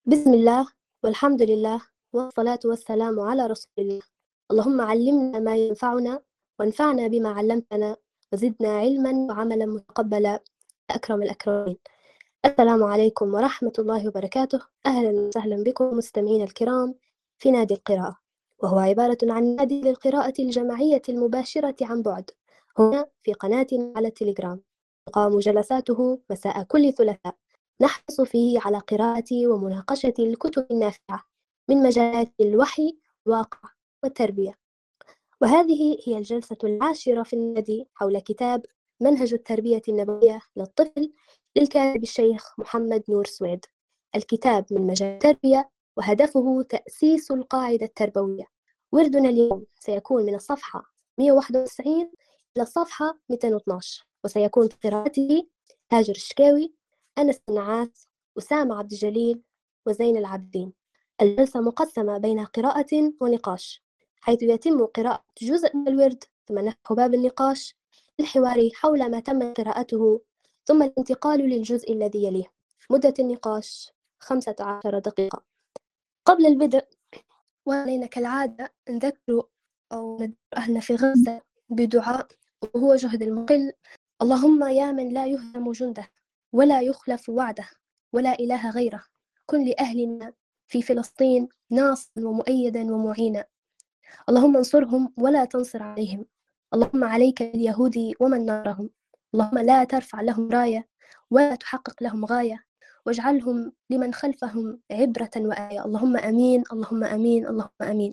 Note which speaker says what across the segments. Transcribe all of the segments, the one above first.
Speaker 1: بسم الله والحمد لله والصلاة والسلام على رسول الله. اللهم علمنا ما ينفعنا وانفعنا بما علمتنا وزدنا علما وعملا متقبلا يا أكرم الأكرمين. السلام عليكم ورحمة الله وبركاته. أهلا وسهلا بكم مستمعين الكرام في نادي القراءة، وهو عبارة عن نادي للقراءة الجماعية المباشرة عن بعد هنا في قناتنا على التليجرام. تقام جلساته مساء كل ثلاثاء، نحرص فيه على قراءة ومناقشة الكتب النافعة من مجالات الوحي والواقع والتربية. وهذه هي الجلسة العاشرة في النادي حول كتاب منهج التربية النبوية للطفل للكاتب الشيخ محمد نور سويد. الكتاب من مجال التربية وهدفه تأسيس القاعدة التربوية. وردنا اليوم سيكون من الصفحة 191 إلى الصفحة 212، وسيكون في قراءته هاجر الشكاوي، أنس النعاس، أسامة عبد الجليل، وزين العابدين. الجلسة مقسمة بين قراءة ونقاش، حيث يتم قراءة جزء من الورد ثم نفتح باب النقاش الحواري حول ما تم قراءته، ثم الانتقال للجزء الذي يليه. مدة النقاش 15 دقيقة. قبل البدء وعلينا كالعادة نذكر أو ندعو أهلنا في غزة بدعاء، وهو جهد المقل. اللهم يا من لا يهزم جنده ولا يخلف وعده ولا إله غيره، كن لأهلنا في فلسطين ناصرا ومؤيدا ومعينا. اللهم انصرهم ولا تنصر عليهم. اللهم عليك باليهود ومن نارهم. اللهم لا ترفع لهم راية ولا تحقق لهم غاية، واجعلهم لمن خلفهم عبرة وآية. اللهم أمين، اللهم أمين، اللهم أمين.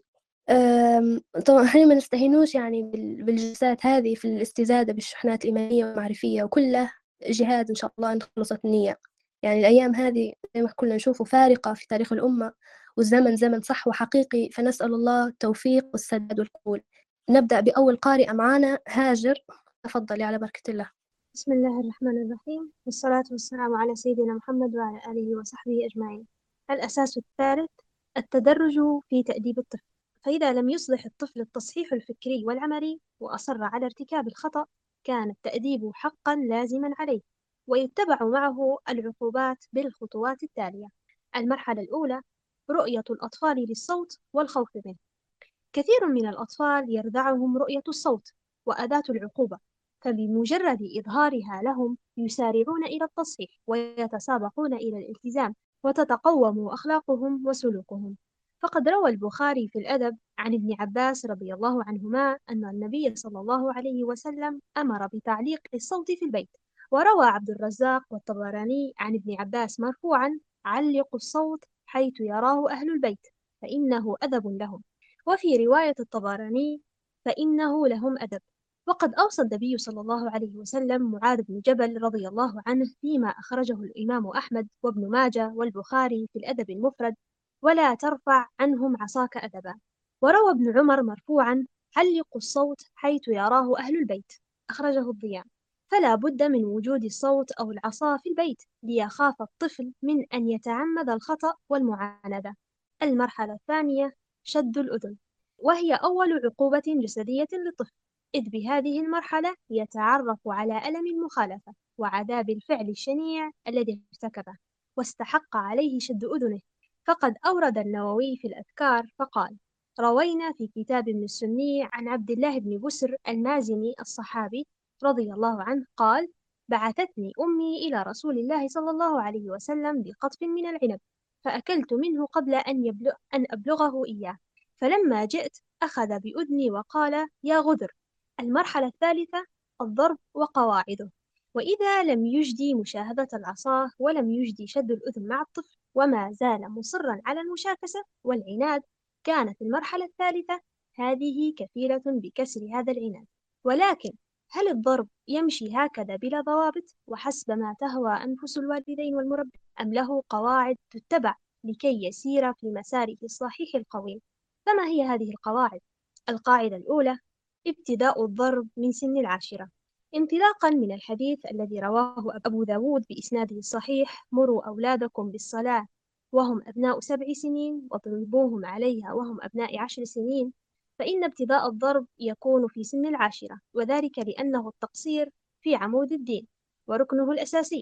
Speaker 1: طبعا احنا ما نستهينوش يعني بالجلسات هذه في الاستزادة بالشحنات الإيمانية والمعرفية، وكله جهاد إن شاء الله إن خلصت النية. يعني الأيام هذه زي ما كلنا نشوفه فارقة في تاريخ الأمة، والزمن زمن صح وحقيقي، فنسأل الله التوفيق والسداد والقبول. نبدأ بأول قارئة معانا هاجر. تفضلي على بركة الله.
Speaker 2: بسم الله الرحمن الرحيم، والصلاة والسلام على سيدنا محمد وعلى آله وصحبه أجمعين. الأساس الثالث: التدرج في تأديب الطفل. فإذا لم يصلح الطفل التصحيح الفكري والعملي وأصر على ارتكاب الخطأ، كان التأديب حقا لازما عليه، ويتبع معه العقوبات بالخطوات التالية. المرحلة الأولى: رؤية الأطفال للصوت والخوف منه. كثير من الأطفال يردعهم رؤية الصوت وأداة العقوبة، فبمجرد إظهارها لهم يسارعون إلى التصحيح ويتسابقون إلى الالتزام، وتتقوم أخلاقهم وسلوكهم. فقد روى البخاري في الأدب عن ابن عباس رضي الله عنهما أن النبي صلى الله عليه وسلم أمر بتعليق الصوت في البيت. وروى عبد الرزاق والطبراني عن ابن عباس مرفوعا: علقوا الصوت حيث يراه أهل البيت فإنه أدب لهم. وفي رواية الطبراني: فإنه لهم أدب. وقد أوصى النبي صلى الله عليه وسلم معاذ بن جبل رضي الله عنه فيما أخرجه الإمام أحمد وابن ماجه والبخاري في الأدب المفرد: ولا ترفع عنهم عصاك أدبا. وروى ابن عمر مرفوعا: علقوا الصوت حيث يراه أهل البيت، أخرجه الضياء. فلا بد من وجود الصوت أو العصا في البيت ليخاف الطفل من أن يتعمد الخطأ والمعاندة. المرحلة الثانية: شد الأذن، وهي أول عقوبة جسدية للطفل، إذ بهذه المرحلة يتعرف على ألم المخالفة وعذاب الفعل الشنيع الذي ارتكبه، واستحق عليه شد أذنه. فقد أورد النووي في الأذكار فقال: روينا في كتاب ابن السني عن عبد الله بن بسر المازني الصحابي رضي الله عنه قال: بعثتني أمي إلى رسول الله صلى الله عليه وسلم بقطف من العنب، فأكلت منه قبل أن أبلغه إياه، فلما جئت أخذ بأذني وقال: يا غدر. المرحلة الثالثة: الضرب وقواعده. وإذا لم يجدي مشاهدة العصا ولم يجدي شد الأذن مع الطفل وما زال مصرا على المشاكسة والعناد، كانت المرحلة الثالثة هذه كفيلة بكسر هذا العناد. ولكن هل الضرب يمشي هكذا بلا ضوابط وحسب ما تهوى أنفس الوالدين والمربين، أم له قواعد تتبع لكي يسير في مساره الصحيح القويم؟ فما هي هذه القواعد؟ القاعدة الأولى: ابتداء الضرب من سن العاشرة، انطلاقا من الحديث الذي رواه أبو داود بإسناده الصحيح: مروا أولادكم بالصلاة وهم أبناء 7 سنين واضربوهم عليها وهم أبناء 10 سنين. فإن ابتداء الضرب يكون في سن العاشرة، وذلك لأنه التقصير في عمود الدين وركنه الأساسي.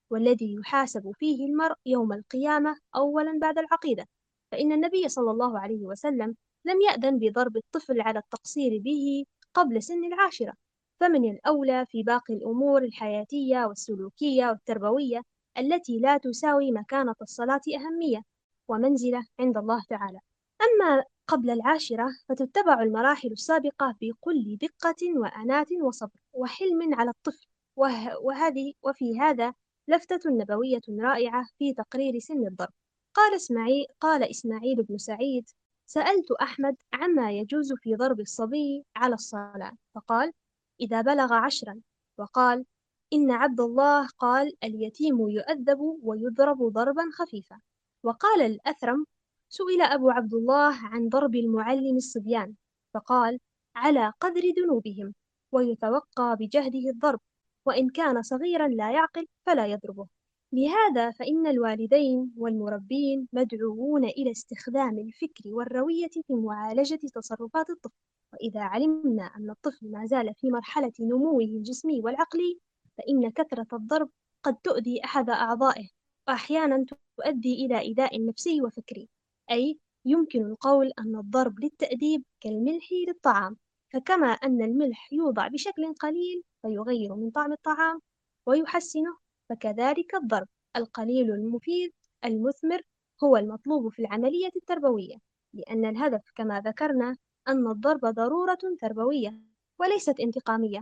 Speaker 2: والذي يحاسب فيه المرء يوم القيامة أولا بعد العقيدة، فإن النبي صلى الله عليه وسلم لم يأذن بضرب الطفل على التقصير به قبل سن العاشرة، فمن الأولى في باقي الأمور الحياتية والسلوكية والتربوية التي لا تساوي مكانة الصلاة أهمية ومنزلة عند الله تعالى. أما قبل العاشرة فتتبع المراحل السابقة بكل دقة وأناة وصبر وحلم على الطفل، وفي هذا لفتة نبوية رائعة في تقرير سن الضرب. قال إسماعيل بن سعيد: سألت أحمد عما يجوز في ضرب الصبي على الصلاة، فقال: إذا بلغ 10. وقال: إن عبد الله قال: اليتيم يؤدب ويضرب ضربا خفيفا. وقال الأثرم: سئل أبو عبد الله عن ضرب المعلم الصبيان، فقال: على قدر ذنوبهم، ويتوقى بجهده الضرب، وإن كان صغيرا لا يعقل فلا يضربه. لهذا فإن الوالدين والمربين مدعوون إلى استخدام الفكر والروية في معالجة تصرفات الطفل. وإذا علمنا أن الطفل ما زال في مرحلة نموه الجسمي والعقلي، فإن كثرة الضرب قد تؤذي أحد أعضائه، وأحيانا تؤدي إلى إيذاء نفسي وفكري. أي يمكن القول أن الضرب للتأديب كالملح للطعام، فكما أن الملح يوضع بشكل قليل فيغير من طعم الطعام ويحسنه، فكذلك الضرب القليل المفيد المثمر هو المطلوب في العملية التربوية، لأن الهدف كما ذكرنا أن الضرب ضرورة تربوية وليست انتقامية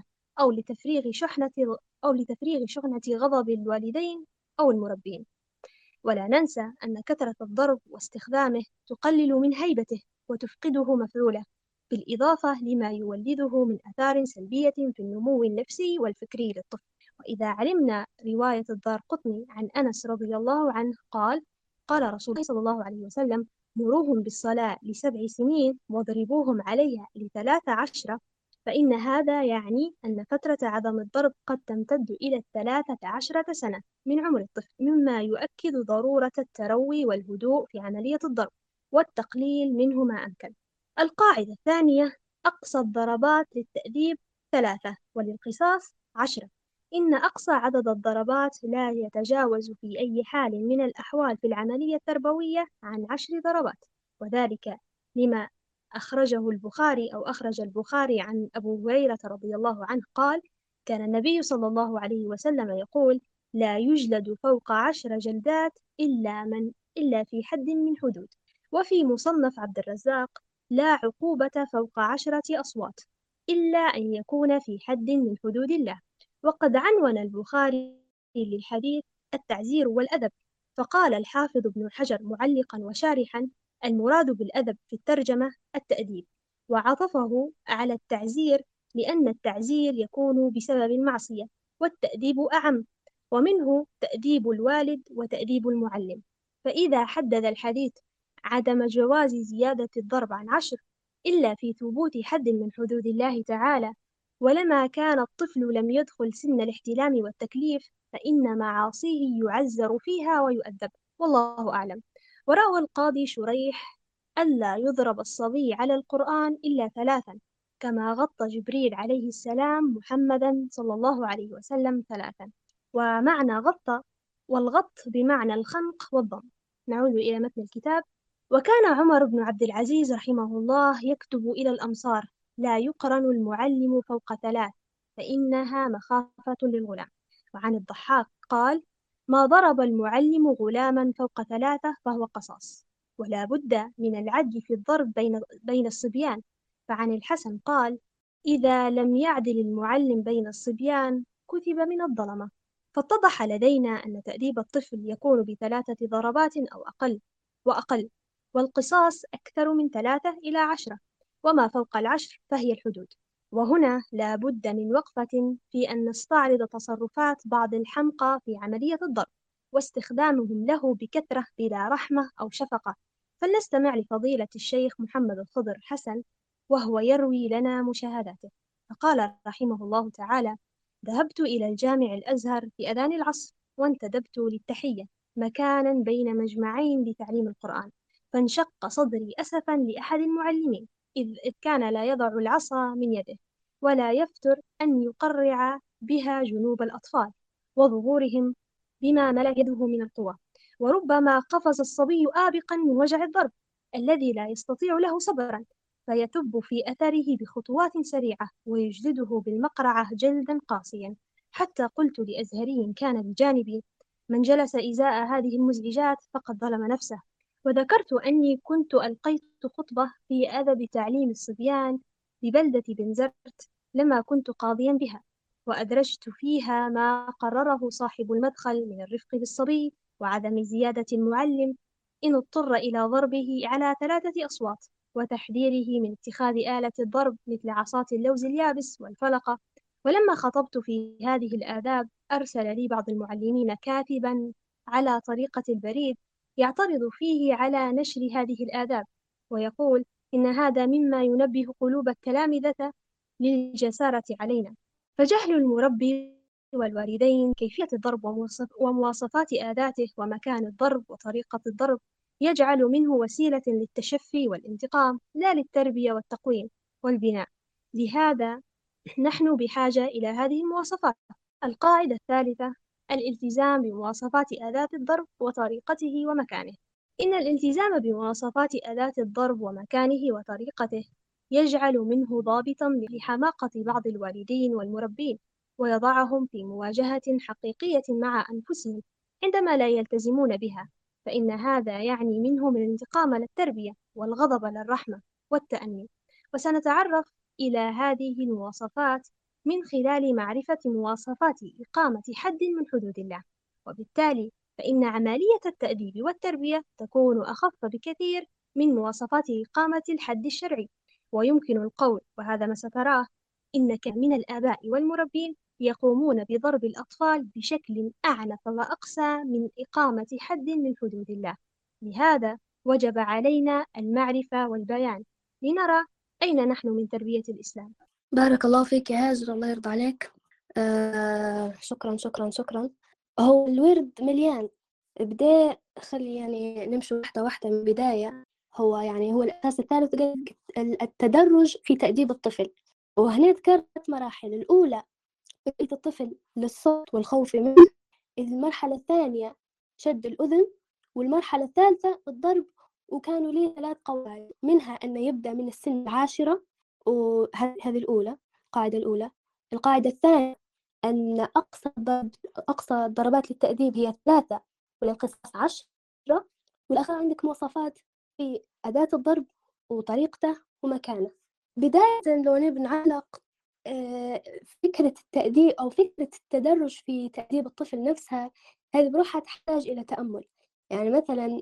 Speaker 2: أو لتفريغ شحنة غضب الوالدين أو المربين. ولا ننسى أن كثرة الضرب واستخدامه تقلل من هيبته وتفقده مفعوله، بالإضافة لما يولده من آثار سلبية في النمو النفسي والفكري للطفل. وإذا علمنا رواية الدارقطني عن أنس رضي الله عنه قال رسول الله صلى الله عليه وسلم: مروهم بالصلاة ل7 سنين واضربوهم عليها ل13، فإن هذا يعني أن فترة عدم الضرب قد تمتد إلى 13 سنة من عمر الطفل، مما يؤكد ضرورة التروي والهدوء في عملية الضرب والتقليل منه ما أمكن. القاعدة الثانية: أقصى الضربات للتأديب 3 وللقصاص 10. إن أقصى عدد الضربات لا يتجاوز في أي حال من الأحوال في العملية التربوية عن 10 ضربات، وذلك لما أخرج البخاري عن أبو هريرة رضي الله عنه قال: كان النبي صلى الله عليه وسلم يقول: لا يجلد فوق 10 جلدات إلا في حد من حدود. وفي مصنف عبد الرزاق: لا عقوبة فوق 10 أصوات إلا أن يكون في حد من حدود الله. وقد عنون البخاري للحديث التعزير والأدب، فقال الحافظ ابن حجر معلقا وشارحا: المراد بالأدب في الترجمة التأديب، وعطفه على التعزير لأن التعزير يكون بسبب المعصية، والتأديب أعم، ومنه تأديب الوالد وتأديب المعلم. فإذا حدد الحديث عدم جواز زيادة الضرب عن 10 إلا في ثبوت حد من حدود الله تعالى، ولما كان الطفل لم يدخل سن الاحتلام والتكليف، فإن معاصيه يعزر فيها ويؤدب، والله أعلم. وروى القاضي شريح: ألا يضرب الصبي على القرآن إلا 3، كما غطى جبريل عليه السلام محمدا صلى الله عليه وسلم 3. ومعنى غطى والغط بمعنى الخنق والضم. نعود إلى متن الكتاب. وكان عمر بن عبد العزيز رحمه الله يكتب إلى الأمصار: لا يقرن المعلم فوق 3 فإنها مخافة للغلام. وعن الضحاك قال: ما ضرب المعلم غلاما فوق 3 فهو قصاص. ولا بد من العدل في الضرب بين الصبيان. فعن الحسن قال: إذا لم يعدل المعلم بين الصبيان كتب من الظلمة. فاتضح لدينا أن تأديب الطفل يكون ب3 ضربات أو أقل، والقصاص أكثر من 3 إلى 10، وما فوق 10 فهي الحدود. وهنا لا بد من وقفة في أن نستعرض تصرفات بعض الحمقى في عملية الضرب واستخدامهم له بكثرة بلا رحمة أو شفقة. فلنستمع لفضيلة الشيخ محمد الخضر حسن وهو يروي لنا مشاهداته. فقال رحمه الله تعالى: ذهبت إلى الجامع الأزهر في أذان العصر، وانتدبت للتحية مكانا بين مجمعين لتعليم القرآن، فانشق صدري أسفا لأحد المعلمين، إذ كان لا يضع العصا من يده ولا يفتر أن يقرع بها جنوب الأطفال وظهورهم بما ملك يده من القوى، وربما قفز الصبي آبقا من وجع الضرب الذي لا يستطيع له صبرا، فيتب في أثره بخطوات سريعة ويجلده بالمقرعة جلدا قاسيا، حتى قلت لأزهري كان بجانبي: من جلس إزاء هذه المزعجات فقد ظلم نفسه. وذكرت أني كنت ألقيت خطبة في أدب تعليم الصبيان ببلدة بنزرت لما كنت قاضيا بها، وأدرجت فيها ما قرره صاحب المدخل من الرفق بالصبي وعدم زيادة المعلم إن اضطر إلى ضربه على 3 أصوات، وتحذيره من اتخاذ آلة الضرب مثل عصاة اللوز اليابس والفلقة. ولما خطبت في هذه الآداب أرسل لي بعض المعلمين كاتبا على طريقة البريد يعترض فيه على نشر هذه الآداب، ويقول إن هذا مما ينبه قلوب التلامذة للجسارة علينا، فجهل المربي والوالدين كيفية الضرب ومواصفات آداته ومكان الضرب وطريقة الضرب يجعل منه وسيلة للتشفي والانتقام لا للتربية والتقويم والبناء. لهذا نحن بحاجة إلى هذه المواصفات. القاعدة الثالثة: الالتزام بمواصفات أداة الضرب وطريقته ومكانه. إن الالتزام بمواصفات أداة الضرب ومكانه وطريقته يجعل منه ضابطا لحماقة بعض الوالدين والمربين، ويضعهم في مواجهة حقيقية مع أنفسهم عندما لا يلتزمون بها، فإن هذا يعني منهم الانتقام للتربية والغضب للرحمة والتأني. وسنتعرف إلى هذه المواصفات من خلال معرفة مواصفات إقامة حد من حدود الله، وبالتالي فإن عملية التأديب والتربية تكون أخف بكثير من مواصفات إقامة الحد الشرعي. ويمكن القول، وهذا ما ستراه، إن كثير من الآباء والمربين يقومون بضرب الأطفال بشكل أعنف وأقسى من إقامة حد من حدود الله. لهذا وجب علينا المعرفة والبيان لنرى أين نحن من تربية الإسلام.
Speaker 1: بارك الله فيك يا هاجر، الله يرضى عليك. شكرا شكرا شكرا. هو الورد مليان. بداية خلي يعني نمشي واحدة واحدة من البداية. هو يعني هو الأساس الثالث التدرج في تأديب الطفل، وهنا ذكرت مراحل. الأولى تثبيت الطفل للصوت والخوف منه، المرحلة الثانية شد الأذن، والمرحلة الثالثة الضرب. وكانوا لي 3 قواعد، منها أنه يبدأ من السن 10، وهذه الأولى، القاعدة الأولى. القاعدة الثانية أن أقصى الضربات للتأديب هي 3 والانقصاص 10. والآخر عندك مواصفات في أداة الضرب وطريقته ومكانه. بداية لو نبي نعلق فكرة التأديب أو فكرة التدرج في تأديب الطفل نفسها، هذه بروحها تحتاج إلى تأمل. يعني مثلا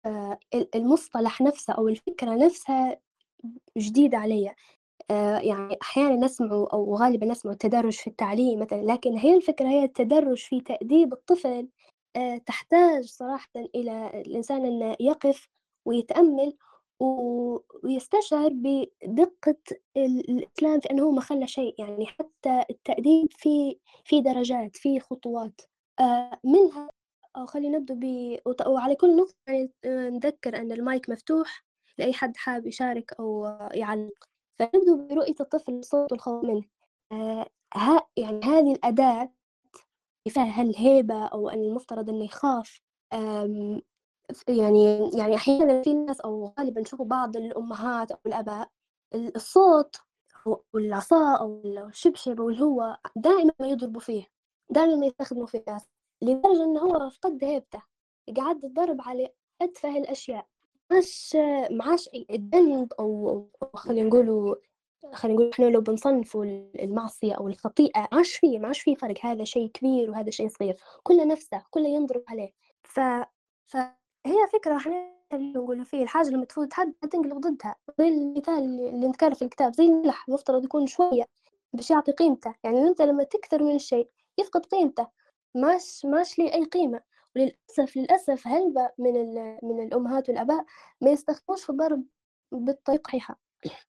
Speaker 1: المصطلح نفسه أو الفكرة نفسها جديدة علي. يعني أحيانا نسمع أو غالبا نسمع التدرج في التعليم مثلا، لكن هي الفكرة هي التدرج في تأديب الطفل. تحتاج صراحة إلى الإنسان أنه يقف ويتأمل ويستشعر بدقة الإسلام في أنه ما خلى شيء. يعني حتى التأديب في درجات، في خطوات منها. أو خلينا نبدأ وعلى كل نقطة يعني نذكر أن المايك مفتوح لأي حد حاب يشارك أو يعلق. فنبدأ برؤية الطفل الصوت والخوف منه. يعني هذه الأداة فيها الهيبة أو أن المفترض أنه يخاف. يعني أحيانا في ناس أو غالبا نشوف بعض الأمهات أو الآباء الصوت أو العصا أو الشبشب واللي هو دائما ما يضربوا فيه، دائما ما يستخدموا فيه ناس، لدرجة أنه هو فقد هيبته، قعد الضرب على أتفه الأشياء. معاش الذنب أو خلينا نقول إحنا لو بنصنفوا المعصية أو الخطيئة معاش فيه فرق. هذا شيء كبير وهذا شيء صغير، كله نفسه، كله ينضرب عليه. فهي فكرة إحنا نقول فيه الحاجة لما تفوت حد تنقلب ضدها، زي المثال اللي نذكره في الكتاب، زي الملح المفترض يكون شوية باش يعطي قيمته. يعني أنت لما تكثر من الشيء يفقد قيمته، ماش ليه أي قيمة. وللأسف هلبة من الأمهات والآباء ما يستخدموش في الضرب بالطريقة الصحيحة.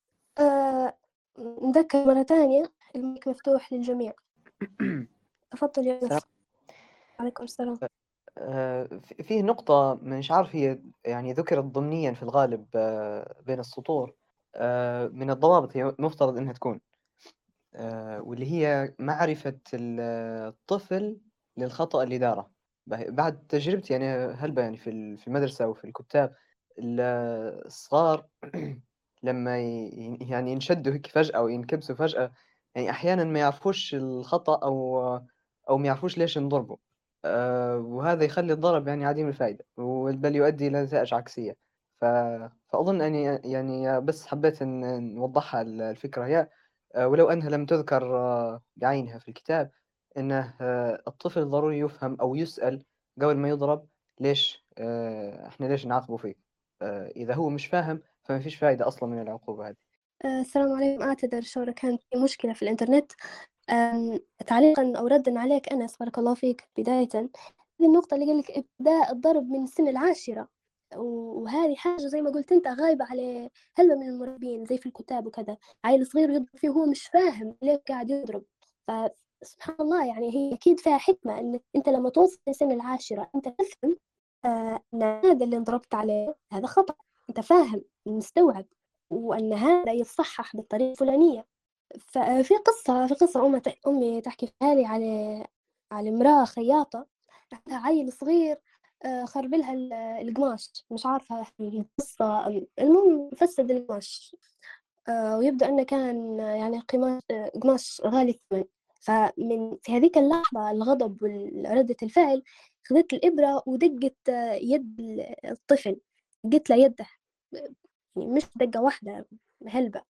Speaker 1: نذكر مرة ثانية المايك مفتوح للجميع. تفضل يا أنس. عليكم السلام.
Speaker 3: فيه نقطة مش عارف هي يعني ذكرت ضمنيا في الغالب بين السطور. من الضوابط هي مفترض إنها تكون واللي هي معرفة الطفل للخطأ اللي داره. بعد تجربتي يعني هلبة يعني في المدرسة وفي الكتاب الصغار لما يعني ينشدوا هيك فجأة أو ينكبسوا فجأة، يعني أحيانا ما يعرفوش الخطأ أو ما يعرفوش ليش انضربوا. وهذا يخلي الضرب يعني عديم الفائدة، بل يؤدي إلى نتائج عكسية. ف... فأظن أني يعني بس حبيت أن نوضحها الفكرة هي، ولو أنها لم تذكر بعينها في الكتاب، أنه الطفل ضروري يفهم أو يسأل قبل ما يضرب ليش، إحنا ليش نعاقبه فيه. إذا هو مش فاهم فما فيش فائدة أصلا من العقوبة هذه.
Speaker 1: السلام عليكم. أعتذر شورى، كانت في مشكلة في الإنترنت. تعليقا أو ردا عليك أنس، بارك الله فيك. بداية هذه النقطة اللي قالك إبداء الضرب من سن العاشرة، وهذه حاجة زي ما قلت أنت غايبة على هلبة من المربين زي في الكتاب وكذا. عيل صغير يضرب فيه وهو مش فاهم ليه قاعد يضرب. فسبحان الله، يعني هي أكيد فيها حكمة إن أنت لما توصل لسن العاشرة أنت تفهم أن هذا اللي انضربت عليه هذا خطأ. أنت فاهم مستوعب، وأن هذا يتصحح بالطريقة الفلانية. ففي قصة أمي تحكي فيها لي على امرأة خياطة عندها عيل صغير، خرب لها القماش. مش عارفة القصة المهم فسد القماش. ويبدو أنه كان يعني قماش غالي الثمن. في هذيك اللحظة الغضب وردة الفعل خذت الإبرة ودقت يد الطفل. قلت له يده، يعني مش دقة واحدة، هلبة.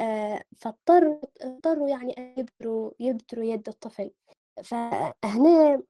Speaker 1: اضطروا يعني أن يبتروا يد الطفل. فهنا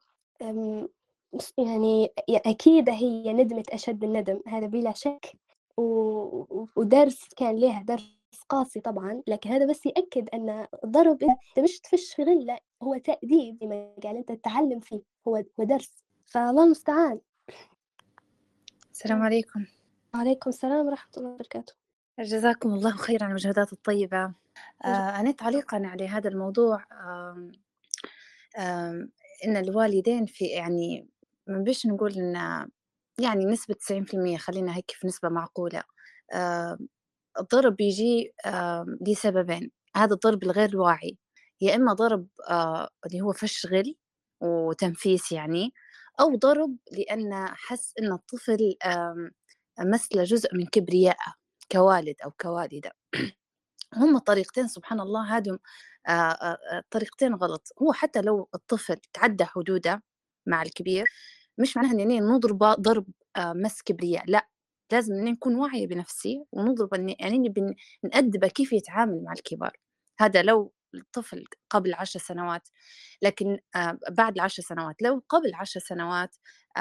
Speaker 1: يعني أكيد هي ندمت أشد الندم، هذا بلا شك. ودرس كان لها درس قاسي طبعا، لكن هذا بس يأكد أن الضرب أنت مش تفش في غلة، هو تأديب زي ما قال أنت تتعلم فيه، هو درس. فالله المستعان.
Speaker 4: السلام عليكم.
Speaker 1: وعليكم السلام ورحمة الله وبركاته.
Speaker 4: جزاكم الله خيرا على المجهودات الطيبة. أنا تعليقا على هذا الموضوع، إن الوالدين في يعني ما بيش نقول إن يعني نسبة 90%، خلينا هيك في نسبة معقولة. الضرب بيجي لسببين. هذا الضرب الغير الواعي، يا إما ضرب اللي هو فش غل وتنفيس يعني، أو ضرب لأن حس إن الطفل مثل جزء من كبريائه كوالد أو كوالدة. هم طريقتين سبحان الله، هادم طريقتين غلط. هو حتى لو الطفل تعدى حدوده مع الكبير، مش معناها إنني نضرب ضرب مس كبرياء، لا، لازم إني نكون واعية بنفسي ونضرب يعني نأدبه كيف يتعامل مع الكبار. هذا لو الطفل قبل 10 سنوات. لكن بعد 10 سنوات، لو قبل 10 سنوات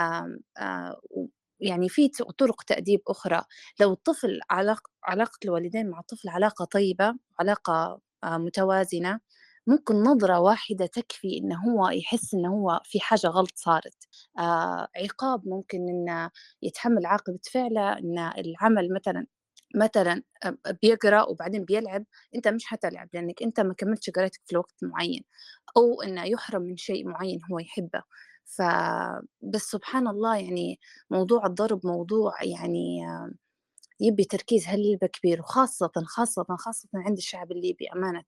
Speaker 4: يعني في طرق تأديب أخرى. لو الطفل علاقة الوالدين مع الطفل علاقة طيبة، علاقة متوازنة، ممكن نظرة واحدة تكفي إنه هو يحس إنه هو في حاجة غلط صارت. عقاب ممكن إنه يتحمل عاقبة فعله، إن العمل مثلا بيقرأ وبعدين بيلعب، أنت مش حتلعب لأنك أنت ما كملتش قراءتك في وقت معين، أو إنه يحرم من شيء معين هو يحبه. بس سبحان الله، يعني موضوع الضرب موضوع يعني يبي تركيز هلبة كبير، وخاصة خاصة خاصة عند الشعب الليبي أمانة.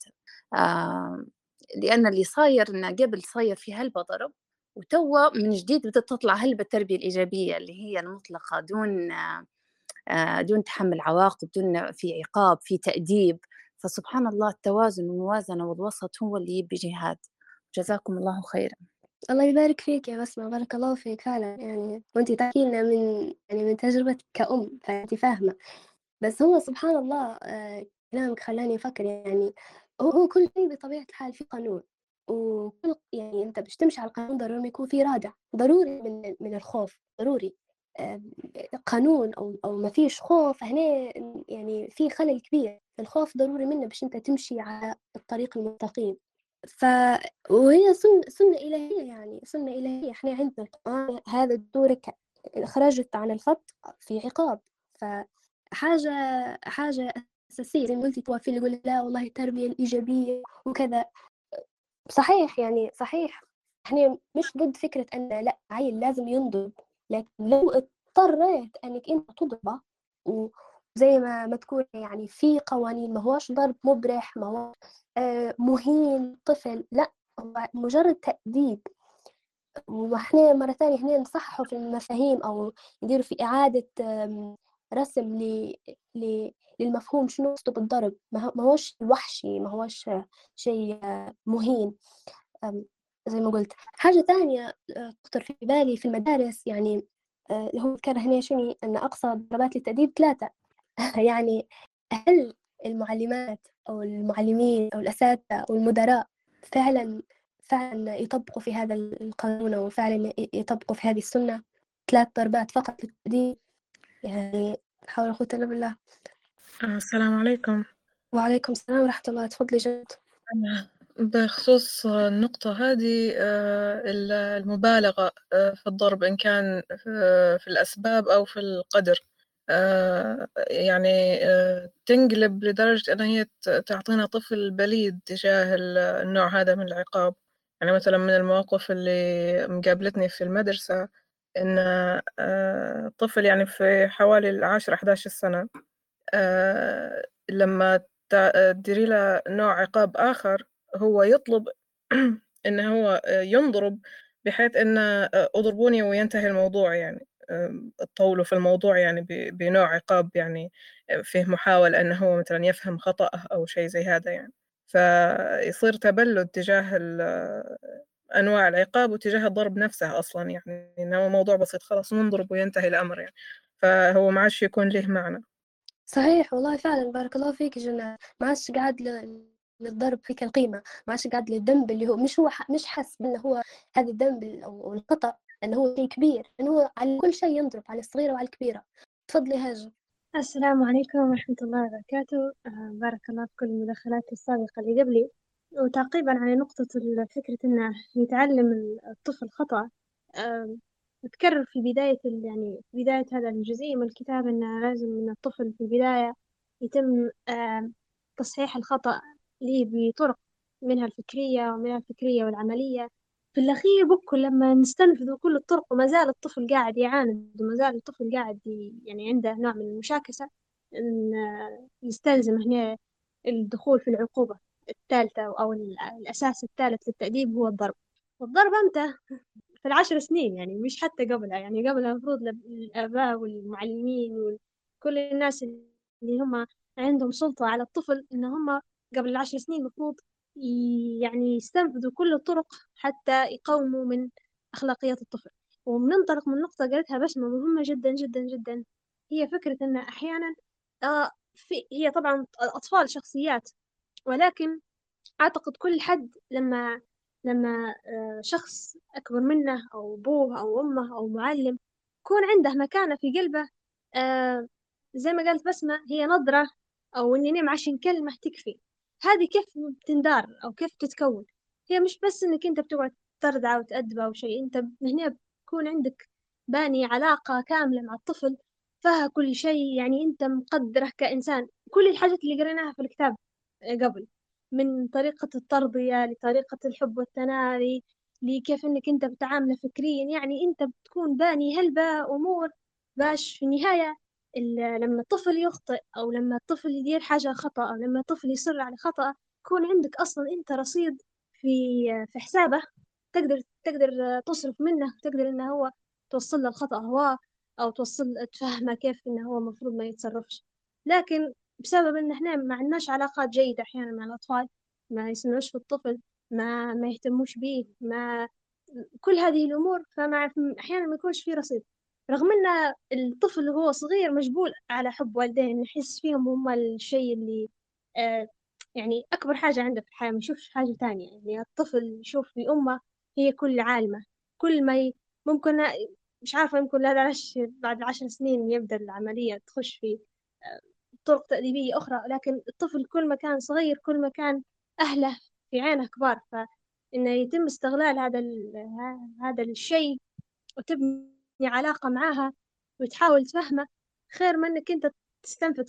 Speaker 4: لأن اللي صاير إنه قبل صاير في هلبة ضرب، وتوا من جديد بدأت تطلع هلبة التربية الإيجابية اللي هي المطلقة، دون تحمل عواقب، دون في عقاب، في تأديب. فسبحان الله، التوازن والموازنة والوسط هو اللي يبي جهاد. جزاكم الله خيرا.
Speaker 1: الله يبارك فيك يا بسمة، بارك الله فيك فعلا. يعني وانتي تحكي لنا من تجربتك كأم، فانتي فاهمة. بس هو سبحان الله، كلامك خلاني أفكر. يعني هو كل شيء بطبيعة الحال في قانون، وكل يعني أنت باش تمشي على القانون ضروري يكون في رادع ضروري من الخوف ضروري. قانون أو ما فيش خوف هنا، يعني في خلل كبير. الخوف ضروري منه باش أنت تمشي على الطريق المستقيم. ف وهي سنة إلهية، يعني سنة إلهية. إحنا عندنا القرآن هذا دورك، خرجت عن الخط في عقاب. حاجة أساسية زي ما قلتي. توافي اللي يقول لا والله التربية الإيجابية وكذا، صحيح يعني صحيح. إحنا مش ضد فكرة أن لا عيل لازم ينضرب، لكن لو اضطريت أنك أنت تضربه وزي ما تكون يعني في قوانين، ما هوش ضرب مبرح، ما هو مهين طفل، لا، هو مجرد تأديب. وإحنا مرة ثانية هنا نصححوا في المفاهيم أو نديروا في إعادة رسم للمفهوم شنو قصده بالضرب، ما هوش وحشي، ما هوش شيء مهين. زي ما قلت حاجة تانية تخطر في بالي في المدارس، يعني اللي هو ذكر هنا شنو أن أقصى ضربات للتأديب 3. يعني هل المعلمات أو المعلمين أو الأساتذة أو المدراء فعلا يطبقوا في هذا القانون وفعلا يطبقوا في هذه السنة 3 ضربات فقط للتأديب؟ يعني حول ولا قوة إلا بالله.
Speaker 5: السلام عليكم.
Speaker 1: وعليكم السلام ورحمة الله. تفضلي جد.
Speaker 5: بخصوص النقطة هذه المبالغة في الضرب إن كان في الأسباب أو في القدر، يعني تنقلب لدرجة أن هي تعطينا طفل بليد تجاه النوع هذا من العقاب. يعني مثلا من المواقف اللي مقابلتني في المدرسة إن طفل يعني في حوالي 10-11 سنة، لما تديري له نوع عقاب آخر هو يطلب إنه هو ينضرب، بحيث إنه اضربوني وينتهي الموضوع، يعني تطولوا في الموضوع يعني بنوع عقاب يعني فيه محاولة إنه هو مثلا يفهم خطأه أو شيء زي هذا، يعني فيصير تبلد تجاه أنواع العقاب وتجاه الضرب نفسه أصلا، يعني إنه موضوع بسيط خلاص نضرب وينتهي الأمر، يعني فهو ما عادش يكون له معنى.
Speaker 1: صحيح والله فعلا، بارك الله فيك جنة. ما عادش قاعد للضرب فيك القيمة، ما عادش قاعد للذنب اللي هو مش حس بأنه هو هذا الذنب أو الخطأ أنه هو شيء كبير، أنه هو على كل شيء ينضرب، على الصغيرة وعلى الكبيرة. تفضلي هاجر.
Speaker 2: السلام عليكم ورحمة الله وبركاته. بارك الله في كل المداخلات السابقة اللي قبلي. وتعقيبا على نقطة فكرة إنه يتعلم الطفل خطأ، تكرر في بداية يعني في بداية هذا الجزئية من الكتاب إنه لازم من الطفل في البداية يتم تصحيح الخطأ ليه بطرق منها الفكرية والعملية. في الأخير بكل لما نستنفذ كل الطرق وما زال الطفل قاعد يعاند وما زال الطفل قاعد يعني عنده نوع من المشاكسة، إن يستلزم هنا الدخول في العقوبة الثالثة أو الأساس الثالث للتأديب هو الضرب. والضرب أمتى؟ في 10 سنين، يعني مش حتى قبلها. يعني قبلها المفروض الآباء والمعلمين وكل الناس اللي هم عندهم سلطة على الطفل إن هم قبل 10 سنين المفروض يعني يستنفذوا كل الطرق حتى يقوموا من أخلاقيات الطفل. وبننطلق من نقطة قالتها بسمة مهمة جدا جدا جدا، هي فكرة إن أحيانا هي طبعا الأطفال شخصيات، ولكن أعتقد كل حد لما شخص أكبر منه أو أبوه أو أمه أو معلم يكون عنده مكانة في قلبه، زي ما قالت بسمة هي نظرة أو إني نعم 10 كلمة تكفي. هذه كيف بتندار أو كيف تتكون؟ هي مش بس إنك أنت بتقعد تردع وتأدبه أو شيء، أنت هنا بكون عندك باني علاقة كاملة مع الطفل، فيها كل شيء. يعني أنت مقدره كإنسان، كل الحاجات اللي قريناها في الكتاب قبل، من طريقة التربية لطريقة الحب والتناري لكيف إنك أنت بتعامله فكريا. يعني أنت بتكون باني هلبة أمور باش في النهاية لما الطفل يخطئ أو لما الطفل يدير حاجة خطأ أو لما الطفل يصر على خطأ يكون عندك أصلا أنت رصيد في حسابه، تقدر تصرف منه، تقدر إنه هو توصل له الخطأ هو أو تفهمه كيف إنه هو المفروض ما يتصرفش. لكن بسبب إن إحنا ما عندناش علاقات جيدة أحيانا مع الأطفال، ما يسمعوش في الطفل، ما يهتموش بيه، ما كل هذه الأمور، أحيانا ما يكونش فيه رصيد. رغم إن الطفل وهو صغير مجبول على حب والديه، إن يحس فيهم هم الشيء اللي آه يعني أكبر حاجة عنده في الحياة، ما يشوفش حاجة تانية. يعني الطفل يشوف في أمه هي كل عالمة، كل ما ممكن مش عارفة، يمكن لا علاش بعد 10 سنين يبدأ العملية تخش في طرق تأديبية أخرى. لكن الطفل كل ما كان صغير كل ما كان أهله في عينه كبار، فإنه يتم استغلال هذا الشيء وتبني علاقة معاها وتحاول تفهمه، خير من إنك أنت تستنفذ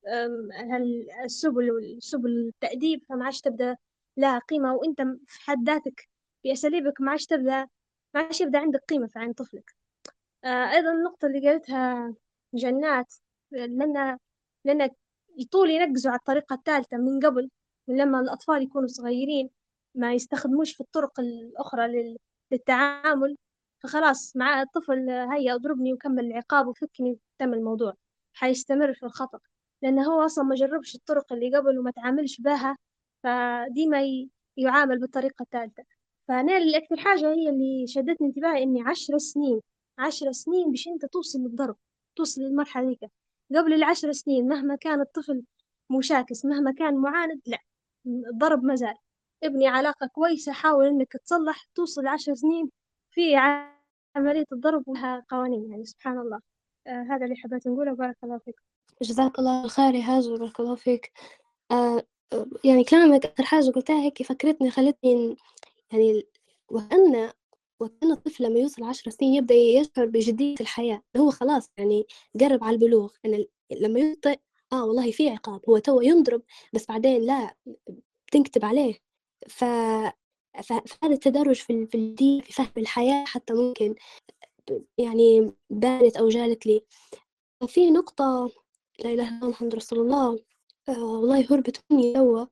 Speaker 2: السبل التأديب، فما عادش تبدأ لها قيمة، وأنت في حد ذاتك بأساليبك ما عادش يبدأ عندك قيمة في عين طفلك. أيضا النقطة اللي قالتها جنات، لأن يطول ينقزوا على الطريقة الثالثة من قبل، من لما الأطفال يكونوا صغيرين ما يستخدموش في الطرق الأخرى للتعامل، فخلاص مع الطفل هيا اضربني وكمل العقاب وفكني تم الموضوع، حيستمر في الخطأ، لأنه هو أصلا ما جربش الطرق اللي قبل وما تعاملش بها، فديما يعامل بالطريقة الثالثة. فأنا الأكثر حاجة هي اللي شدتني انتباهي إني 10 سنين، 10 سنين باش أنت توصل للضرب، توصل للمرحلة ذيك. قبل ال10 سنين مهما كان الطفل مشاكس، مهما كان معاند، لا، الضرب مازال. ابني علاقة كويسة، حاول إنك تصلح، توصل 10 سنين في عملية الضرب ولها قوانين، يعني سبحان الله. هذا اللي حبيت نقوله، بارك الله فيك.
Speaker 1: جزاك الله خير يا هاجر، بارك الله فيك. يعني كلامك أكثر حاجة قلتها هيك فكرتني، خلتني يعني وكأن الطفل لما يوصل 10 سنين يبدأ يشعر بجدية الحياة، هو خلاص يعني قرب على البلوغ. يعني لما يخطئ والله في عقاب، هو تو ينضرب بس بعدين لا، بتنكتب عليه. ف... فهذا التدرج في الدين، في فهم الحياة حتى ممكن يعني بانت أو جالت لي. في نقطة، لا إله إلا الله محمد رسول الله، والله هربت مني توا.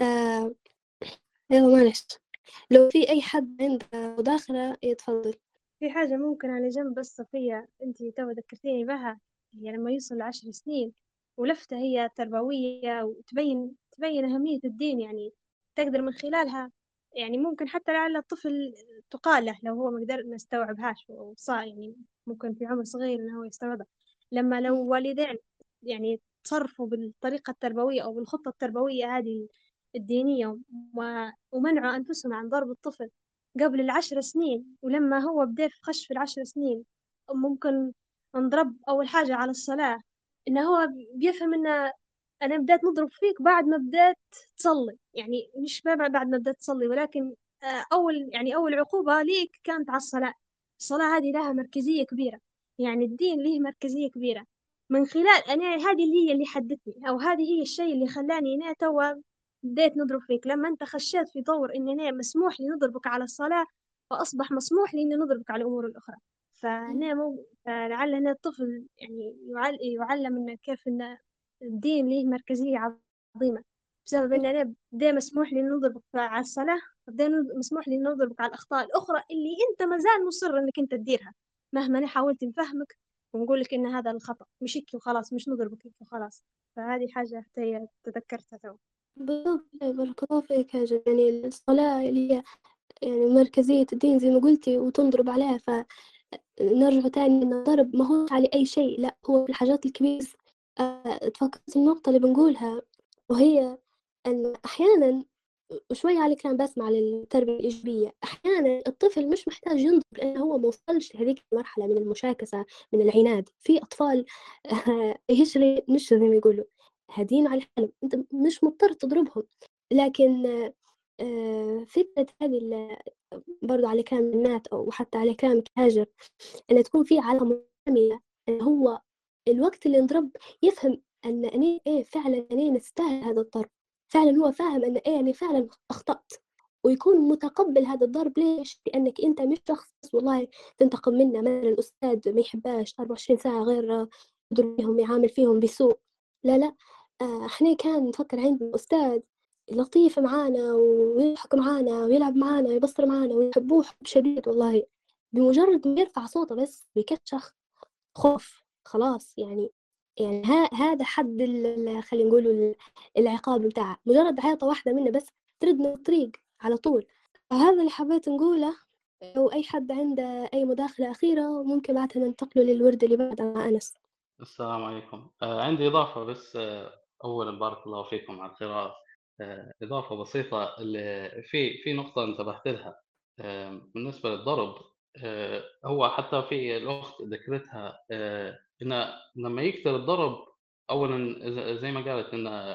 Speaker 1: يلا معلش، لو في أي حد عنده مداخلة يتفضل.
Speaker 2: في حاجة ممكن على جنب بس صفية، أنتي تو ذكرتيني بها، هي لما يوصل 10 سنين ولفتة هي تربوية تبين أهمية الدين، يعني تقدر من خلالها، يعني ممكن حتى لعل الطفل تقال له لو هو ما استوعبهاش يعني ممكن في عمر صغير إنه هو يستوعبها. لما لو والدين يعني تصرفوا بالطريقة التربوية أو بالخطة التربوية هذه الدينية، ومنعوا أنفسهم عن ضرب الطفل قبل ال10 سنين، ولما هو بدأ خش في ال10 سنين ممكن نضرب أول حاجة على الصلاة، إنه هو بيفهم إن أنا بدأت نضرب فيك بعد ما بدأت تصلي، يعني مش بعد ما بدأت تصلي، ولكن أول عقوبة ليك كانت على الصلاة. الصلاة هذه لها مركزية كبيرة، يعني الدين له مركزية كبيرة. من خلال أنا هذه اللي حدتني، أو هذه هي الشيء اللي خلاني أنا توا بديت نضرب فيك. لما أنت خشيت في طور إن أنا مسموح لي نضربك على الصلاة، فأصبح مسموح لي إني نضربك على الأمور الأخرى. فلعل هنا الطفل يعني يعلم إنه كيف إن الدين له مركزية عظيمة، بسبب إن أنا بدأ مسموح لي نضربك على الصلاة، بدأ مسموح لي نضربك على الأخطاء الأخرى اللي أنت مازال مصر إنك أنت تديرها، مهما أنا حاولت نفهمك ونقول لك إن هذا الخطأ، مش هيك وخلاص، مش نضربك هيك وخلاص. فهذه حاجة حتى تذكرتها تو.
Speaker 1: بالضبط، بارك الله فيك يا هاجر. يعني الصلاة اللي هي يعني مركزية الدين زي ما قلتي وتنضرب عليها. فنرجع تاني إن الضرب ما هو على أي شيء، لا، هو في الحاجات الكبيرة. تفكرت النقطة اللي بنقولها، وهي أن أحيانا وشوية على كلام بسمع للتربية الإيجابية، أحيانا الطفل مش محتاج ينضرب لأنه هو ما وصلش لهذيك المرحلة من المشاكسة، من العناد. في أطفال يجري نشر زي ما يقولوا، هادين على الحلم، أنت مش مضطر تضربهم. لكن فكرة هذه برضو على كلام النات أو حتى على كلام هاجر، أن تكون في علامة محامية، أن هو الوقت اللي نضرب يفهم أن أنا فعلا أنا نستاهل هذا الضرب، فعلا هو فاهم أن أنا فعلا أخطأت، ويكون متقبل هذا الضرب. ليش؟ لأنك أنت مش شخص والله تنتقم منه، مثلا الأستاذ ما يحباش 24 ساعة غير يضرب فيهم، يعامل فيهم بسوء. لا لا، احنا كان نفكر عندنا أستاذ لطيف معانا ويضحك معانا ويلعب معانا ويبصر معانا ونحبوه حب شديد والله، بمجرد ما يرفع صوته بس بيكشخ خوف خلاص. يعني هذا حد خلينا نقولوا العقاب بتاعه، مجرد عيطة واحدة منه بس ترد من الطريق على طول. هذا اللي حبيت نقوله. لو أي حد عنده أي مداخلة أخيرة ممكن بعدها ننتقلوا للورد اللي بعدها مع أنس.
Speaker 6: السلام عليكم. عندي إضافة بس. أولا بارك الله فيكم على القراءة. إضافة بسيطة في نقطة انتبهت لها بالنسبة للضرب. هو حتى في الأخت ذكرتها إن لما يكثر الضرب، أولا زي ما قالت إن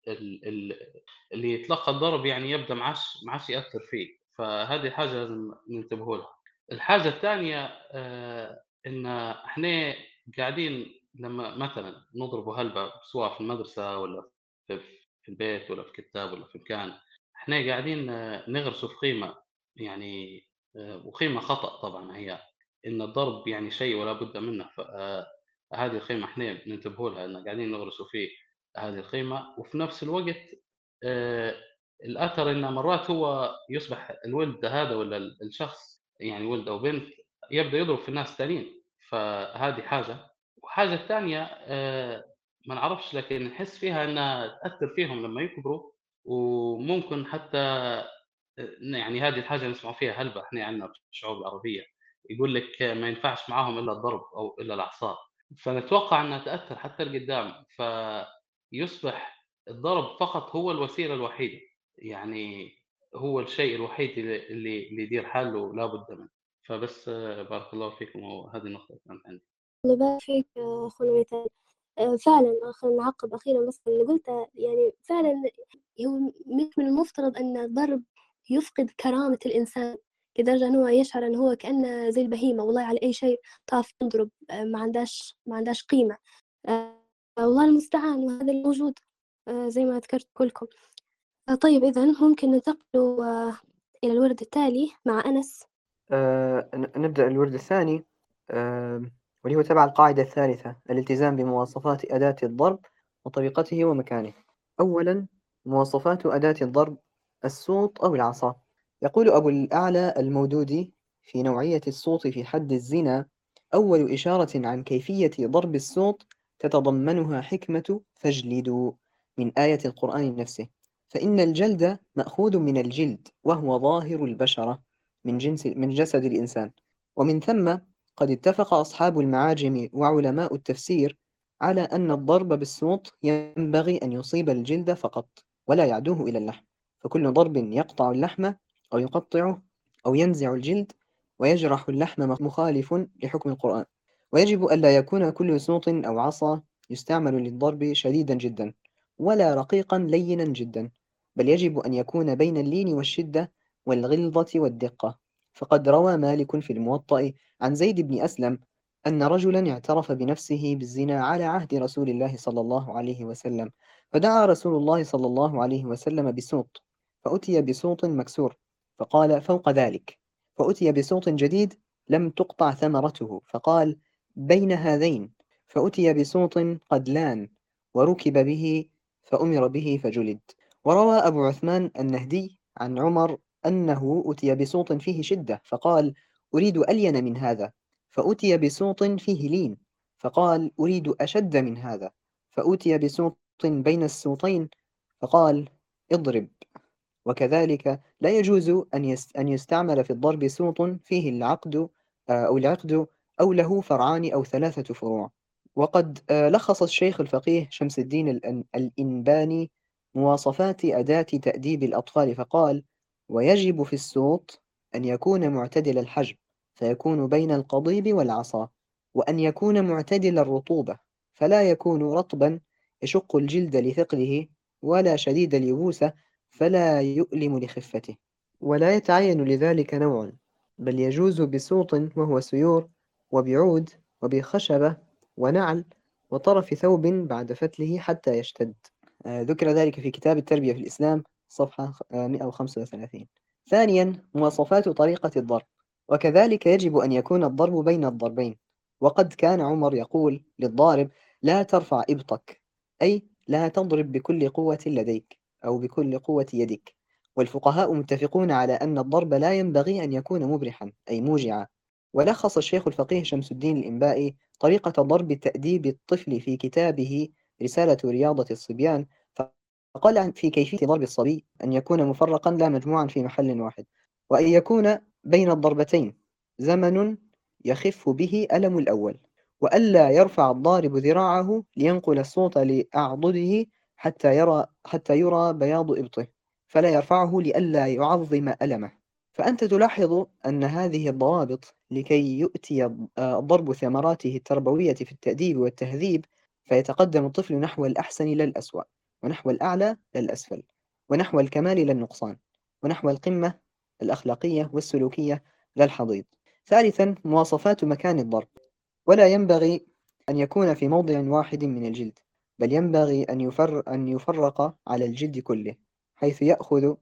Speaker 6: اللي يتلقى الضرب يعني يبدأ معاش يأثر فيه، فهذه حاجة لازم ننتبهوا لها. الحاجة الثانية إن إحنا قاعدين لما مثلا نضربوا هلبة سواء في المدرسة ولا في البيت ولا في كتاب ولا في مكان، احنا قاعدين نغرسوا في قيمة، يعني وقيمة خطأ طبعا، هي إن الضرب يعني شيء ولا بد منه. هذه القيمة احنا ننتبهوا لها، إن قاعدين نغرسوا فيه هذه القيمة. وفي نفس الوقت الأثر إن مرات هو يصبح الولد هذا ولا الشخص يعني ولد أو بنت يبدأ يضرب في الناس تانيين، فهذه حاجة. وحاجة الثانية ما نعرفش، لكن نحس فيها إنها تأثّر فيهم لمّا يكبروا، وممكن حتى يعني هذه الحاجة نسمعوا فيها هلبة إحنا عندنا في الشعوب العربية، يقول لك ما ينفعش معاهم إلا الضرب أو إلا الإعصار، فنتوقع إنها تأثّر حتى لقدّام، فيصبح الضرب فقط هو الوسيلة الوحيدة، يعني هو الشيء الوحيد اللي يدير حاله لا بد منه. فبس بارك الله فيكم، وهذه النقطة كانت عندي.
Speaker 1: الله يبارك فيك أخونا ميثان. فعلا خلينا نعقب أخيرا بس اللي قلته، يعني فعلا هو من المفترض أن الضرب يفقد كرامة الإنسان لدرجة أنه يشعر أنه هو كأنه زي البهيمة، والله على أي شيء طاف تضرب، ما عندهاش قيمة. والله المستعان، وهذا الموجود زي ما ذكرت كلكم. طيب إذن ممكن ننتقل إلى الورد التالي مع أنس.
Speaker 3: نبدأ الورد الثاني، واللي هو تبع القاعدة الثالثة: الالتزام بمواصفات أداة الضرب وطريقته ومكانه. أولا، مواصفات أداة الضرب: الصوت أو العصا. يقول أبو الأعلى المودودي في نوعية الصوت في حد الزنا: أول إشارة عن كيفية ضرب الصوت تتضمنها حكمة فاجلدوا من آية القرآن نفسه، فإن الجلد مأخوذ من الجلد وهو ظاهر البشرة من جسد الإنسان. ومن ثم قد اتفق أصحاب المعاجم وعلماء التفسير على أن الضرب بالصوت ينبغي أن يصيب الجلد فقط ولا يعدوه إلى اللحم، فكل ضرب يقطع اللحم أو يقطعه أو ينزع الجلد ويجرح اللحم مخالف لحكم القرآن. ويجب ألا يكون كل صوت أو عصا يستعمل للضرب شديدا جدا ولا رقيقا لينا جدا، بل يجب أن يكون بين اللين والشدة والغلظة والدقة. فقد روى مالك في الموطأ عن زيد بن أسلم أن رجلا اعترف بنفسه بالزنا على عهد رسول الله صلى الله عليه وسلم، فدعا رسول الله صلى الله عليه وسلم بصوت، فأتي بصوت مكسور، فقال: فوق ذلك. فأتي بصوت جديد لم تقطع ثمرته، فقال: بين هذين. فأتي بصوت قد لان، وركب به فأمر به فجلد. وروى أبو عثمان النهدي عن عمر أنه أتي بصوت فيه شدة، فقال: أريد ألين من هذا. فأتي بصوت فيه لين، فقال: أريد أشد من هذا. فأتي بصوت بين الصوتين، فقال: اضرب. وكذلك لا يجوز أن يستعمل في الضرب صوت فيه العقد أو له فرعان أو 3 فروع. وقد لخص الشيخ الفقيه شمس الدين الإنباني مواصفات أداة تأديب الأطفال فقال: ويجب في الصوت أن يكون معتدل الحجم، فيكون بين القضيب والعصا، وأن يكون معتدل الرطوبة، فلا يكون رطبا يشق الجلد لثقله، ولا شديد اليبوسة فلا يؤلم لخفته، ولا يتعين لذلك نوع، بل يجوز بصوت وهو سيور، وبعود، وبخشبة، ونعل، وطرف ثوب بعد فتله حتى يشتد. ذكر ذلك في كتاب التربية في الإسلام صفحة 135. ثانيا، مواصفات طريقة الضرب. وكذلك يجب أن يكون الضرب بين الضربين. وقد كان عمر يقول للضارب: لا ترفع إبطك، أي لا تضرب بكل قوة لديك أو بكل قوة يدك. والفقهاء متفقون على أن الضرب لا ينبغي أن يكون مبرحا أي موجعا. ولخص الشيخ الفقيه شمس الدين الإنبائي طريقة ضرب تأديب الطفل في كتابه رسالة رياضة الصبيان، فقال في كيفية ضرب الصبي أن يكون مفرقا لا مجموعا في محل واحد، وأن يكون بين الضربتين زمن يخف به ألم الأول، وألا يرفع الضارب ذراعه لينقل الصوت لأعضده حتى يرى بياض إبطه، فلا يرفعه لئلا يعظم ألمه. فأنت تلاحظ أن هذه الضوابط لكي يؤتي الضرب ثمراته التربوية في التأديب والتهذيب، فيتقدم الطفل نحو الأحسن لا الأسوأ، ونحو الأعلى لا الأسفل، ونحو الكمال لا النقصان، ونحو القمة الأخلاقية والسلوكية لا الحضيض. ثالثا، مواصفات مكان الضرب. ولا ينبغي أن يكون في موضع واحد من الجلد، بل ينبغي أن يفرق على الجلد كله، حيث يأخذ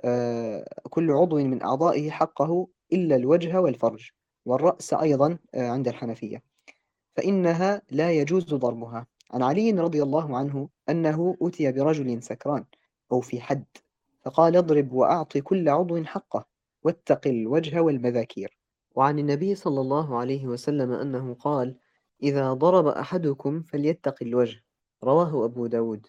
Speaker 3: كل عضو من أعضائه حقه إلا الوجه والفرج والرأس أيضا عند الحنفية، فإنها لا يجوز ضربها. عن علي رضي الله عنه أنه أتي برجل سكران أو في حد، فقال: اضرب وأعط كل عضو حقه، واتق الوجه والمذاكير. وعن النبي صلى الله عليه وسلم أنه قال: إذا ضرب أحدكم فليتق الوجه. رواه أبو داود.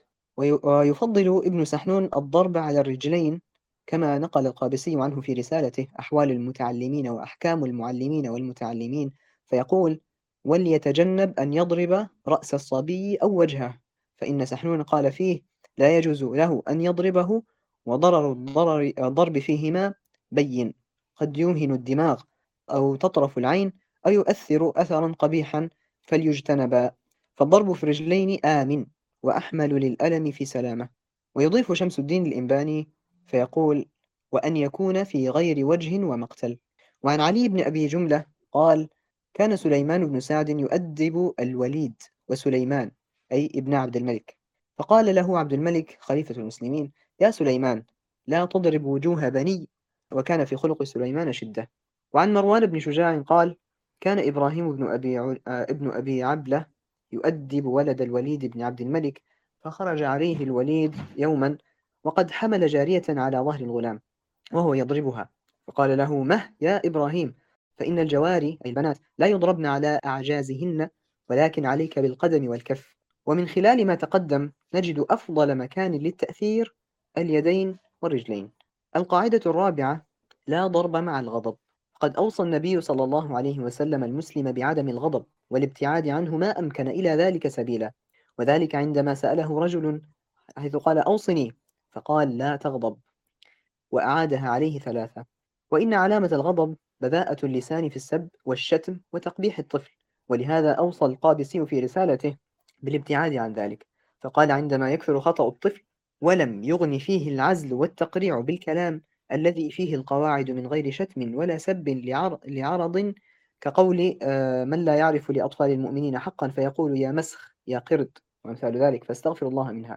Speaker 3: ويفضل ابن سحنون الضرب على الرجلين، كما نقل القابسي عنه في رسالته أحوال المتعلمين وأحكام المعلمين والمتعلمين، فيقول: وليتجنب أن يضرب رأس الصبي أو وجهه، فإن سحنون قال فيه: لا يجوز له أن يضربه، وضرر الضرب فيهما بين، قد يوهن الدماغ أو تطرف العين أو يؤثر أثرا قبيحا، فليجتنبا، فالضرب في الرجلين آمن وأحمل للألم في سلامة. ويضيف شمس الدين الإنباني فيقول: وأن يكون في غير وجه ومقتل. وعن علي بن أبي جملة قال: كان سليمان بن سعد يؤدب الوليد وسليمان أي ابن عبد الملك، فقال له عبد الملك خليفة المسلمين: يا سليمان، لا تضرب وجوه بني. وكان في خلق سليمان شدة. وعن مروان بن شجاع قال: كان إبراهيم ابن أبي عبلة يؤدب ولد الوليد بن عبد الملك، فخرج عليه الوليد يوما وقد حمل جارية على ظهر الغلام وهو يضربها، فقال له: مه يا إبراهيم، فإن الجواري أي البنات لا يضربن على أعجازهن، ولكن عليك بالقدم والكف. ومن خلال ما تقدم نجد أفضل مكان للتأثير اليدين والرجلين. القاعدة الرابعة: لا ضرب مع الغضب. قد أوصى النبي صلى الله عليه وسلم المسلم بعدم الغضب والابتعاد عنه ما أمكن إلى ذلك سبيلا، وذلك عندما سأله رجل حيث قال: أوصني، فقال: لا تغضب، وأعادها عليه 3. وإن علامة الغضب بذاءة اللسان في السب والشتم وتقبيح الطفل، ولهذا أوصى القابسي في رسالته بالابتعاد عن ذلك، فقال: عندما يكثر خطأ الطفل ولم يغن فيه العزل والتقريع بالكلام الذي فيه القواعد من غير شتم ولا سب لعرض، كقول من لا يعرف لأطفال المؤمنين حقا فيقول: يا مسخ يا قرد، وأمثال ذلك، فاستغفر الله منها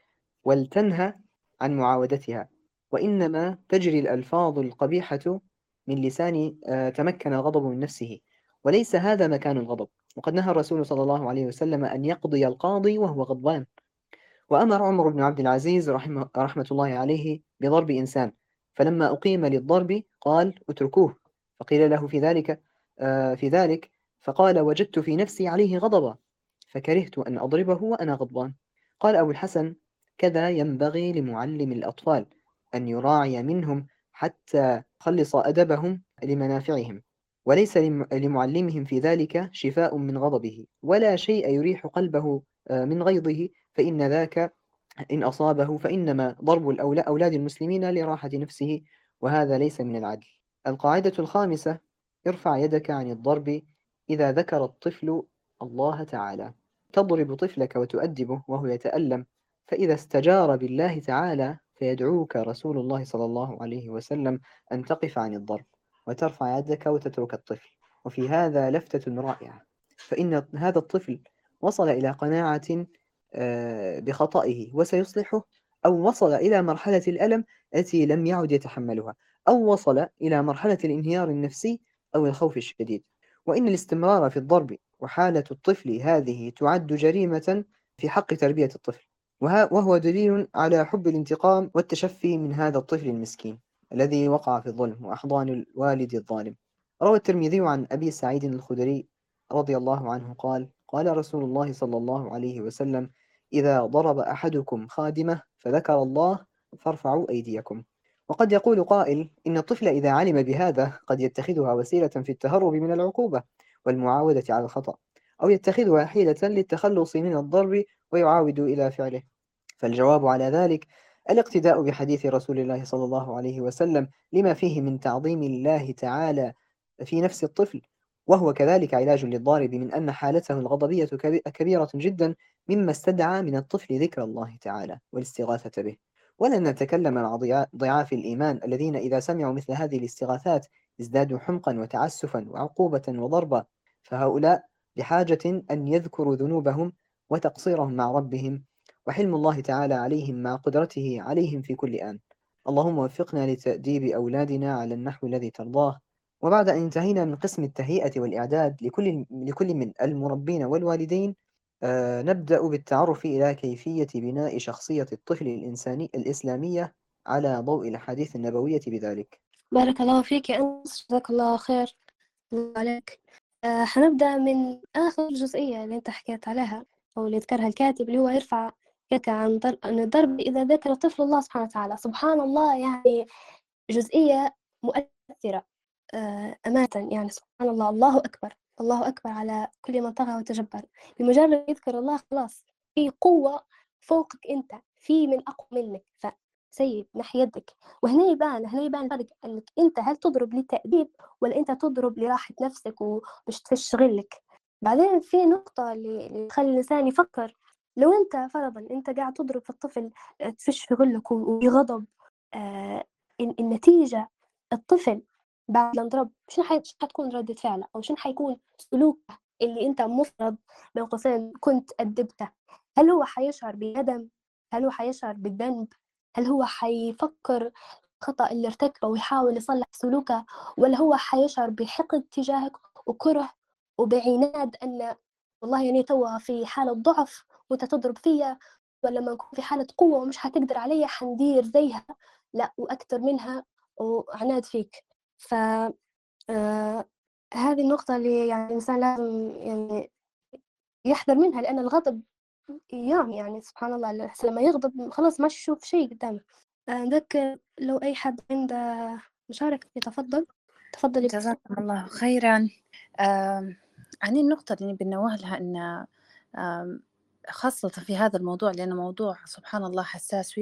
Speaker 3: ولتنهى عن معاودتها. وإنما تجري الألفاظ القبيحة من لسان تمكن الغضب من نفسه، وليس هذا مكان الغضب. وقد نهى الرسول صلى الله عليه وسلم أن يقضي القاضي وهو غضبان. وأمر عمر بن عبد العزيز رحمة الله عليه بضرب إنسان، فلما أقيم للضرب قال: اتركوه، فقيل له في ذلك فقال: وجدت في نفسي عليه غضبا، فكرهت أن أضربه وأنا غضبان. قال أبو الحسن: كذا ينبغي لمعلم الأطفال أن يراعي منهم حتى يخلص أدبهم لمنافعهم، وليس لمعلمهم في ذلك شفاء من غضبه ولا شيء يريح قلبه من غيظه، فإن ذاك إن أصابه فإنما ضرب أولاد المسلمين لراحة نفسه، وهذا ليس من العدل. القاعدة الخامسة: ارفع يدك عن الضرب إذا ذكر الطفل الله تعالى. تضرب طفلك وتؤدبه وهو يتألم، فإذا استجار بالله تعالى فيدعوك رسول الله صلى الله عليه وسلم أن تقف عن الضرب وترفع يدك وتترك الطفل. وفي هذا لفتة رائعة، فإن هذا الطفل وصل إلى قناعة بخطئه وسيصلحه، أو وصل إلى مرحلة الألم التي لم يعد يتحملها، أو وصل إلى مرحلة الانهيار النفسي أو الخوف الشديد. وإن الاستمرار في الضرب وحالة الطفل هذه تعد جريمة في حق تربية الطفل، وهو دليل على حب الانتقام والتشفي من هذا الطفل المسكين الذي وقع في الظلم وأحضان الوالد الظالم. روى الترمذي عن أبي سعيد الخدري رضي الله عنه قال: قال رسول الله صلى الله عليه وسلم: إذا ضرب أحدكم خادمه فذكر الله فارفعوا أيديكم. وقد يقول قائل: إن الطفل إذا علم بهذا قد يتخذها وسيلة في التهرب من العقوبة والمعاودة على الخطأ، أو يتخذها حيلة للتخلص من الضرب ويعاود إلى فعله. فالجواب على ذلك الاقتداء بحديث رسول الله صلى الله عليه وسلم لما فيه من تعظيم الله تعالى في نفس الطفل، وهو كذلك علاج للضارب من أن حالته الغضبية كبيرة جدا، مما استدعى من الطفل ذكر الله تعالى والاستغاثة به. ولن نتكلم عن ضعاف الإيمان الذين إذا سمعوا مثل هذه الاستغاثات ازدادوا حمقا وتعسفا وعقوبة وضربا، فهؤلاء بحاجة أن يذكروا ذنوبهم وتقصيرهم مع ربهم وحلم الله تعالى عليهم مع قدرته عليهم في كل آن. اللهم وفقنا لتأديب أولادنا على النحو الذي ترضاه. وبعد أن انتهينا من قسم التهيئة والإعداد لكل من المربين والوالدين، نبدأ بالتعرف إلى كيفية بناء شخصية الطفل الإسلامية على ضوء الأحاديث النبوية بذلك.
Speaker 1: بارك الله فيك يا أنس، جزاك الله خير. الله عليك. حنبدأ من آخر جزئية اللي أنت حكيت عليها أو اللي ذكرها الكاتب، اللي هو يرفع يك عن الضرب إذا ذكر طفل الله سبحانه وتعالى. سبحان الله، يعني جزئية مؤثرة أمانة. يعني سبحان الله، الله أكبر، الله أكبر على كل من طغى وتجبر. بمجرد يذكر الله خلاص في قوة فوقك أنت، في من أقوى منك، فسيب نحي يدك. وهنا يبان الفرق، أنك أنت هل تضرب للتأديب ولا أنت تضرب لراحة نفسك ومش تشغلك. بعدين في نقطة اللي تخلي الإنسان يفكر، لو أنت فرضا أنت قاعد تضرب في الطفل تفش في غلك ويغضب، النتيجة الطفل بعد الانضراب شنو حتكون ردة فعله، أو شنو حيكون سلوكه اللي أنت مفرض بين قوسين كنت أدبته؟ هل هو حيشعر بندم؟ هل هو حيشعر بالذنب؟ هل هو حيفكر الخطأ اللي ارتكبه ويحاول يصلح سلوكه، ولا هو حيشعر بحقد تجاهك وكره وبعناد أن والله يعني توا في حالة ضعف وأنت تضرب فيا، ولا لما نكون في حالة قوة ومش حتقدر عليا حندير زيها لا وأكتر منها وعناد فيك. ف هذه النقطة اللي يعني الإنسان لازم يعني يحذر منها، لأن الغضب يعني سبحان الله لما يغضب خلاص ما يشوف شيء قدامه. ذكر لو أي حد عنده مشاركة يتفضل. تفضلي.
Speaker 4: جزاكم الله خيرا. عن النقطة اللي بنوه لها أن خاصة في هذا الموضوع، لأنه موضوع سبحان الله حساس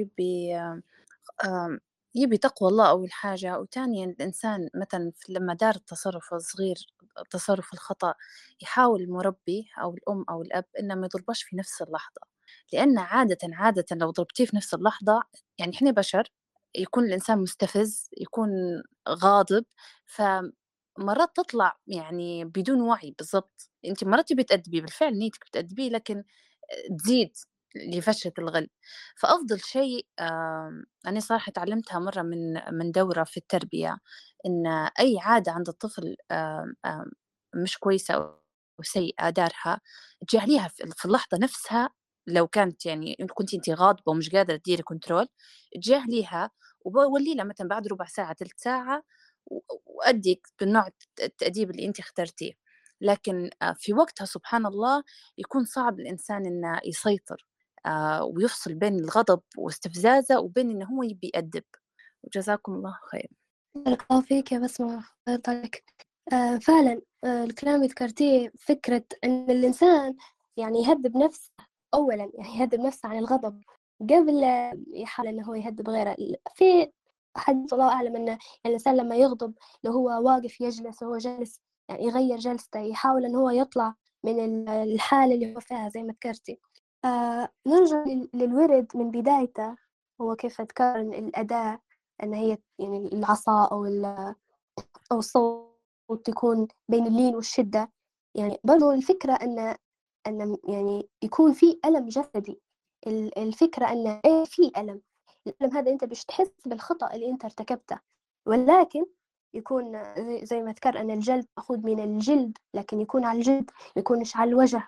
Speaker 4: يبي تقوى الله أول حاجة، وثانيا الإنسان مثلا لما دار التصرف الصغير، التصرف الخطأ، يحاول المربي أو الأم أو الأب إنه ما يضربش في نفس اللحظة، لأن عادة لو ضربتيه في نفس اللحظة، يعني إحنا بشر، يكون الإنسان مستفز، يكون غاضب، فمرات تطلع يعني بدون وعي. بالضبط، أنت مرات تبي تأدبي بالفعل، نيتك بتأدبيه، لكن تزيد لفشة الغل. فأفضل شيء أنا صراحة تعلمتها مرة من دورة في التربية، إن أي عادة عند الطفل مش كويسة أو سيئة دارها، تجاهليها في اللحظة نفسها. لو كانت يعني كنت أنت غاضبة ومش قادرة تديري كنترول، تجاهليها وولي لها مثلا بعد ربع ساعة 3 ساعة، وأديك بالنوع التأديب اللي أنت اخترتيه. لكن في وقتها سبحان الله يكون صعب الإنسان إنه يسيطر ويفصل بين الغضب واستفزازه وبين إنه هو يبي يأدب. وجزاكم الله خير.
Speaker 1: بارك الله فيك يا بسمة، عليك. فعلا الكلام اللي ذكرتيه، فكرة أن الإنسان يعني يهذب نفسه أولا، يعني يهذب نفسه عن الغضب قبل يحاول أنه هو يهذب غيره. في حديث الله أعلم أن الإنسان لما يغضب، لو هو واقف يجلس وهو جالس يعني يغير جلسته، يحاول أنه هو يطلع من الحالة اللي هو فيها زي ما ذكرتي. نرجع للورد من بدايته. هو كيف ذكر الأداة أن هي يعني العصا أو الصوت يكون بين اللين والشدة. يعني برضو الفكرة أن يعني يكون في ألم جسدي. الفكرة أن إيه في ألم، الألم هذا أنت مش تحس بالخطأ اللي أنت ارتكبته، ولكن يكون زي ما ذكر أن الجلد مأخوذ من الجلد، لكن يكون على الجلد، يكونش على الوجه.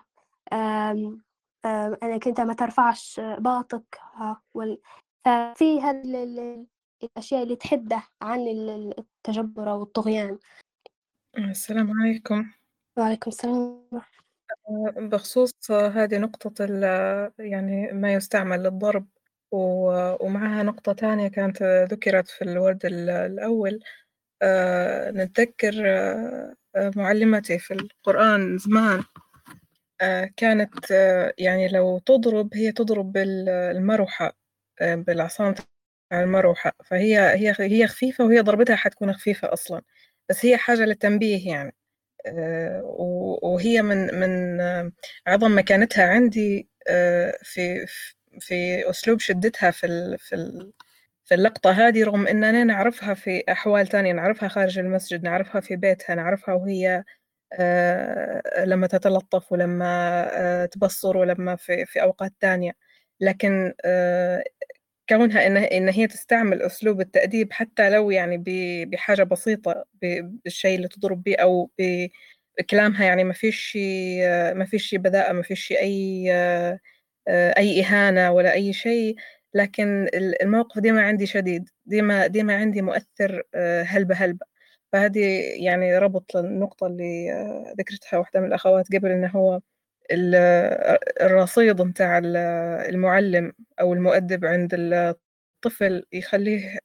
Speaker 1: أنك أنت ما ترفعش باطك. ففي هذه الأشياء اللي تحده عن التجبر أو الطغيان.
Speaker 5: السلام عليكم.
Speaker 1: وعليكم السلام.
Speaker 5: بخصوص هذه نقطة يعني ما يستعمل للضرب، ومعها نقطة تانية كانت ذكرت في الورد الأول. نتذكر معلمتي في القرآن زمان كانت يعني لو تضرب، هي تضرب بالمروحة، بالعصا على المروحة، فهي خفيفة، وهي ضربتها حتكون خفيفة أصلا، بس هي حاجة للتنبيه يعني. وهي من عظم مكانتها عندي في أسلوب شدتها في اللقطة هذه، رغم أننا نعرفها في أحوال تانية، نعرفها خارج المسجد، نعرفها في بيتها، نعرفها وهي لما تتلطف، ولما تبصر، ولما في أوقات تانية. لكن كونها إن هي تستعمل أسلوب التأديب حتى لو يعني بحاجة بسيطة، بالشيء اللي تضرب به أو بكلامها، يعني ما فيش بذاءة، ما فيش أي إهانة ولا أي شيء. لكن الموقف ديما عندي شديد، ديما عندي مؤثر هلبة. فهذه يعني ربط النقطة اللي ذكرتها واحدة من الأخوات قبل، إنه هو الرصيد متاع المعلم أو المؤدب عند الطفل يخليه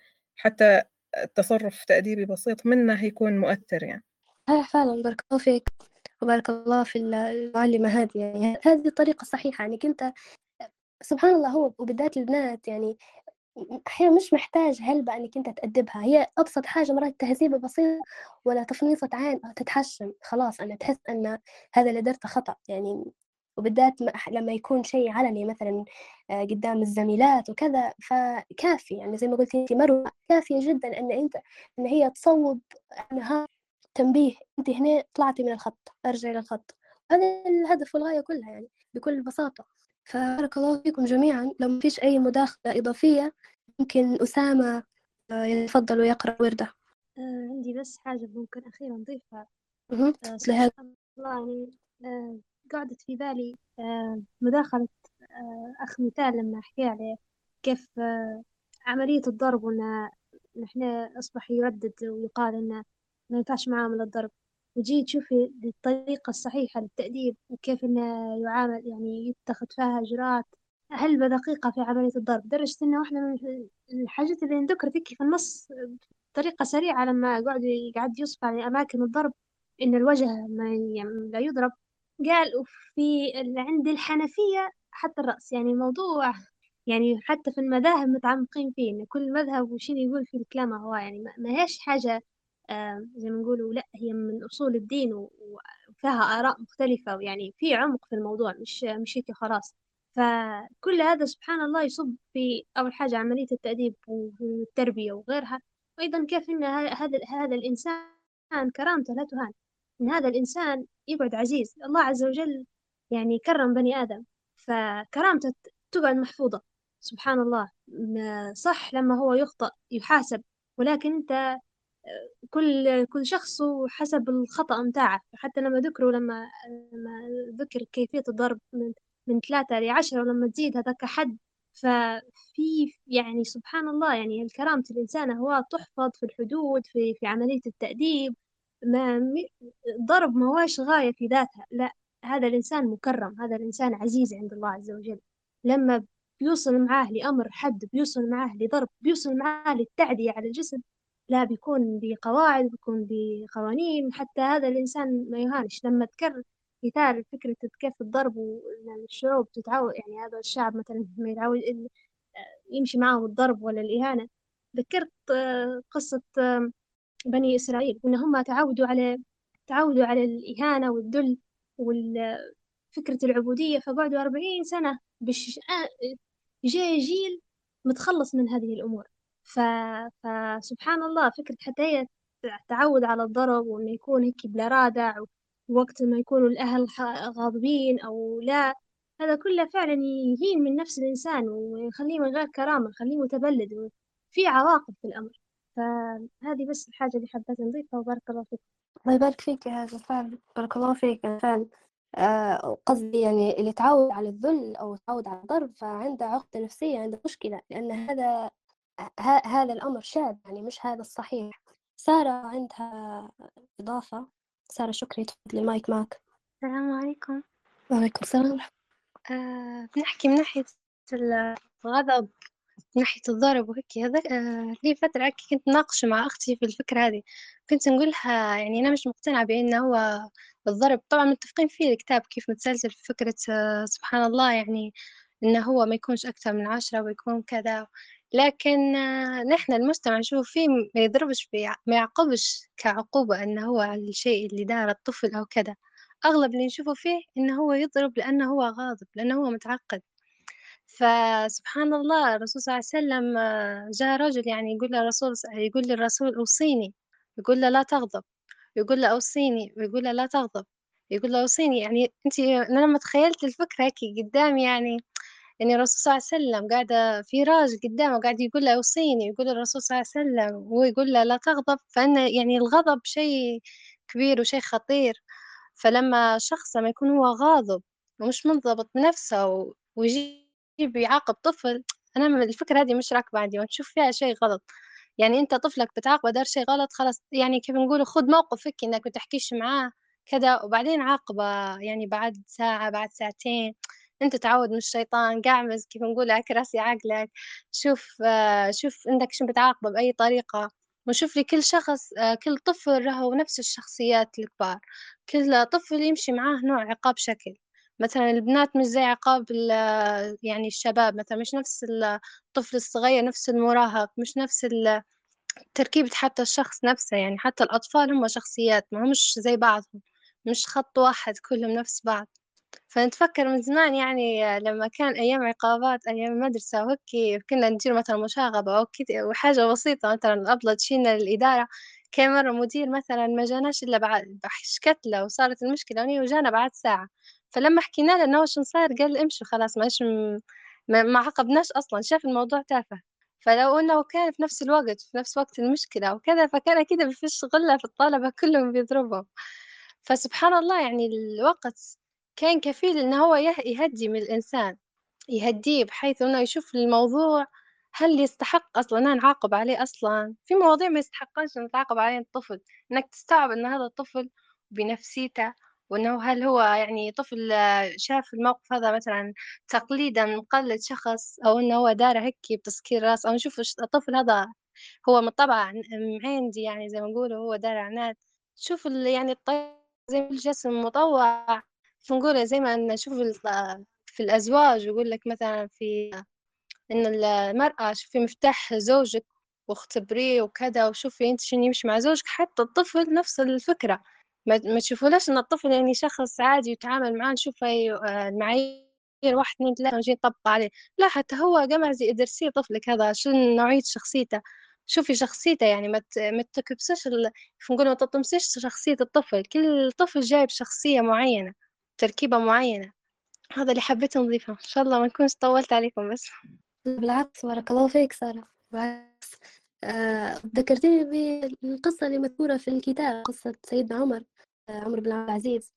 Speaker 5: حتى التصرف تأديبي بسيط منه يكون مؤثر يعني.
Speaker 1: فعلا بارك الله فيك وبارك الله في المعلمة هذه، يعني هذه الطريقة الصحيحة. يعني كنت سبحان الله، هو وبالذات البنات يعني أحيانا مش محتاج هلبة أنك أنت تأدبها، هي أبسط حاجة مرات تهذيبة بسيطة ولا تفنيصة عين تتحسن، خلاص أنا تحس أن هذا اللي درته خطأ يعني. وبالذات لما يكون شيء علني مثلا قدام الزميلات وكذا، فكافي يعني زي ما قلت انت مروة، كافية جدا ان هي تصوب انها تنبيه، انت هنا طلعتي من الخط، ارجعي للخط. هذا الهدف والغاية كلها يعني بكل بساطة. فبارك الله فيكم جميعا. لو ما فيش اي مداخلة اضافية ممكن اسامة يتفضل ويقرأ ورده.
Speaker 2: عندي بس حاجة ممكن أخيرا نضيفها.
Speaker 1: لهذا
Speaker 2: سبحان الله، يعني قعدت في بالي مداخلة أخ مثال لما حكى عليه كيف عملية الضرب، وإن نحن أصبح يردد ويقال إنه ما ينفعش معاملة الضرب، وجي تشوفي الطريقة الصحيحة للتأديب وكيف إنه يعامل، يعني يتخذ فيها إجراءات هلبة دقيقة في عملية الضرب، لدرجة إنه واحدة من الحاجات اللي ذكرت هيك في النص بطريقة سريعة لما قعد يوصف على أماكن الضرب إن الوجه ما يعني لا يضرب، قال وفي عند الحنفية حتى الرأس. يعني موضوع يعني حتى في المذاهب متعمقين فيه، إن كل مذهب وشين يقول في الكلام هو، يعني ما هيش حاجة زي ما نقولوا، لا هي من أصول الدين وفيها آراء مختلفة، ويعني في عمق في الموضوع، مش هيك خلاص. فكل هذا سبحان الله يصب في أول حاجة عملية التأديب والتربية وغيرها، وأيضا كيف إن هذا الإنسان كرامته لا تهان، إن هذا الإنسان يقعد عزيز. الله عز وجل يعني كرم بني آدم، فكرامته تقعد محفوظة. سبحان الله، صح لما هو يخطأ يحاسب، ولكن أنت كل شخص حسب الخطأ متاعه. حتى لما ذكر كيفية الضرب من 3 ل10، ولما تزيد هذاك حد، ففي يعني سبحان الله، يعني كرامة الإنسان هو تحفظ في الحدود، في عملية التأديب. الضرب ما هوش غاية في ذاتها، لا، هذا الإنسان مكرم، هذا الإنسان عزيز عند الله عز وجل. لما بيوصل معاه لأمر حد، بيوصل معاه لضرب، بيوصل معاه للتعدية على الجسم، لا، بيكون بقواعد، بيكون بقوانين، حتى هذا الإنسان ما يهانش. لما تكرر مثال فكرة كيف الضرب، وإن الشعوب تتعود، يعني هذا الشعب مثلا ما يتعود يمشي معه الضرب ولا الإهانة. ذكرت قصة بني إسرائيل، إن هم تعودوا على الإهانة والذل وفكرة العبودية، فقعدوا 40 سنة جاي جيل متخلص من هذه الأمور. ف... فسبحان الله، فكرة حتى هي تعود على الضرب، وإنه يكون هيك بلا رادع، ووقت ما يكونوا الأهل غاضبين أو لا، هذا كله فعلا يهين من نفس الإنسان ويخليه من غير كرامة، يخليه متبلد، وفي عواقب في الأمر. فهذه بس الحاجة اللي حبيت نضيفها، وبارك الله فيك.
Speaker 1: الله يبارك فيك يا هذا فعلا، بارك الله فيك فعلا. قصدي يعني اللي تعود على الذل أو تعود على الضرب فعنده عقدة نفسية، عنده مشكلة، لأن هذا الأمر شاذ، يعني مش هذا الصحيح. سارة عندها إضافة. سارة شكري، تفضلي المايك معك.
Speaker 7: السلام عليكم.
Speaker 1: وعليكم السلام.
Speaker 7: بنحكي من ناحية الغضب، من ناحية الضرب وهيك. هذا لي فترة هيك كنت ناقشة مع أختي في الفكرة هذه، كنت نقولها يعني أنا مش مقتنعة بأنه هو الضرب، طبعا متفقين فيه الكتاب كيف متسلسل في فكرة سبحان الله، يعني إنه هو ما يكونش أكثر من 10 ويكون كذا، لكن نحن المجتمع نشوف فيه ما يضربش ما يعاقبش كعقوبة إنه هو على الشيء اللي دار الطفل أو كذا. أغلب اللي نشوفه فيه إنه هو يضرب لأنه هو غاضب، لأنه هو متعقد. فسبحان الله، الرسول صلى الله عليه وسلم جاء رجل يعني يقول للرسول أوصيني، يقول له لا تغضب، يقول له أوصيني، ويقول له لا تغضب، يقول له أوصيني. يعني أنا لما تخيلت الفكرة هيك قدامي، يعني الرسول صلى الله عليه وسلم قاعدة في راجل قدامه قاعد يقول له أوصيني، يقول الرسول صلى الله عليه وسلم وهو يقول له لا تغضب، فإن يعني الغضب شيء كبير وشيء خطير. فلما شخص لما يكون هو غاضب ومش منضبط بنفسه ويجي بيعاقب طفل، أنا الفكرة هذه مش راكبة عندي ونشوف فيها شيء غلط. يعني أنت طفلك بتعاقبه دار شي غلط خلاص، يعني كيف نقولوا خُذ موقف هيك إنك ما تحكيش معاه كذا، وبعدين عاقبه يعني بعد ساعة، بعد ساعتين، أنت تعوّد من الشيطان، قعمز كيف نقول اعكرس عقلك، شوف إنك شو بتعاقبه بأي طريقة، وشوف لي كل شخص كل طفل له نفس الشخصيات الكبار، كل طفل يمشي معاه نوع عقاب شكل، مثلًا البنات مش زي عقاب يعني الشباب مثلًا، مش نفس الطفل الصغير، نفس المراهق، مش نفس تركيبة حتى الشخص نفسه، يعني حتى الأطفال هم شخصيات ما همش زي بعضهم، مش خط واحد كلهم نفس بعض. فنتفكر من زمان يعني لمّا كان أيام عقابات أيام المدرسة وهيك كنا ندير مثلًا مشاغبة أو وحاجة بسيطة مثلًا الأبلة تشيلنا للإدارة، كان مرة مدير مثلًا ما جاناش إلا حشكت له وصارت المشكلة هونية وجانا بعد ساعة، فلمّا حكينا له إنه شو صاير قال امشوا خلاص ماش ما عاقبناش أصلًا، شاف الموضوع تافه، فلو إنه كان في نفس الوقت في نفس وقت المشكلة وكذا فكان أكيد ما فيش غِلّة في الطلبة كلهم بيضربهم، فسبحان الله يعني الوقت كان كفيل إن هو يهدّي من الإنسان، يهدّيه بحيث إنه يشوف الموضوع هل يستحق أصلًا إن نعاقب عليه أصلًا؟ في مواضيع ما يستحقش إن نتعاقب عليها الطفل، إنك تستوعب إن هذا الطفل بنفسيته، وإنه هل هو يعني طفل شاف الموقف هذا مثلًا تقليدًا مقلد شخص، أو إنه هو داره هيك بتسكير راس، أو نشوف الطفل هذا هو من طبعه معندي يعني زي ما نقولوا هو دار عناد، تشوف يعني زي الجسم مطوّع فنقول زي ما نشوف في الأزواج يقول لك مثلًا في إن المرأة شوفي مفتاح زوجِك واختبريه وكذا، وشوفي أنتِ شلون يمشي مع زوجِك، حتى الطفل نفس الفكرة، ما تشوفولهاش إن الطفل يعني شخص عادي يتعامل معاه نشوف هي المعايير 1، 2، 3 ونجي نطبّق عليه، لا حتى هو قمعزي ادرسيه طفلِك هذا شنو نوعية شخصيته، شوفي شخصيته يعني ما تكبسيش كيف نقولوا ما تطمسيش شخصية الطفل، كل طفل جاي بشخصية معيّنة، تركيبة معيّنة، هذا اللي حبيت نضيفه، إن شاء الله ما نكونش طوّلت عليكم بس.
Speaker 1: بالعكس بارك الله فيك سارة. بالعكس ذكرتيني بالقصة اللي مذكورة في الكتاب، قصة سيدنا عمر، عمر بن عبد العزيز،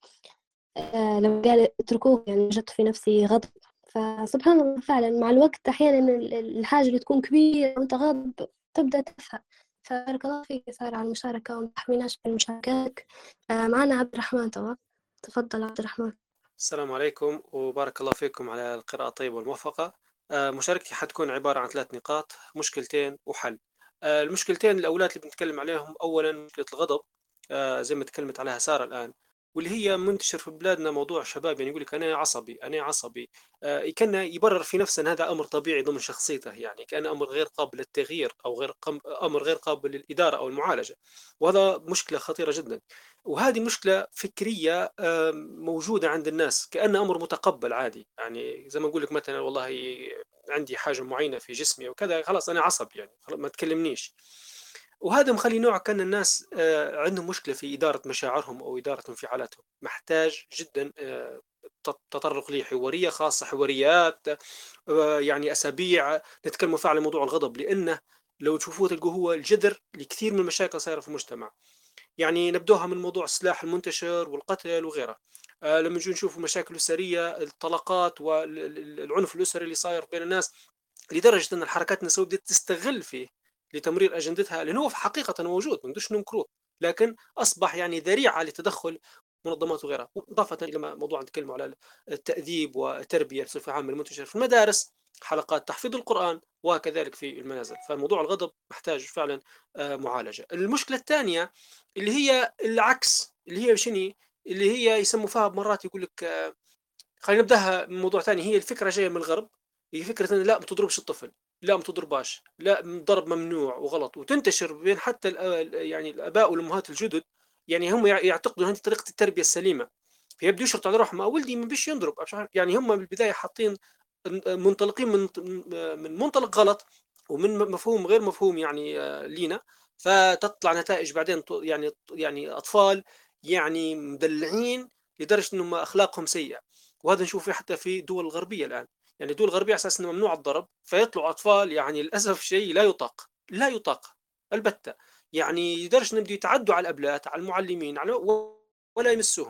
Speaker 1: لما قال اتركوه يعني وجدت في نفسي غضب. فسبحان الله فعلا مع الوقت أحيانا الحاجة اللي تكون كبيرة وأنت غاضب تبدأ تفهم. فبارك الله فيك يا سارة على المشاركة وما تحرميناش من مشاركاتك. معنا عبد الرحمن توا، تفضل عبد الرحمن.
Speaker 8: السلام عليكم وبارك الله فيكم على القراءة الطيبة والموفقة. مشاركتي حتكون عبارة عن 3 نقاط، مشكلتين وحل. المشكلتين الأولاد اللي بنتكلم عليهم، أولا مشكلة الغضب زي ما تكلمت عليها سارة الآن، واللي هي منتشر في بلادنا، موضوع شباب يعني يقول لك أنا عصبي أنا عصبي، كان يبرر في نفسه أن هذا أمر طبيعي ضمن شخصيته، يعني كان أمر غير قابل للتغيير أو أمر غير قابل للإدارة أو المعالجة، وهذا مشكلة خطيرة جدا. وهذه مشكلة فكرية موجودة عند الناس، كأنه أمر متقبل عادي، يعني زي ما نقول لك مثلا والله عندي حاجة معينة في جسمي وكذا خلاص أنا عصب، يعني ما تكلمنيش. وهذا مخلي نوع كان الناس عندهم مشكلة في إدارة مشاعرهم أو إدارة انفعالاتهم، محتاج جدا تطرق لي حوارية خاصة، حواريات يعني أسابيع نتكلم فعلا عن موضوع الغضب، لأنه لو تشوفوه تلقوه هو الجذر لكثير من المشاكل صايرة في المجتمع. يعني نبدوها من موضوع السلاح المنتشر والقتل وغيرها، لما نجي نشوف مشاكل أسرية، الطلاقات والعنف الأسري اللي صاير بين الناس، لدرجة أن الحركات النسوية بدأت تستغل فيه لتمرير أجندتها، لأنه هو في حقيقة موجود ما نقدرش ننكروه، لكن أصبح يعني ذريعة لتدخل منظمات وغيرها. إضافة إلى موضوع نتكلم على التأديب والتربية بصفة عامة المنتشر في المدارس، حلقات تحفيظ القرآن وكذلك في المنازل، فالموضوع الغضب محتاج فعلا معالجة. المشكلة الثانية اللي هي العكس، اللي هي شنو، اللي هي يسموا فيها مرات يقول لك خلينا نبداها من موضوع ثاني. هي الفكره جايه من الغرب، هي فكره ان لا ما تضربش الطفل، لا ما تضرباش، لا الضرب ممنوع وغلط، وتنتشر بين حتى يعني الاباء والامهات الجدد، يعني هم يعتقدوا هذه طريقه التربيه السليمه، فيبدو يشرط على روحهم ولدي ما بيش ينضرب، يعني هم بالبدايه حاطين منطلقين من منطلق غلط ومن مفهوم غير مفهوم يعني لينا، فتطلع نتائج بعدين يعني اطفال يعني مدلعين لدرجه انهم اخلاقهم سيئه. وهذا نشوفه حتى في الدول الغربيه الان، يعني الدول الغربيه على اساس انه ممنوع الضرب، فيطلعوا اطفال يعني للاسف شيء لا يطاق، لا يطاق البته، يعني لدرجه انهم يتعدوا على الابلات على المعلمين ولا يمسوهم.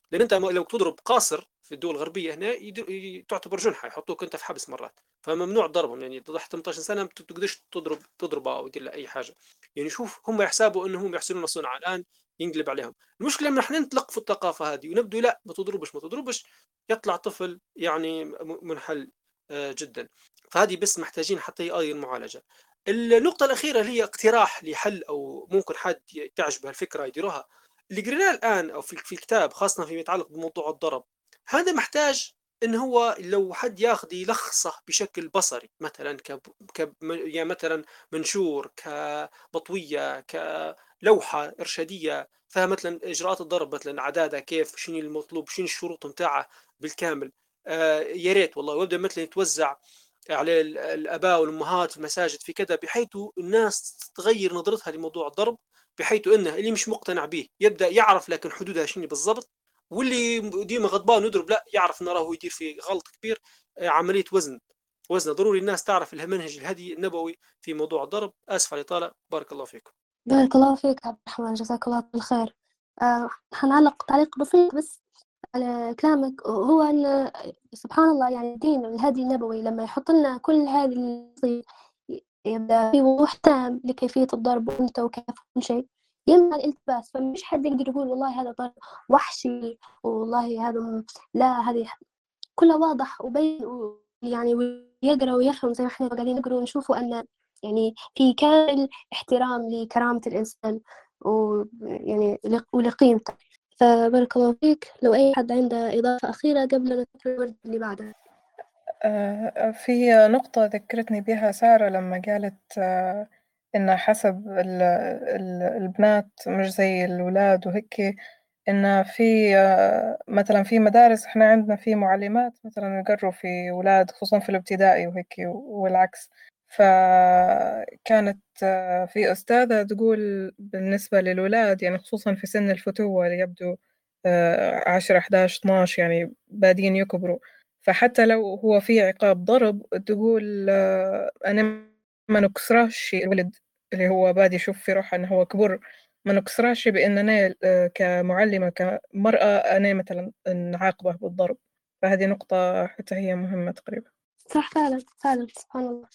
Speaker 8: لان انت لو تضرب قاصر في الدول الغربيه هنا تعتبر جنحه، يحطوك انت في حبس مرات، فممنوع ضربهم. يعني تحت 18 سنه ما تقدرش تضربه او تدير له اي حاجه. يعني شوف هم يحسبوا انهم يحسنون صنعا، الان ينقلب عليهم. المشكله ان احنا نطلق في الثقافه هذه ونبدو لا ما تضربش ما تضربش، يطلع طفل يعني منحل جدا. فهذه بس محتاجين حتى هي المعالجه. النقطة الأخيرة اللي هي اقتراح لحل أو ممكن حد تعجبه الفكرة يديروها، اللي قريناه الآن أو في الكتاب خاصة فيما يتعلق بموضوع الضرب، هذا محتاج إن هو لو حد ياخذ يلخصه بشكل بصري، مثلا يعني مثلا منشور كمطوية كلوحة إرشادية فيها مثلا إجراءات الضرب، مثلا عدادها كيف، شنو المطلوب، شنو الشروط متاعه بالكامل. يا ريت والله، ويبدأ مثلا يتوزع على الآباء والأمهات في المساجد في كذا، بحيث الناس تغير نظرتها لموضوع الضرب، بحيث انه اللي مش مقتنع به يبدا يعرف لكن حدودها شنو بالضبط، واللي ديما غضبان يضرب لا يعرف انه راهو يدير في غلط كبير. عمليه وزن ضروري الناس تعرف المنهج الهدي النبوي في موضوع الضرب. اسف على الاطاله، بارك الله فيكم.
Speaker 1: بارك الله فيك عبد الرحمن، جزاك الله بالخير. حنعلق تعليق بسيط بس على كلامك، هو أن سبحان الله يعني الدين الهدي النبوي لما يحط لنا كل هذه يبدأ في وضوح تام لكيفية الضرب وإمتى وكيف كل شيء، يمنع الالتباس. فمش حد يقدر يقول والله هذا ضرب وحشي والله هذا لا، هذه كلها واضح وبين يعني ويقرأ ويفهم زي ما احنا قاعدين نقرأ ونشوفوا أن يعني في كامل احترام لكرامة الإنسان ويعني ولقيمته. فبارك الله فيك. لو أي حد عنده إضافة أخيرة قبل أن ندخل الورد اللي بعده.
Speaker 5: في نقطة ذكرتني بها سارة لما قالت إن حسب البنات مش زي الولاد وهيك، إن في مثلا في مدارس إحنا عندنا في معلمات مثلا يقروا في ولاد خصوصا في الابتدائي وهيك والعكس. فكانت في أستاذة تقول بالنسبة للولاد يعني خصوصا في سن الفتوة اللي يبدو 10 11 12 يعني بادين يكبروا، فحتى لو هو في عقاب ضرب تقول أنا ما نكسرش الولد اللي هو بادي يشوف في روحه إنه هو كبر، ما نكسرش بإن أنا كمعلمة كمرأة أنا مثلا نعاقبه بالضرب. فهذه نقطة حتى هي مهمة تقريبا.
Speaker 1: صح، فعلا فعلا سبحان الله.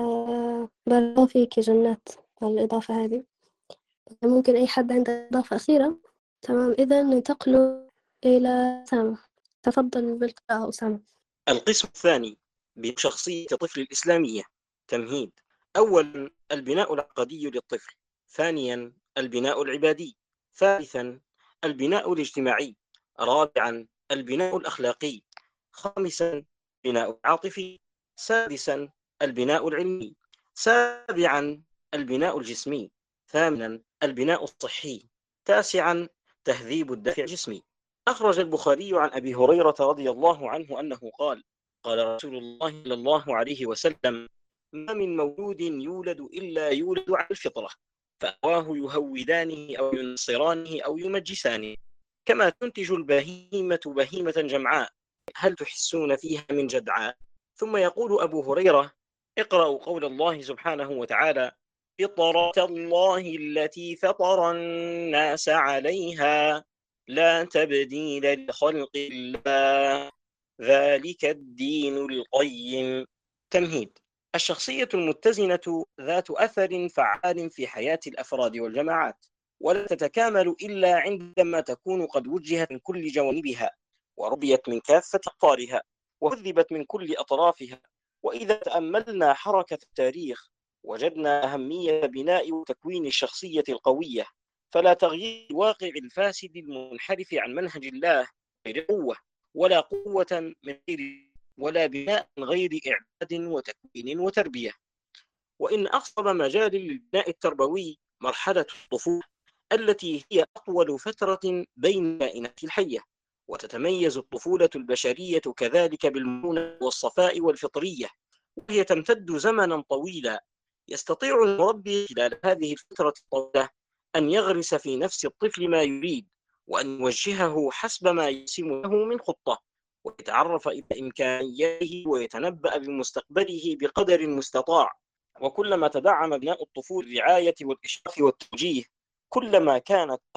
Speaker 1: بارك الله فيك يا جنات على الإضافة هذه. ممكن أي حد عنده إضافة أخيرة؟ تمام، إذا ننتقل إلى أسامة. تفضل بالقراءة أسامة.
Speaker 9: القسم الثاني بشخصية الطفل الإسلامية. تمهيد. أولا البناء العقدي للطفل. ثانيا البناء العبادي. ثالثا البناء الاجتماعي. رابعا البناء الأخلاقي. خامسا البناء العاطفي. سادسا البناء العلمي. سابعا البناء الجسمي. ثامنا البناء الصحي. تاسعا تهذيب الدافع الجسمي. أخرج البخاري عن أبي هريرة رضي الله عنه أنه قال: قال رسول الله صلى الله عليه وسلم: ما من مولود يولد إلا يولد على الفطرة، فأبواه يهودانه أو ينصرانه أو يمجسانه، كما تنتج البهيمة بهيمة جمعاء، هل تحسون فيها من جدعاء؟ ثم يقول أبو هريرة: اقرأوا قول الله سبحانه وتعالى: فطرة الله التي فطر الناس عليها لا تبديل لخلق الله ذلك الدين القيم. تمهيد. الشخصية المتزنة ذات أثر فعال في حياة الأفراد والجماعات، ولا تتكامل إلا عندما تكون قد وجهت من كل جوانبها، وربيت من كافة أقطارها، وهذبت من كل أطرافها. وإذا تأملنا حركة التاريخ وجدنا أهمية بناء وتكوين الشخصية القوية، فلا تغيير الواقع الفاسد المنحرف عن منهج الله غير قوة، ولا قوة من غير، ولا بناء غير إعداد وتكوين وتربية. وإن أقصر مجال للبناء التربوي مرحلة الطفولة، التي هي أطول فترة بين الكائنات الحية، وتتميز الطفولة البشرية كذلك بالمرونة والصفاء والفطرية، وهي تمتد زمنا طويلا. يستطيع المربي خلال هذه الفترة الطويلة أن يغرس في نفس الطفل ما يريد، وأن يوجهه حسب ما يرسم له من خطة، ويتعرف إلى إمكانياته ويتنبأ بمستقبله بقدر المستطاع. وكلما تدعم بناء الطفولة بالرعاية والإشراف والتوجيه، كلما كانت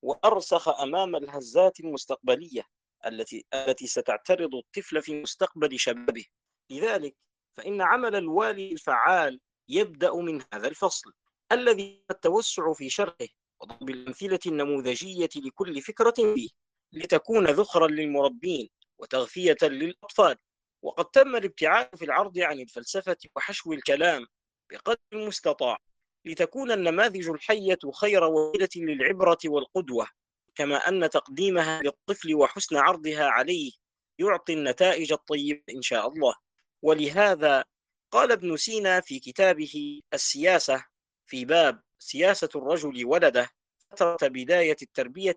Speaker 9: وأرسخ أمام الهزات المستقبلية التي ستعترض الطفل في مستقبل شبابه. لذلك فإن عمل الوالي الفعال يبدأ من هذا الفصل الذي التوسع في شرحه وضرب الأمثلة النموذجية لكل فكرة فيه لتكون ذخرا للمربين وتغذية للأطفال. وقد تم الابتعاد في العرض عن الفلسفة وحشو الكلام بقدر المستطاع لتكون النماذج الحية خير وسيلة للعبرة والقدوة، كما أن تقديمها للطفل وحسن عرضها عليه يعطي النتائج الطيبة إن شاء الله. ولهذا قال ابن سينا في كتابه السياسة في باب سياسة الرجل ولده فترة بداية التربية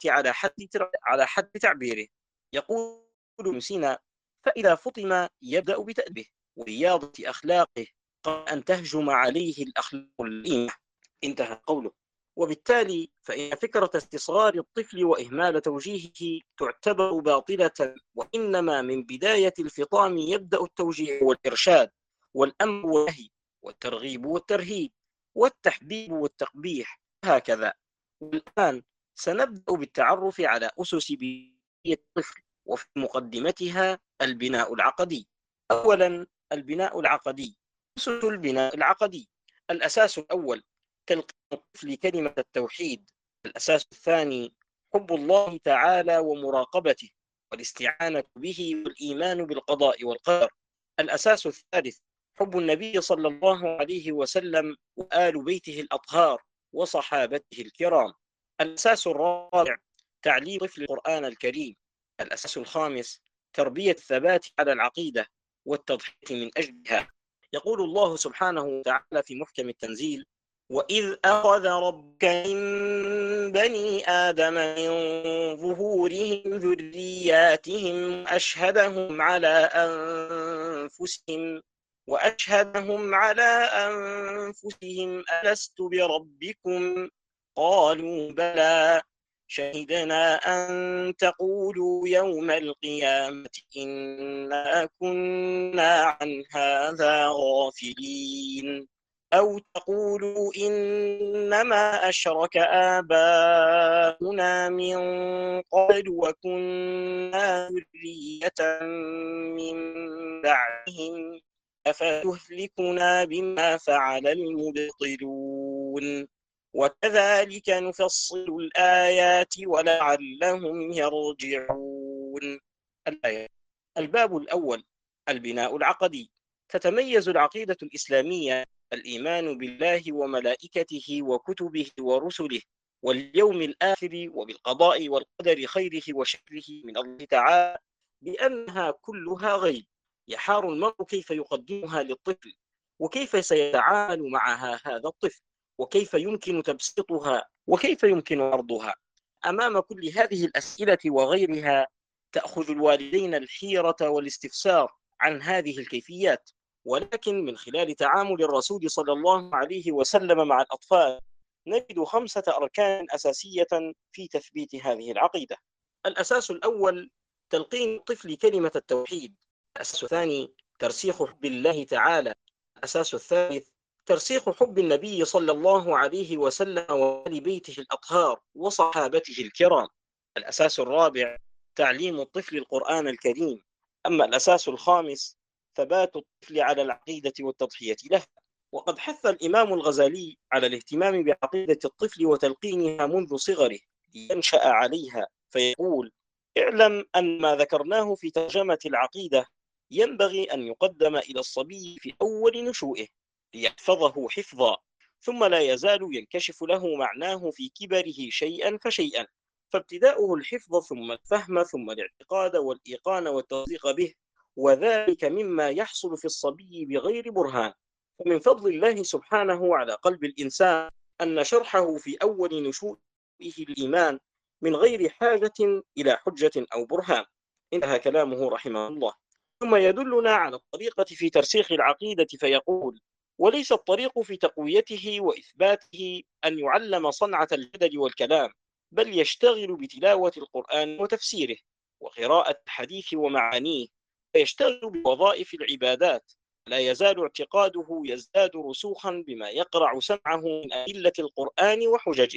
Speaker 9: على حد تعبيره، يقول ابن سينا: فإذا فطم يبدأ بتأديبه ورياضة أخلاقه قبل أن تهجم عليه الأخلاق اللئيمة. انتهى قوله. وبالتالي فإن فكرة استصغار الطفل وإهمال توجيهه تعتبر باطلة، وإنما من بداية الفطام يبدأ التوجيه والإرشاد والأمر والنهي والترغيب والترهيب والتحبيب والتقبيح هكذا. والآن سنبدأ بالتعرف على أسس بناء الطفل، وفي مقدمتها البناء العقدي. أولا البناء العقدي. أسس البناء العقدي: الأساس الأول تلقين الطفل كلمة التوحيد. الأساس الثاني حب الله تعالى ومراقبته والاستعانة به والإيمان بالقضاء والقدر. الأساس الثالث حب النبي صلى الله عليه وسلم وآل بيته الأطهار وصحابته الكرام. الأساس الرابع تعليم طفل القرآن الكريم. الأساس الخامس تربية الثبات على العقيدة والتضحية من أجلها. يقول الله سبحانه وتعالى في محكم التنزيل: وإذ أخذ ربك من بني آدم من ظهورهم ذرياتهم وأشهدهم على أنفسهم ألست بربكم قالوا بلى شهدنا أن تقولوا يوم القيامة إنا كنا عن هذا غافلين أو تقولوا إنما أشرك آباؤنا من قبل وكنا ذرية من بعدهم أفتهلكنا بما فعل المبطلون وكذلك نفصل الآيات ولعلهم يرجعون. الآية. الباب الأول البناء العقدي. تتميز العقيدة الإسلامية الإيمان بالله وملائكته وكتبه ورسله واليوم الآخر وبالقضاء والقدر خيره وشره من الله تعالى بأنها كلها غيب يحار المرء كيف يقدمها للطفل، وكيف سيتعامل معها هذا الطفل، وكيف يمكن تبسيطها، وكيف يمكن عرضها. أمام كل هذه الأسئلة وغيرها تأخذ الوالدين الحيرة والاستفسار عن هذه الكيفيات، ولكن من خلال تعامل الرسول صلى الله عليه وسلم مع الأطفال نجد 5 أركان أساسية في تثبيت هذه العقيدة. الأساس الأول تلقين الطفل كلمة التوحيد. الأساس الثاني ترسيخ حب الله تعالى. الأساس الثالث ترسيخ حب النبي صلى الله عليه وسلم وآل بيته الأطهار وصحابته الكرام. الأساس الرابع تعليم الطفل القرآن الكريم. أما الأساس الخامس ثبات الطفل على العقيدة والتضحية لها. وقد حث الإمام الغزالي على الاهتمام بعقيدة الطفل وتلقينها منذ صغره لينشأ عليها، فيقول: اعلم أن ما ذكرناه في ترجمة العقيدة ينبغي أن يقدم إلى الصبي في أول نشوئه ليحفظه حفظا، ثم لا يزال ينكشف له معناه في كبره شيئا فشيئا، فابتداؤه الحفظ ثم الفهم ثم الاعتقاد والإيقان والتصديق به، وذلك مما يحصل في الصبي بغير برهان. ومن فضل الله سبحانه على قلب الإنسان أن شرحه في أول نشوئه الإيمان من غير حاجة إلى حجة أو برهان. انتهى كلامه رحمه الله. ثم يدلنا على الطريقة في ترسيخ العقيدة فيقول: وليس الطريق في تقويته وإثباته أن يعلم صنعة الجدل والكلام، بل يشتغل بتلاوة القرآن وتفسيره وقراءة الحديث ومعانيه، فيشتغل بوظائف العبادات، لا يزال اعتقاده يزداد رسوخا بما يقرع سمعه من أدلة القرآن وحججه.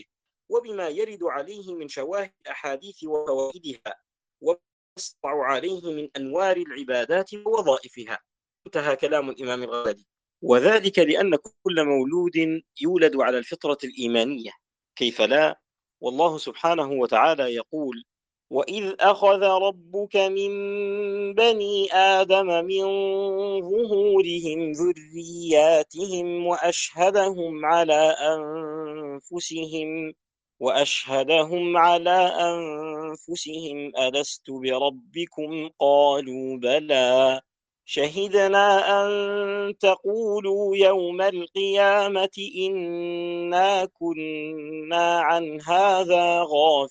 Speaker 9: وبما يرد عليه من شواهد الأحاديث وفوائدها وما يسطع عليه من أنوار العبادات ووظائفها. انتهى كلام الإمام الغزالي. وذلك لأن كل مولود يولد على الفطرة الإيمانية، كيف لا؟ والله سبحانه وتعالى يقول: وإذ أخذ ربك من بني آدم من ظهورهم ذرياتهم وأشهدهم على أنفسهم ألست بربكم قالوا بلى شهدنا أن تقولوا يوم القيامة إنا كنا عن هذا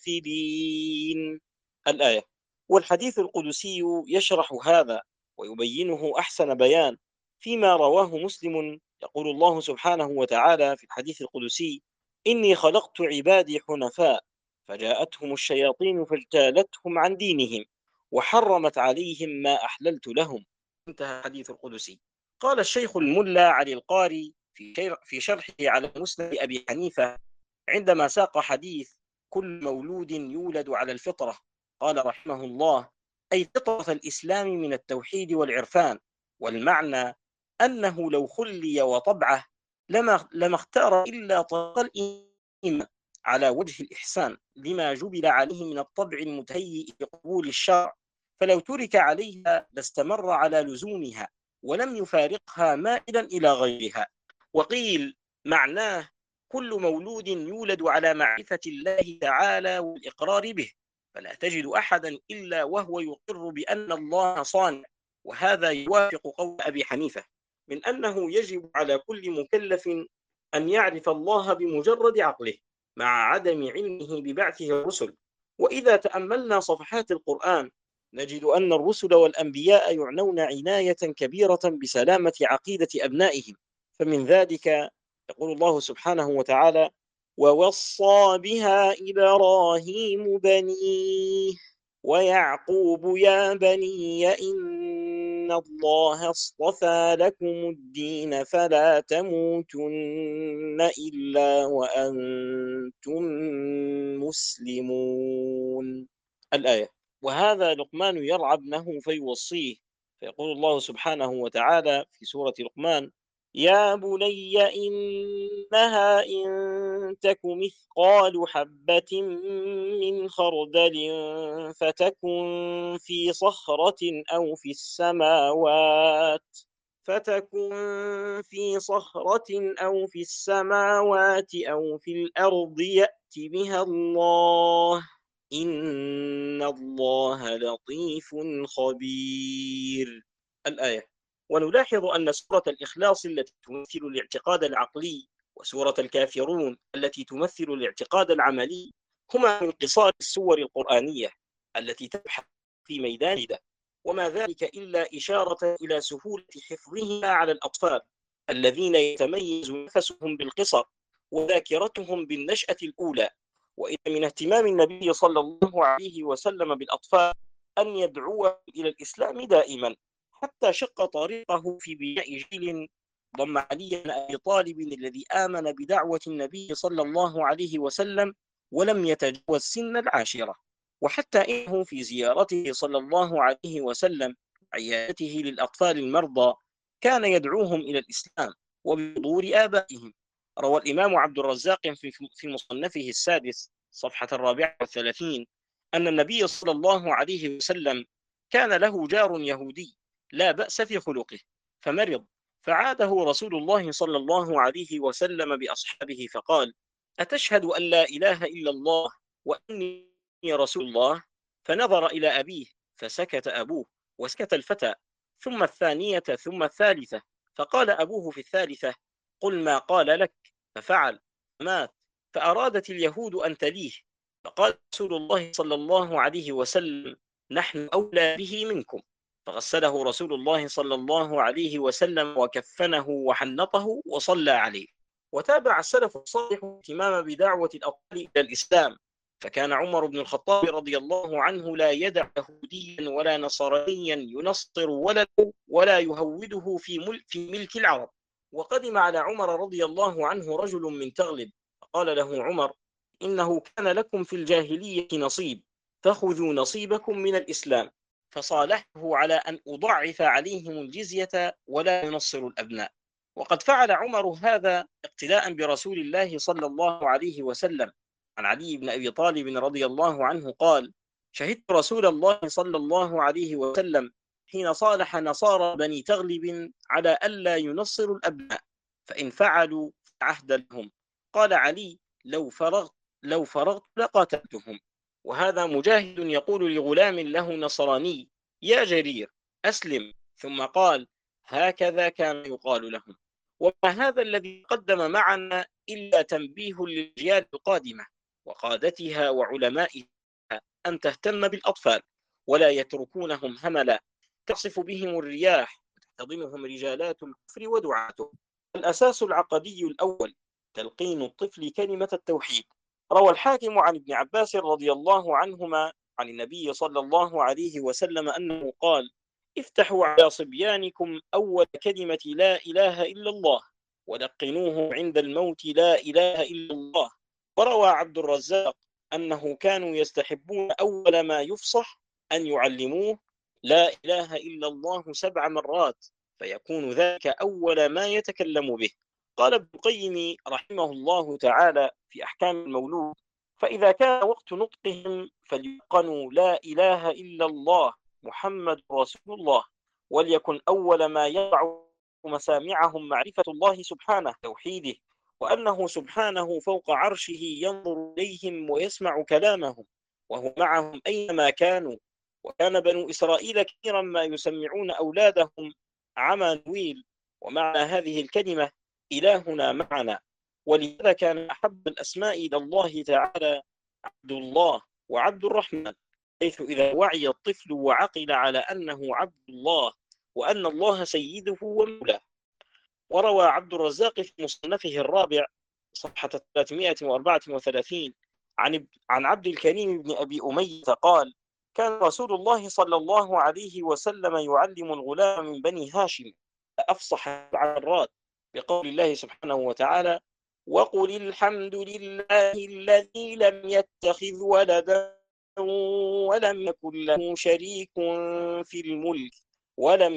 Speaker 9: غافلين. الآية. والحديث القدسي يشرح هذا ويبينه أحسن بيان فيما رواه مسلم. يقول الله سبحانه وتعالى في الحديث القدسي: إني خلقت عبادي حنفاء فجاءتهم الشياطين فاجتالتهم عن دينهم وحرمت عليهم ما أحللت لهم. انتهى الحديث القدسي. قال الشيخ الملا علي القاري في شرحه على مسند أبي حنيفة عندما ساق حديث كل مولود يولد على الفطرة، قال رحمه الله: أي فطرة الإسلام من التوحيد والعرفان، والمعنى أنه لو خلي وطبعه لما اختار إلا طريق الإيمان على وجه الإحسان لما جبل عليه من الطبع المتهيئ لقبول الشرع، فلو ترك عليها لاستمر على لزومها ولم يفارقها مائلا إلى غيرها. وقيل معناه كل مولود يولد على معرفة الله تعالى والإقرار به، فلا تجد أحدا إلا وهو يقر بأن الله صانع. وهذا يوافق قول أبي حنيفة من أنه يجب على كل مكلف أن يعرف الله بمجرد عقله مع عدم علمه ببعثه الرسل. وإذا تأملنا صفحات القرآن نجد أن الرسل والأنبياء يعنون عناية كبيرة بسلامة عقيدة أبنائهم. فمن ذلك يقول الله سبحانه وتعالى: ووصى بها إبراهيم بنيه ويعقوب يا بني إن الله اصطفى لكم الدين فلا تموتن إلا وأنتم مسلمون. الآية. وهذا لقمان يرعى ابنه فيوصيه، فيقول الله سبحانه وتعالى في سورة لقمان: يا بني إنها إن تك مثقال حبة من خردل فتكن في صخرة أو في السماوات أو في الأرض يأت بها الله إن الله لطيف خبير. الآية. ونلاحظ أن سورة الإخلاص التي تمثل الاعتقاد العقلي وسورة الكافرون التي تمثل الاعتقاد العملي هما من قصار السور القرآنية التي تبحث في ميدان ده، وما ذلك إلا إشارة إلى سهولة حفظهما على الأطفال الذين يتميز نفسهم بالقصر وذاكرتهم بالنشأة الأولى. وإن من اهتمام النبي صلى الله عليه وسلم بالأطفال أن يدعوهم إلى الإسلام دائما، حتى شق طريقه في بناء جيل ضم علي بن أبي طالب الذي آمن بدعوة النبي صلى الله عليه وسلم ولم يتجاوز سن 10. وحتى إنه في زيارته صلى الله عليه وسلم وعيادته للأطفال المرضى كان يدعوهم إلى الإسلام وبحضور آبائهم. روى الإمام عبد الرزاق في مصنفه السادس صفحة 34 أن النبي صلى الله عليه وسلم كان له جار يهودي لا بأس في خلقه فمرض، فعاده رسول الله صلى الله عليه وسلم بأصحابه فقال: أتشهد أن لا إله إلا الله وأني رسول الله؟ فنظر إلى أبيه فسكت أبوه وسكت الفتى، ثم الثانية ثم الثالثة، فقال أبوه في الثالثة: قل ما قال لك، ففعل مات. فأرادت اليهود أن تليه، فقال رسول الله صلى الله عليه وسلم: نحن أولى به منكم. فغسله رسول الله صلى الله عليه وسلم وكفنه وحنطه وصلى عليه. وتابع السلف الصالح اهتمام بدعوة الأطفال إلى الإسلام، فكان عمر بن الخطاب رضي الله عنه لا يدع يهوديا ولا نصرانيا ينصر ولده ولا يهوده في ملك العرب. وقدم على عمر رضي الله عنه رجل من تغلب، فقال له عمر: إنه كان لكم في الجاهلية نصيب فخذوا نصيبكم من الإسلام، فصالحه على أن أضعف عليهم الجزية ولا ينصر الأبناء. وقد فعل عمر هذا اقتداء برسول الله صلى الله عليه وسلم. عن علي بن أبي طالب رضي الله عنه قال: شهدت رسول الله صلى الله عليه وسلم حين صالح نصارى بني تغلب على ألا ينصروا الأبناء، فإن فعلوا فعهد لهم. قال علي: لو فرغت لقاتلتهم. وهذا مجاهد يقول لغلام له نصراني: يا جرير أسلم، ثم قال: هكذا كان يقال لهم. وما هذا الذي قدم معنا إلا تنبيه للأجيال القادمة وقادتها وعلمائها أن تهتم بالأطفال ولا يتركونهم هملا تصف بهم الرياح وتحتضنهم رجالات الكفر ودعاته. الأساس العقدي الأول تلقين الطفل كلمة التوحيد. روى الحاكم عن ابن عباس رضي الله عنهما عن النبي صلى الله عليه وسلم أنه قال: افتحوا على صبيانكم أول كلمة لا إله إلا الله ولقنوه عند الموت لا إله إلا الله. وروى عبد الرزاق أنه كانوا يستحبون أول ما يفصح أن يعلموه لا إله إلا الله 7 مرات فيكون ذلك أول ما يتكلم به. قال ابن القيم رحمه الله تعالى في أحكام المولود: فإذا كان وقت نطقهم فليقنوا لا إله إلا الله محمد رسول الله، وليكن أول ما يضع مسامعهم معرفة الله سبحانه توحيده، وأنه سبحانه فوق عرشه ينظر إليهم ويسمع كلامهم وهو معهم أينما كانوا. وكان بنو إسرائيل كثيرا ما يسمعون أولادهم عمانويل، ومعنى هذه الكلمة إلهنا معنا. ولهذا كان أحب الأسماء إلى الله تعالى عبد الله وعبد الرحمن، حيث إذا وعي الطفل وعقل على أنه عبد الله وأن الله سيده ومولاه. وروى عبد الرزاق في مصنفه الرابع صفحة 334 عن عبد الكريم بن أبي أمية قال: كان رسول الله صلى الله عليه وسلم يعلم الغلام من بني هاشم أفصح 7 مرات بقول الله سبحانه وتعالى: وقل الحمد لله الذي لم يتخذ ولدا ولم يكن له شريك في الملك ولم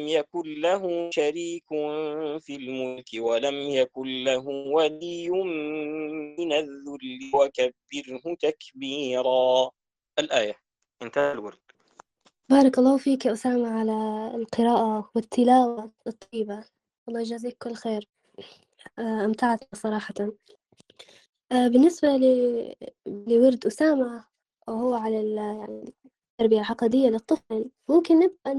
Speaker 9: يكن له ولي من الذل وكبره تكبيرا. الآية. انتهى الورد.
Speaker 1: بارك الله فيك يا أسامة على القراءة والتلاوة الطيبة، الله يجازيك كل خير. أمتعت صراحة. بالنسبة لورد أسامة وهو على التربية العقدية للطفل، ممكن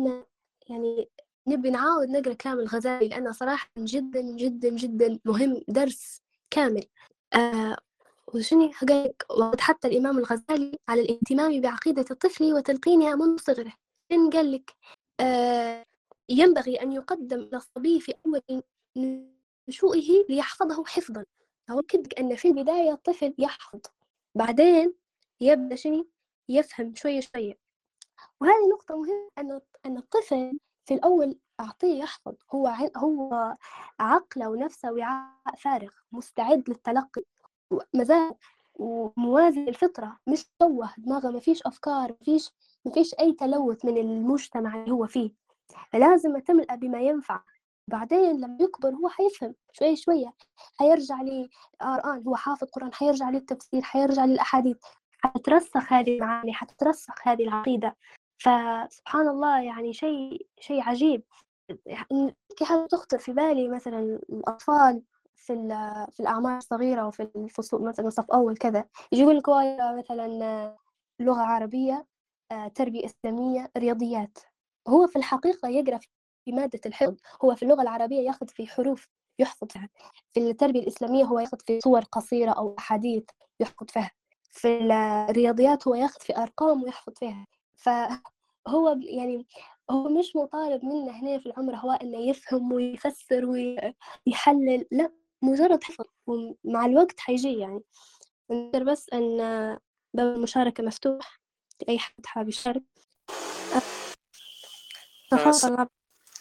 Speaker 1: نبي نعاود نقرأ كلام الغزالي، لأنه صراحة جدا جدا جدا مهم، درس كامل. وشني قالك؟ وقد حتى الإمام الغزالي على الاهتمام بعقيدة الطفل وتلقينها منذ صغره. إن قال لك ينبغي أن يقدم إلى الصبي في أول نشوئه ليحفظه حفظا. هو كدك أن في البداية الطفل يحفظ، بعدين يبدأ يفهم شوية شوية. وهذه نقطة مهمة، أن الطفل في الأول أعطيه يحفظ، هو عقله ونفسه وعاء فارغ مستعد للتلقي، مازال وموازي الفطرة، مش توه دماغه، ما فيش أفكار، ما فيش أي تلوث من المجتمع اللي هو فيه، فلازم تملأ بما ينفع. بعدين لما يكبر هو حيفهم شوية شوية، حيرجع للقرآن، هو حافظ قرآن، حيرجع للتفسير، حيرجع للأحاديث، حتترسخ هذه المعاني، حتترسخ هذه العقيدة. فسبحان الله، يعني شيء عجيب. في حاجة تخطر في بالي، مثلا الأطفال في الأعمار الصغيرة وفي الفصول، مثلا صف أول كذا، يقول لك مثلا لغة عربية، تربية إسلامية، رياضيات. هو في الحقيقة يقرأ في مادة الحفظ، هو في اللغة العربية يأخذ في حروف يحفظها، في التربية الإسلامية هو يأخذ في صور قصيرة أو أحاديث يحفظ فيها، في الرياضيات هو يأخذ في أرقام ويحفظ فيها. فهو يعني هو مش مطالب منا هنا في العمر هو إنه يفهم ويفسر ويحلل، لا، مجرد حفظ، ومع الوقت حيجي. يعني نقدر بس أن باب المشاركة مفتوح لأي حد حابب يشارك. تفضل.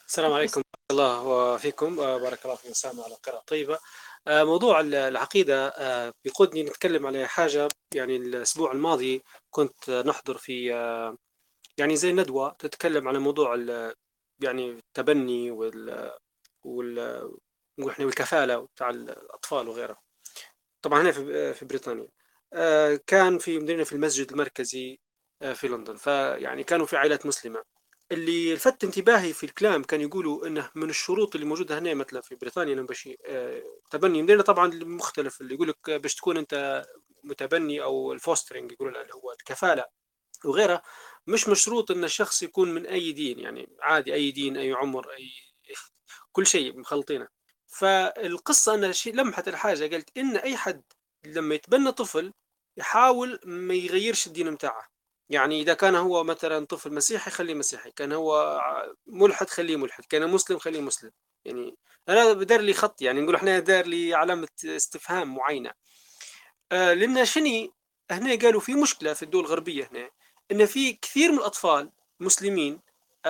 Speaker 8: السلام عليكم ورحمة الله وفيكم. بارك الله فيكم. السلام على قراءة طيبة. موضوع العقيدة بيقودني نتكلم على حاجة. يعني الأسبوع الماضي كنت نحضر في يعني زي ندوة تتكلم على موضوع يعني التبني والكفالة بتاع الأطفال وغيرها. طبعا هنا في بريطانيا. كان في مدينة في المسجد المركزي في لندن، فيعني كانوا في عائلات مسلمة. اللي لفت انتباهي في الكلام كان يقولوا انه من الشروط اللي موجوده هنا مثلا في بريطانيا لما بشي تبني مدينه طبعا مختلف، اللي يقول لك باش تكون انت متبني او الفوسترنج يقولوا اللي هو الكفاله وغيرها، مش مشروط ان الشخص يكون من اي دين، يعني عادي اي دين اي عمر اي كل شيء مخلطينه. فالقصه ان شيء لمحت الحاجه، قلت ان اي حد لما يتبنى طفل يحاول ما يغيرش الدين بتاعه. يعني إذا كان هو مثلا طفل مسيحي خليه مسيحي، كان هو ملحد خليه ملحد، كان مسلم خليه مسلم. يعني أنا دار لي خط، يعني نقول إحنا دار لي علامة استفهام معينة. لأن شني هنا قالوا في مشكلة في الدول الغربية هنا، إن في كثير من الأطفال مسلمين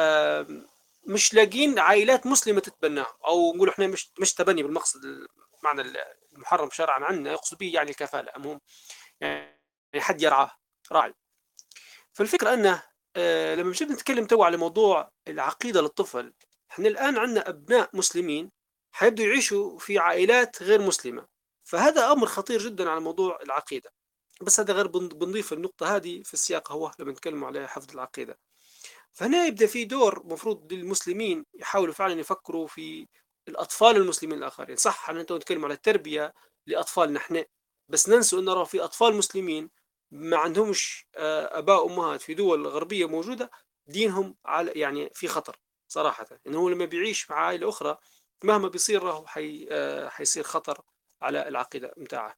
Speaker 8: مش لاقين عائلات مسلمة تتبناهم، أو نقول إحنا مش تبني بالمقصد المعنى المحرم شرعا عنا، يقصد به يعني الكفالة، المهم يعني حد يرعاه راعي. فالفكرة أنه لما بنجي نتكلم تو على موضوع العقيدة للطفل، احنا الآن عندنا أبناء مسلمين حيبدوا يعيشوا في عائلات غير مسلمة، فهذا أمر خطير جدا على موضوع العقيدة. بس هذا غير بنضيف النقطة هذه في السياق هو لما نتكلم على حفظ العقيدة. فهنا يبدأ في دور مفروض للمسلمين يحاولوا فعلا يفكروا في الأطفال المسلمين الآخرين. صح أن أنتم نتكلم على التربية لأطفالنا احنا، بس ننسوا أن في أطفال مسلمين ما عندهمش اباء وامهات في دول غربيه موجوده، دينهم على يعني في خطر صراحه. انه هو لما بيعيش مع عائله اخرى مهما بيصير له حيصير خطر على العقيده متاعه.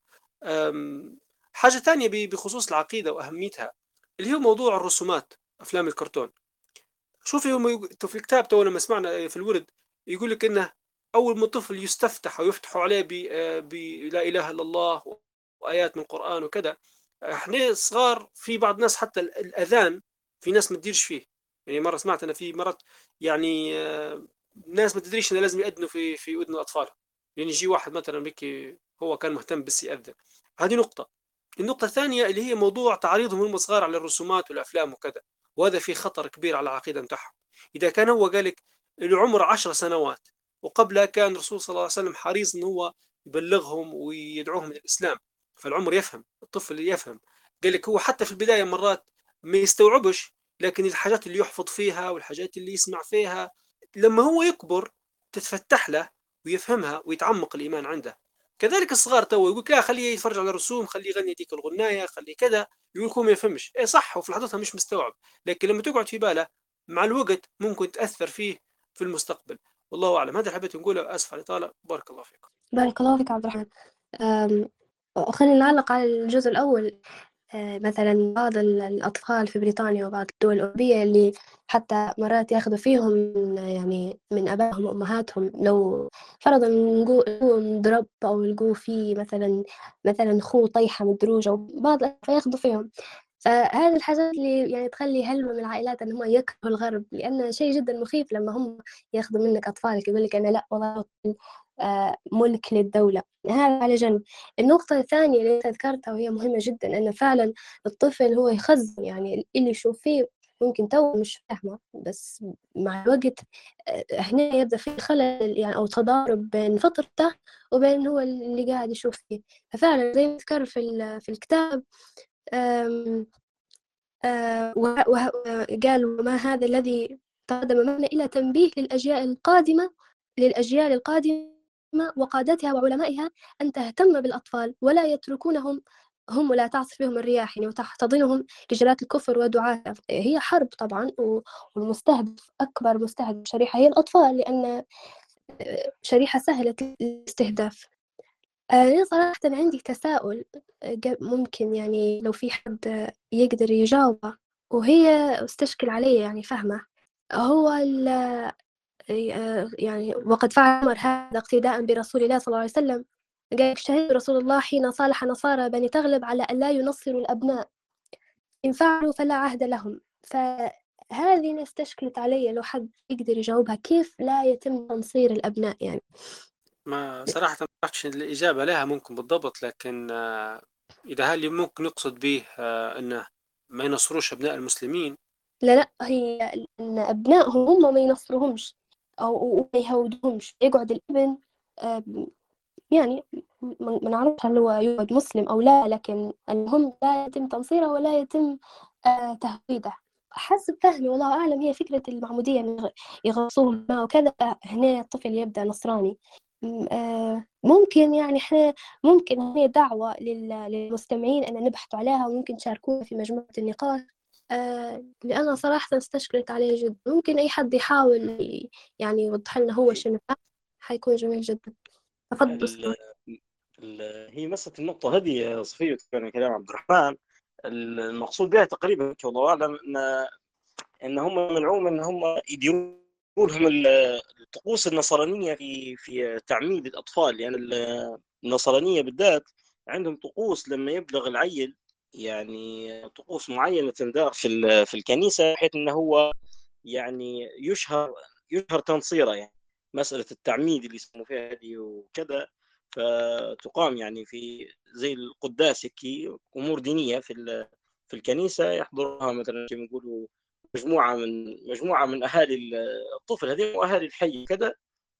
Speaker 8: حاجه ثانيه بخصوص العقيده واهميتها، اللي هو موضوع الرسومات افلام الكرتون. شوفي هم في الكتاب تو لما سمعنا في الورد يقول لك انه اول ما الطفل يستفتح او يفتحوا عليه بلا اله الا الله وايات من القران وكذا، احنا صغار في بعض الناس حتى الاذان في ناس ما تديرش فيه. يعني مره سمعت انا في مرات يعني ناس ما تدريش انه لازم يأذنوا في اذن الاطفال، يعني يجي واحد مثلا بكي هو كان مهتم بس يأذن. هذه نقطه. النقطه الثانيه اللي هي موضوع تعريضهم هم صغار على الرسومات والافلام وكذا، وهذا في خطر كبير على العقيده بتاعهم. اذا كان هو قالك العمر 10 سنوات وقبلها كان الرسول صلى الله عليه وسلم حريص ان هو يبلغهم ويدعوهم للاسلام، فالعمر يفهم، الطفل يفهم. قال لك هو حتى في البدايه مرات ما يستوعبش، لكن الحاجات اللي يحفظ فيها والحاجات اللي يسمع فيها لما هو يكبر تتفتح له ويفهمها ويتعمق الايمان عنده. كذلك الصغار تو يقول لا خليه يتفرج على الرسوم، خليه يغني ديك الغنايه، خليه كذا، يقول هو ما يفهمش. ايه صح، وفي لحظتها مش مستوعب، لكن لما تقعد في باله مع الوقت ممكن تاثر فيه في المستقبل. والله اعلم. هذا حبيت نقوله، اسف على الاطاله. بارك الله فيكم.
Speaker 1: بارك الله فيك عبد الرحمن. خلينا نعلق على الجزء الأول. مثلا بعض الأطفال في بريطانيا وبعض الدول الأوروبية اللي حتى مرات ياخذوا فيهم يعني من أبائهم وأمهاتهم، لو فرضا لقوه ضرب أو لقوه فيه مثلا خوه طيحة من الدروج أو بعض فياخذوا فيهم. فهذه الحاجات اللي يعني تخلي هلبة من العائلات أن هم يكرهوا الغرب، لأن شيء جدا مخيف لما هم ياخذوا منك أطفالك يقول لك أنا لا والله ملك للدولة. هذا على جنب. النقطة الثانية اللي ذكرتها وهي مهمة جدا، أن فعلا الطفل هو يخزن، يعني اللي يشوف فيه ممكن تو مش فاهمة، بس مع الوقت هنا يبدأ في خلل يعني أو تضارب بين فطرته وبين هو اللي قاعد يشوف فيه. ففعلا زي ما ذكر في الكتاب قال وما هذا الذي تقدم معنا إلى تنبيه للأجيال القادمة وقادتها وعلمائها أن تهتم بالأطفال ولا يتركونهم هم ولا تعصف بهم الرياح، يعني وتحتضنهم رجالات الكفر ودعاة. هي حرب طبعا، والمستهدف أكبر مستهدف شريحة هي الأطفال، لأن شريحة سهلة الاستهداف. أنا صراحة عندي تساؤل ممكن يعني لو في حد يقدر يجاوبه، وهي استشكل عليه يعني فهمه. هو يعني وقد فعل عمر هذا اقتداء برسول الله صلى الله عليه وسلم. قال شهد رسول الله حين صالح نصارى بني تغلب على أن لا ينصروا الأبناء، إن فعلوا فلا عهد لهم. فهل هذه ناس استشكلت علي، لو حد يقدر يجاوبها، كيف لا يتم تنصير الأبناء يعني؟
Speaker 8: ما صراحة ما أعرفش الإجابة لها ممكن بالضبط، لكن إذا هل ممكن يقصد به أنه ما ينصروش أبناء المسلمين.
Speaker 1: لا هي إن أبنائهم هم ما ينصرهمش أو ما يهودهمش، يقعد الابن يعني ما نعرفش هل هو يقعد مسلم أو لا، لكن المهم لا يتم تنصيره ولا يتم تهويده. حسب فهمي والله أعلم هي فكرة المعمودية، إن يغصوهم ما وكذا، هنا الطفل يبدأ نصراني. ممكن يعني إحنا ممكن هي دعوة للمستمعين أن نبحثوا عليها، وممكن تشاركونا في مجموعة النقاش. لأن صراحة استشكلت عليه جدا. ممكن أي حد يحاول يعني يوضح لنا هو شنو فهم، حيكون جميل جدا. تفضل أستاذ.
Speaker 9: هي مسألة النقطة هذه يا صفية، كان كلام عبد الرحمن. المقصود بها تقريبا والله أعلم إن هم منعوهم إن هم يديرون لهم الطقوس النصرانية في تعميد الأطفال. يعني النصرانية بالذات عندهم طقوس لما يبلغ العيل، يعني طقوس معينة تندار في الكنيسة، بحيث إنه هو يعني يشهر تنصيره. يعني مسألة التعميد اللي يسموا فيها هذه وكذا، فتقام يعني في زي القداس هيك أمور دينية في الكنيسة، يحضرها مثلا كما يقولوا مجموعة من أهالي الطفل هذه وأهالي الحي كذا،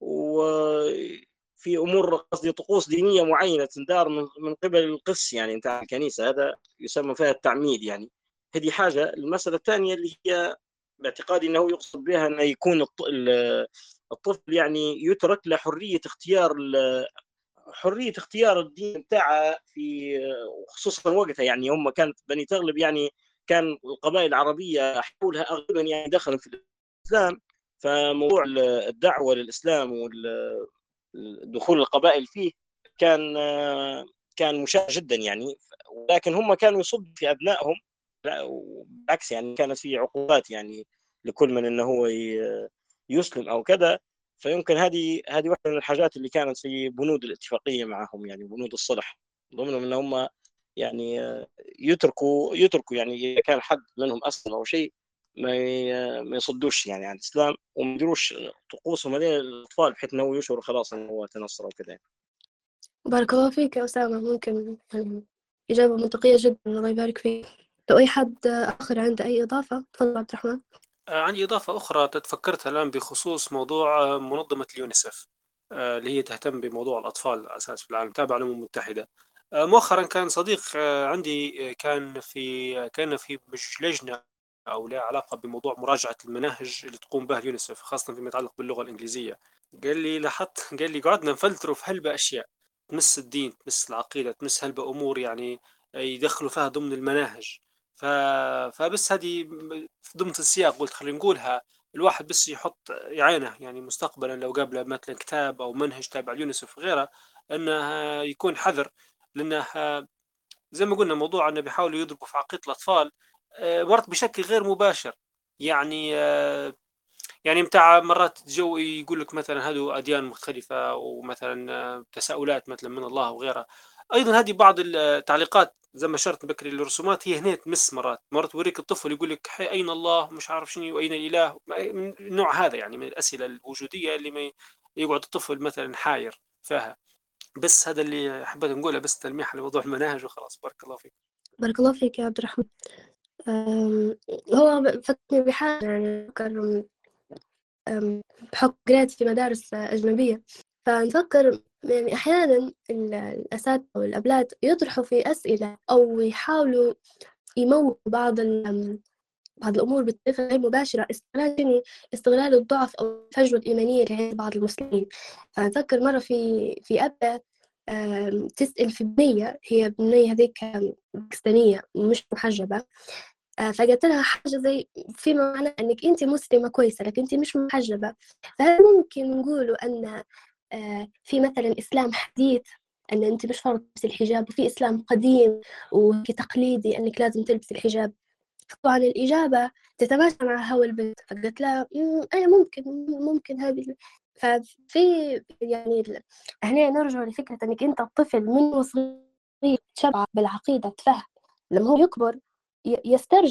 Speaker 9: وفي أمور قصدي طقوس دينية معينة تندار من قبل القس يعني نتاع الكنيسة، هذا يسمى فيها التعميد. يعني هذه حاجة. المسألة الثانية اللي هي باعتقادي أنه يقصد بها أن يكون الطفل يعني يترك له حرية اختيار الدين بتاعه في خصوصا وقتها. يعني هم كانت بني تغلب، يعني كان القبائل العربية حولها أغلبا يعني دخلوا في الإسلام، فموضوع الدعوة للإسلام ودخول القبائل فيه كان مشاع جدا يعني. ولكن هم كانوا يصب في أبنائهم، لا بالعكس، يعني كانت في عقوبات يعني لكل من انه هو يسلم او كذا. فيمكن هذه واحده من الحاجات اللي كانت في بنود الاتفاقيه معهم، يعني بنود الصلح، ضمنهم ان هم يعني يتركوا يعني اذا كان حد منهم اسلم او شيء ما يصدوش يعني عن الاسلام، وما يديروش طقوسهم هذه للاطفال بحيث انه يشعر خلاص انه هو تنصر وكذا.
Speaker 1: بارك الله فيك يا أسامة. ممكن يعني إجابة منطقية جدا، الله يبارك فيك. لو أي حد آخر عنده أي إضافة، تفضل عبد الرحمن.
Speaker 8: عندي إضافة أخرى تفكرتها الآن بخصوص موضوع منظمة اليونيسف، اللي هي تهتم بموضوع الأطفال أساس في العالم، تابعة للأمم المتحدة. مؤخرا كان صديق عندي كان في مش لجنة أو لها علاقة بموضوع مراجعة المناهج اللي تقوم بها اليونيسف، خاصة فيما يتعلق باللغة الإنجليزية. قال لي قعدنا نفلتروا في هلبة أشياء تمس الدين، تمس العقيدة، تمس هلبة أمور يعني يدخلوا فيها ضمن المناهج. ف... فبس هذه ضمن السياق قلت خلينا نقولها. الواحد بس يحط يعينه يعني مستقبلا لو قابله مثلا كتاب او منهج تابع اليونيسف وغيره، انه يكون حذر. لانه زي ما قلنا موضوع انه بيحاولوا يضربوا في عقيدة الاطفال مرات بشكل غير مباشر. يعني يعني متاع مرات جو يقول لك مثلا هذو أديان مختلفة، ومثلا تساؤلات مثلا من الله وغيرها. أيضا هذه بعض التعليقات زي ما شرت بكري الرسومات هي هنا تمس مرات يوريك الطفل يقول لك أين الله مش عارف شنو وأين الإله، من النوع هذا يعني من الأسئلة الوجودية اللي ما يقعد الطفل مثلا حاير فيها. بس هذا اللي حبيت نقوله، بس تلميح لموضوع المناهج وخلاص. بارك الله فيك.
Speaker 1: بارك الله فيك يا عبد الرحمن. هو فكرني بحاجة يعني أفكر بحكم قراءتي في مدارس أجنبية، فنفكر يعني أحيانا الأساتذة والأبلاد يطرحوا في أسئلة أو يحاولوا يموهوا بعض الأمور بطريقة غير مباشرة، استغلال الضعف أو الفجوة الإيمانية اللي عند بعض المسلمين. فأتذكر مرة في أبا تسأل في بنية، هي بنية هذيك باكستانية مش محجبة، فقلت لها حاجة زي فيما معناه أنك أنت مسلمة كويسة لكن أنت مش محجبة، فهل ممكن نقولوا أن في مثلا إسلام حديث أن أنت مش فرض تلبس الحجاب، وفي إسلام قديم وتقليدي أنك لازم تلبس الحجاب؟ طبعا الإجابة تتماشى مع هوى البنت، فقلت لها أنا ممكن هذه. ففي يعني هنا نرجع لفكرة أنك أنت الطفل من صغير تشبع بالعقيدة، تفهم لما هو يكبر يسترجع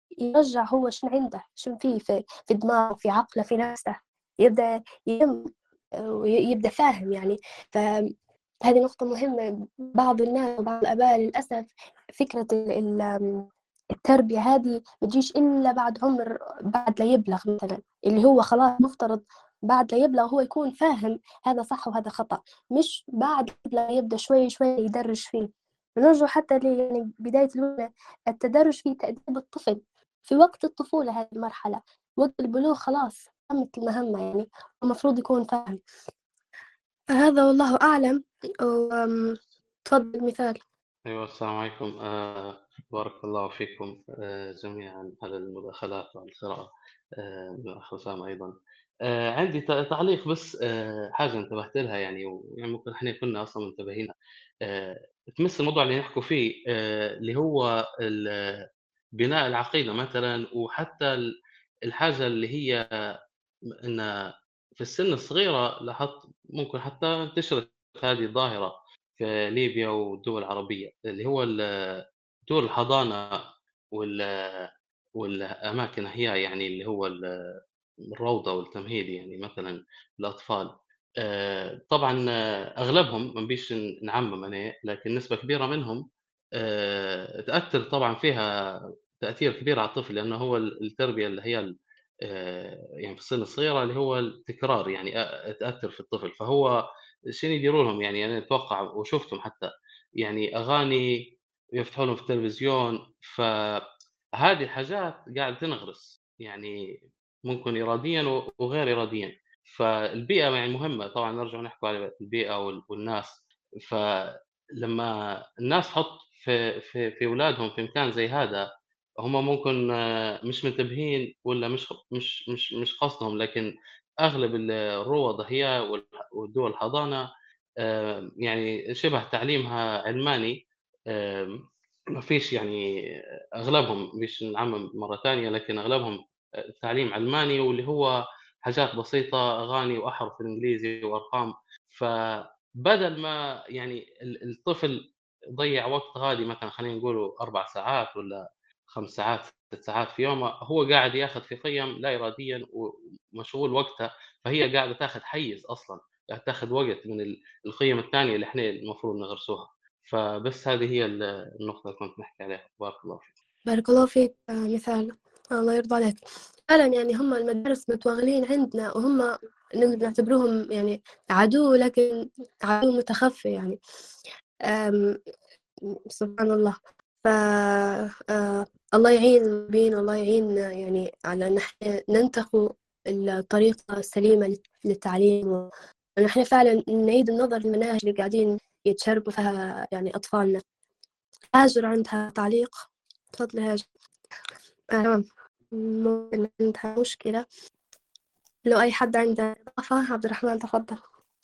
Speaker 1: يرجع هو شنو عنده، شنو فيه في دماغه، في عقله، في نفسه، يبدأ يبدأ فاهم يعني. فهذه نقطة مهمة. بعض الناس وبعض الآباء للأسف فكرة التربية هذه ما تجيش إلا بعد عمر، بعد لا يبلغ مثلا، اللي هو خلاص مفترض بعد لا يبلغ هو يكون فاهم هذا صح وهذا خطأ، مش بعد لا يبدأ شوي شوي يدرج فيه. نرجع حتى يعني بداية الأولى، التدرج في تأديب الطفل في وقت الطفولة، هذه المرحلة وقت البلوغ خلاص تمت المهمة يعني، المفروض يكون فاهم. فهذا والله أعلم. تفضل مثال.
Speaker 6: أيوة، السلام عليكم. بارك الله فيكم جميعا على المداخلات وعلى القراءة من الأخ أسامة أيضا. عندي تعليق بس، حاجة انتبهت لها يعني، ويعني ممكن احنا كنا أصلا منتبهين تمس الموضوع اللي نحكوا فيه، اللي هو بناء العقيدة مثلا، وحتى الحاجة اللي هي إن في السن الصغيرة لاحظت ممكن حتى انتشرت هذه الظاهرة في ليبيا والدول العربية، اللي هو دور الحضانة والأماكن هي يعني اللي هو الروضة والتمهيدي يعني مثلا الأطفال. طبعا أغلبهم ما بيش نعمم أنا، لكن نسبة كبيرة منهم تأثر طبعا فيها تأثير كبير على الطفل، لأنه هو التربية اللي هي يعني في السن الصغيرة اللي هو التكرار يعني تأثر في الطفل. فهو شنو يديروا لهم يعني، أنا أتوقع وشفتهم حتى يعني أغاني يفتحوا لهم في التلفزيون، فهذه الحاجات قاعدة تنغرس يعني ممكن إراديًا وغير إراديًا. فالبيئة يعني مهمة طبعًا، نرجع نحكوا على البيئة والناس. فلما الناس تحط في أولادهم في مكان زي هذا، هم ممكن مش منتبهين ولا مش قصدهم، لكن أغلب الروضة هي والدول الحضانة يعني شبه تعليمها علماني. ما فيش يعني أغلبهم، مش نعمم مرة ثانية، لكن أغلبهم تعليم علماني، واللي هو حاجات بسيطة، أغاني وأحرف بالإنجليزي وأرقام. فبدل ما يعني الطفل يضيع وقت غالي، مثلا خلينا نقولوا 4 ساعات ولا 5 ساعات 6 ساعات في يومه، هو قاعد ياخذ في قيم لا إراديا ومشغول وقته، فهي قاعدة تاخذ حيز أصلا، قاعدة تاخذ وقت من القيم الثانية اللي احنا المفروض نغرسوها. فبس هذه هي النقطة اللي كنت نحكي عليها. بارك الله فيك.
Speaker 1: بارك الله فيك. مثال الله يرضى عليك. فعلا يعني هم المدارس متوغلين عندنا، وهم نقدر نعتبروهم يعني عدو، لكن عدو متخفي يعني. سبحان الله. ف الله يعين بينا، الله يعين يعني على أن احنا ننتقوا الطريقة السليمة للتعليم، وأن احنا فعلا نعيد النظر للمناهج اللي قاعدين يتشربوا فيها يعني أطفالنا. هاجر عندها تعليق، تفضلي هاجر. تمام. ممكن عندها مشكلة، لو أي حد عنده إضافة. عبد الرحمن تفضل.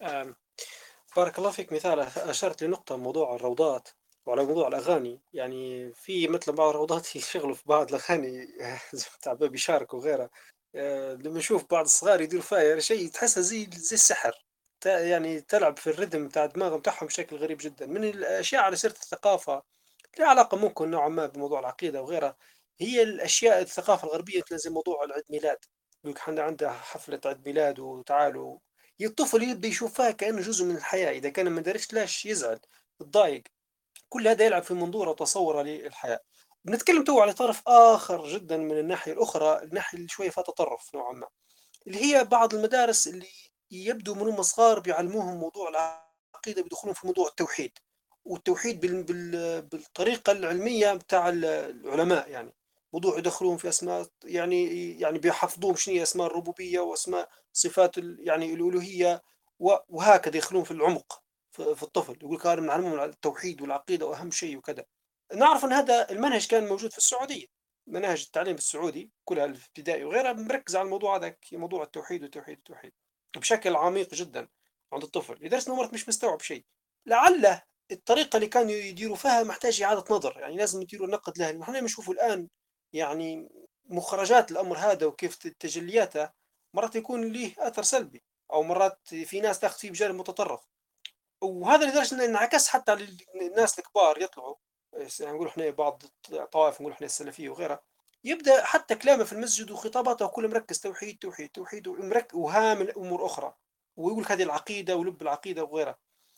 Speaker 8: بارك الله فيك. مثال أشرت لنقطة موضوع الروضات وعلى موضوع الأغاني. يعني في مثل بعض الروضات يشغلوا في بعض الأغاني تاع بابي شارك وغيرها. لما نشوف بعض الصغار يديروا فيها يعني شيء تحسها زي السحر، يعني تلعب في الريتم تاع الدماغ بتاعهم بشكل غريب جدا. من الأشياء على سيرة الثقافة لها علاقة ممكن نوعا ما بموضوع العقيدة وغيرها، هي الأشياء الثقافة الغربية مثل زي موضوع العيد ميلاد. يقولك حنا عندها حفلة عيد ميلاد وتعالوا. الطفل يبدأ يشوفها كأنه جزء من الحياة، إذا كان ما دارش لاش يزعل يتضايق. كل هذا يلعب في منظوره وتصوره للحياة. بنتكلم تو على طرف آخر جدا من الناحية الأخرى، الناحية اللي شوية فيها تطرف نوعا ما، اللي هي بعض المدارس اللي يبدو من هم صغار بيعلموهم موضوع العقيدة، بيدخلون في موضوع التوحيد، والتوحيد بالطريقة العلمية بتاع العلماء. يعني موضوع يدخلون في أسماء، يعني بيحفظوهم شنو هي أسماء الربوبية وأسماء صفات يعني الألوهية، وهكذا يدخلون في العمق في الطفل. يقول لك هذا بنعلمهم على التوحيد والعقيدة وأهم شيء وكذا. نعرف أن هذا المنهج كان موجود في السعودية، مناهج التعليم السعودي كلها الابتدائي وغيرها مركز على الموضوع هذا، موضوع التوحيد والتوحيد بشكل عميق جدا عند الطفل، لدرجة انه مرات مش مستوعب شيء. لعل الطريقة اللي كانوا يديروا فيها محتاج إعادة نظر، يعني لازم يديروا نقد لها. نحن نشوفوا الآن يعني مخرجات الأمر هذا وكيف تجلياته مرات يكون له أثر سلبي، أو مرات في ناس تاخذ فيه بجانب متطرف، وهذا لدرجة انه انعكس حتى على الناس الكبار يطلعوا. يعني نقول احنا بعض الطوائف، نقول احنا السلفية وغيرها، يبدأ حتى كلامه في المسجد وخطاباته كله مركز توحيد توحيد توحيد وهامل أمور أخرى، ويقول هذه العقيدة ولب العقيدة وغيرها.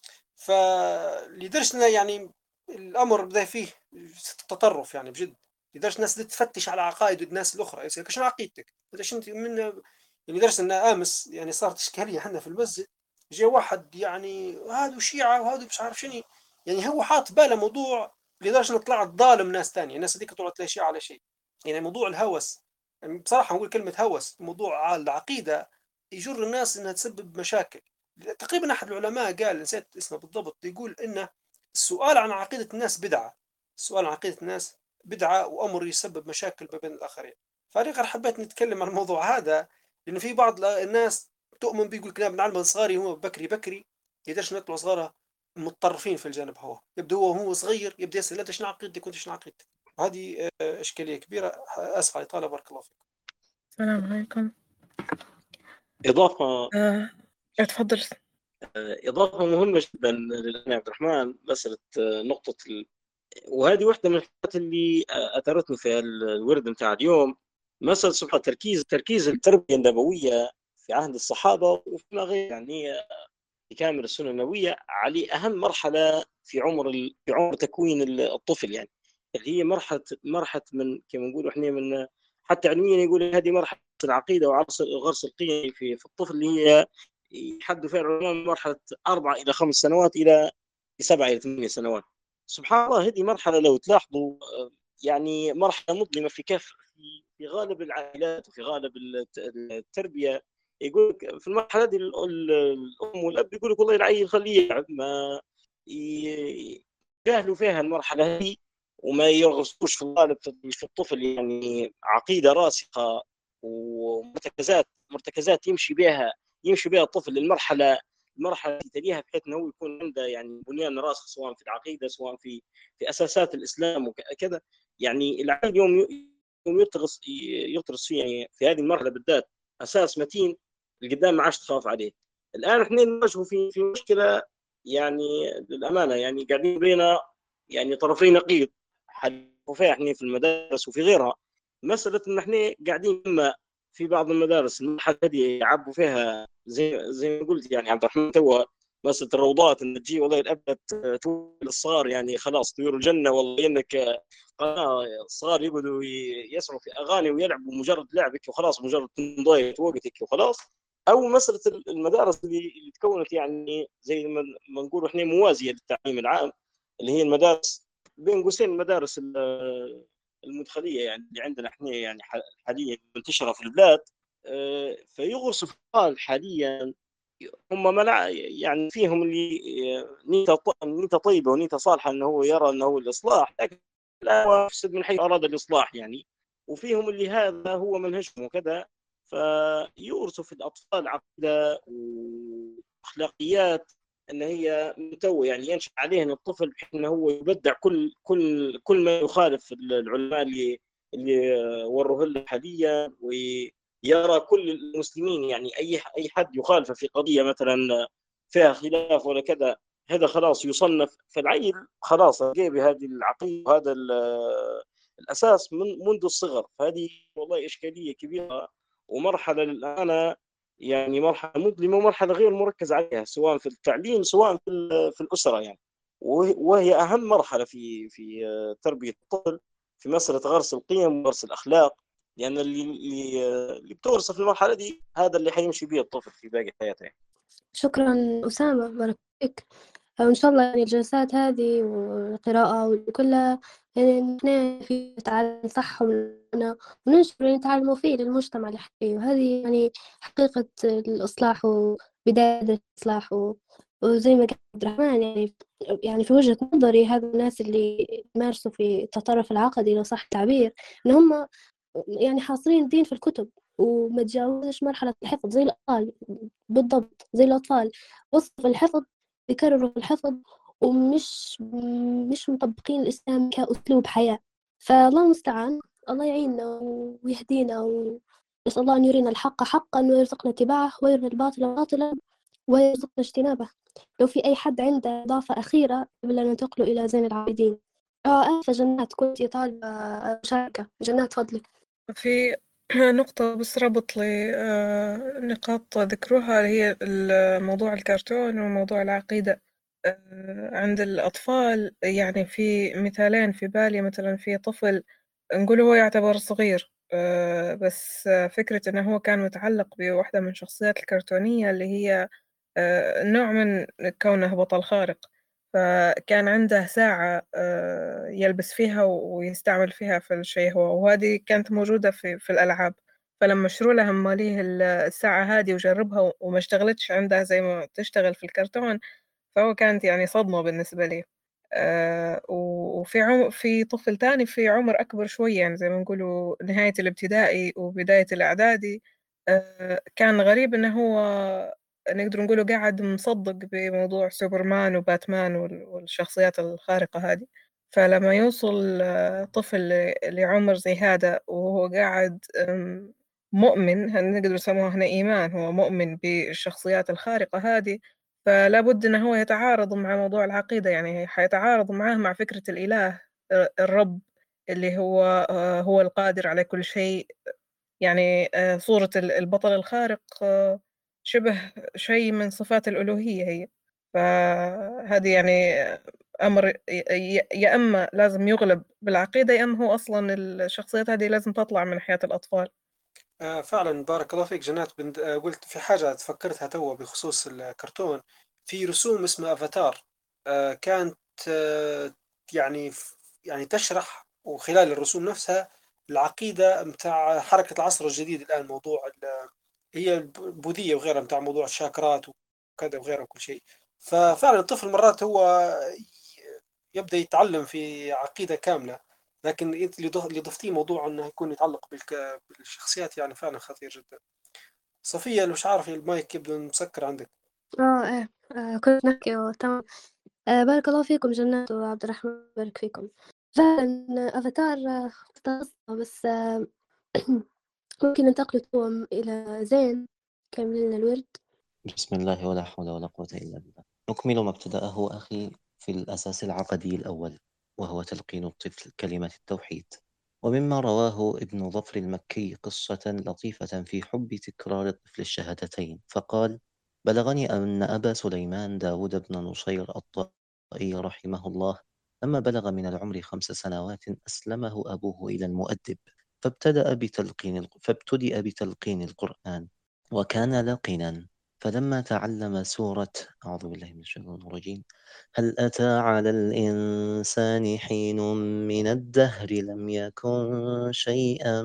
Speaker 8: فلدرجة يعني الأمر بدأ فيه تطرف يعني بجد، لدرجة الناس تفتش على عقائد الناس الأخرى، يسألك شنو عقيدتك؟ ليش أنت من يعني، لدرجة أن أمس يعني صارت إشكالية عندنا في المسجد، جاء واحد يعني هذا شيعة وهذا مش عارف شنو، يعني هو حاط باله موضوع لدرجة أن طلعت ظالم ناس تانية، الناس هذيك طلعت لا شيعة على شيء. يعني موضوع الهوس، يعني بصراحة نقول كلمة هوس، موضوع العقيدة يجر الناس أنها تسبب مشاكل. تقريبا أحد العلماء قال، نسيت اسمه بالضبط، يقول إن السؤال عن عقيدة الناس بدعة، السؤال عن عقيدة الناس بدعة وأمر يسبب مشاكل ما بين الآخرين. فأنا حبيت نتكلم عن الموضوع هذا، لأنه في بعض الناس تؤمن بيقول كلام بنعلم صغاري هو بكري بكري، يقدرش نطلع صغاره متطرفين في الجانب، يبدأ هو صغير يبدأ يسأل أنت شنو عقيدتك وأنت شنو عقيدتك. هذه إشكالية كبيرة. أسف على الإطالة، بارك الله فيك.
Speaker 5: السلام عليكم.
Speaker 9: إضافة
Speaker 5: اتفضل.
Speaker 9: إضافة مهمة جدا للأخ عبد الرحمن، مسألة نقطة وهذه واحدة من الحاجات اللي أثرتني في الورد متاع اليوم، مسألة سبحان تركيز التربية النبوية في عهد الصحابة وفيما غير، يعني في كامل السنة النبوية، على أهم مرحلة في عمر تكوين الطفل، يعني اللي هي مرحلة من كما نقول احنا من حتى علميا يقول هذه مرحلة العقيدة وغرس القيم في الطفل، اللي هي يحدوا فيها العلماء من مرحلة 4 إلى 5 سنوات إلى 7 إلى 8 سنوات. سبحان الله، هذه مرحلة لو تلاحظوا يعني مرحلة مظلمة في غالب العائلات وفي غالب التربية. يقول في المرحلة دي الأم والأب يقول لك والله العيل خليه يلعب، ما يجاهلوا فيها المرحلة هذه وما يرغصوش في الغالب في الطفل يعني عقيدة راسخة ومرتكزات يمشي بها الطفل للمرحلة التي تليها، بحيث انه يكون عنده يعني بنيان راسخ سواء في العقيده سواء في اساسات الاسلام وكذا. يعني العيل يوم يغطرس فيه يعني في هذه المرحله بالذات اساس متين، القدام ما عادش تخاف عليه. الان احنا نواجهوا في مشكله يعني للامانه، يعني قاعدين بين يعني طرفي نقيض فيها احنا في المدارس وفي غيرها. مساله ان احنا قاعدين اما في بعض المدارس المرحله هذه يعبوا فيها زي ما قلت يعني عبد الرحمن تو، مساله الروضات ان تجي والله الاب تقول الصغار يعني خلاص طيور الجنه، والله انك الصغار يقعدوا يسمعوا في اغاني ويلعبوا مجرد لعبك وخلاص، مجرد تضيع وقتك وخلاص. او مساله المدارس اللي تكونت يعني زي ما نقول احنا موازيه للتعليم العام، اللي هي المدارس بين قوسين المدارس المدخليه يعني اللي عندنا احنا يعني حاليا منتشره في البلاد. فيغرسوا اطفال حاليا هم منع يعني فيهم اللي نيته طيبه ونيته صالحه انه هو يرى انه هو الاصلاح، لكن لا يفسد من حيث اراد الاصلاح يعني. وفيهم اللي هذا هو منهجهم وكذا، فيورثوا في الاطفال عقيده واخلاقيات ان هي متوه يعني ينشأ عليهم الطفل بحيث انه هو يبدع كل ما يخالف العلماء اللي وروه له حاليا، ويرى كل المسلمين يعني اي حد يخالف في قضيه مثلا فيها خلاف ولا كذا، هذا خلاص يصنف. فالعيل خلاص جاي بهذه العقيده وهذا الاساس منذ الصغر. فهذه والله اشكاليه كبيره ومرحله للامانه يعني مرحله مظلمه ومرحله غير مركز عليها سواء في التعليم سواء في الاسره يعني. وهي اهم مرحله في تربيه الطفل في مساله غرس القيم وغرس الاخلاق، لان اللي بتورثه في المرحله دي هذا اللي حيمشي به الطفل في باقي حياته.
Speaker 1: شكرا أسامة، بارك فيك. وإن شاء الله يعني الجلسات هذه والقراءة وكلها يعني نحن في تعلم صح وننشر اللي نتعلموا فيه للمجتمع اللي فيه، وهذه يعني حقيقة الإصلاح وبداية الإصلاح وزي ما قال عبد الرحمن يعني في وجهة نظري هذا الناس اللي يمارسوا في التطرف العقدي لو صح التعبير إن هم يعني حاصرين الدين في الكتب وما تجاوزش مرحلة الحفظ زي الأطفال، بالضبط زي الأطفال وصف الحفظ يكرروا في الحفظ مش مطبقين الإسلام كأسلوب حياة. فالله المستعان، الله يعيننا ويهدينا ونسأل الله أن يرينا الحق حقا ويرزقنا اتباعه ويرنا الباطل باطلا ويرزقنا اجتنابه. لو في أي حد عنده إضافة أخيرة قبل أن ننتقل إلى زين العابدين. آسفة جنات كنت طالبة مشاركة. جنات فضلك.
Speaker 5: في نقطة بس ربط لي نقاط ذكروها اللي هي موضوع الكرتون وموضوع العقيدة عند الأطفال. يعني في مثالين في بالي، مثلا في طفل نقول هو يعتبر صغير بس فكرة إنه هو كان متعلق بواحدة من الشخصيات الكرتونية اللي هي نوع من كونه بطل خارق. فكان عنده ساعة يلبس فيها ويستعمل فيها في الشيء هو، وهذه كانت موجودة في الألعاب. فلما شروا له ماليه الساعة هذه وجربها وما اشتغلتش عنده زي ما تشتغل في الكرتون، فهو كانت يعني صدمة بالنسبة لي. في طفل تاني في عمر أكبر شوية، يعني زي ما نقولوا نهاية الابتدائي وبداية الإعدادي، كان غريب إنه هو نقدر نقوله قاعد مصدق بموضوع سوبرمان وباتمان والشخصيات الخارقة هذه. فلما يوصل طفل لعمر زي هذا وهو قاعد مؤمن، نقدر نسموه هنا إيمان، هو مؤمن بالشخصيات الخارقة هذه، فلا بد إنه هو يتعارض مع موضوع العقيدة. يعني حيتعارض معاه مع فكرة الإله الرب اللي هو القادر على كل شيء. يعني صورة البطل الخارق شبه شيء من صفات الألوهية هي. فهذه يعني أمر يا إما لازم يغلب بالعقيدة، يا إما هو أصلا الشخصيات هذه لازم تطلع من حياة الأطفال.
Speaker 8: فعلا بارك الله فيك جنات. قلت في حاجة تفكرتها توا بخصوص الكرتون. في رسوم اسمها افاتار، كانت يعني يعني تشرح، وخلال الرسوم نفسها العقيدة متاع حركة العصر الجديد الآن، موضوع هي البوذية وغيرها، متاع موضوع الشاكرات وكذا وغيره وكل شيء. ففعلا الطفل مرات هو يبدأ يتعلم في عقيدة كاملة، لكن انت اللي ضفتيه موضوع انه يكون يتعلق بالشخصيات، يعني فعلا خطير جدا. صفية اللي مش عارف المايك يبدو مسكر عندك.
Speaker 1: إيه كنت نحكي تمام. بارك الله فيكم جنات وعبد الرحمن، بارك فيكم. فعلا أفاتار قصة، بس ممكن ننتقل توم إلى زين كمل لنا الورد.
Speaker 10: بسم الله ولا حول ولا قوة إلا بالله. نكمل ما ابتدأه أخي في الأساس العقدي الأول، وهو تلقين الطفل كلمة التوحيد. ومما رواه ابن ظفر المكي قصة لطيفة في حب تكرار الطفل الشهادتين، فقال: بلغني أن أبا سليمان داود بن نصير الطائي رحمه الله لما بلغ من العمر 5 سنوات أسلمه أبوه إلى المؤدب، فابتدأ بتلقين القرآن، وكان لقنا. فلما تعلم سورة أعوذ بالله من الشيطان الرجيم هل أتى على الإنسان حين من الدهر لم يكن شيئا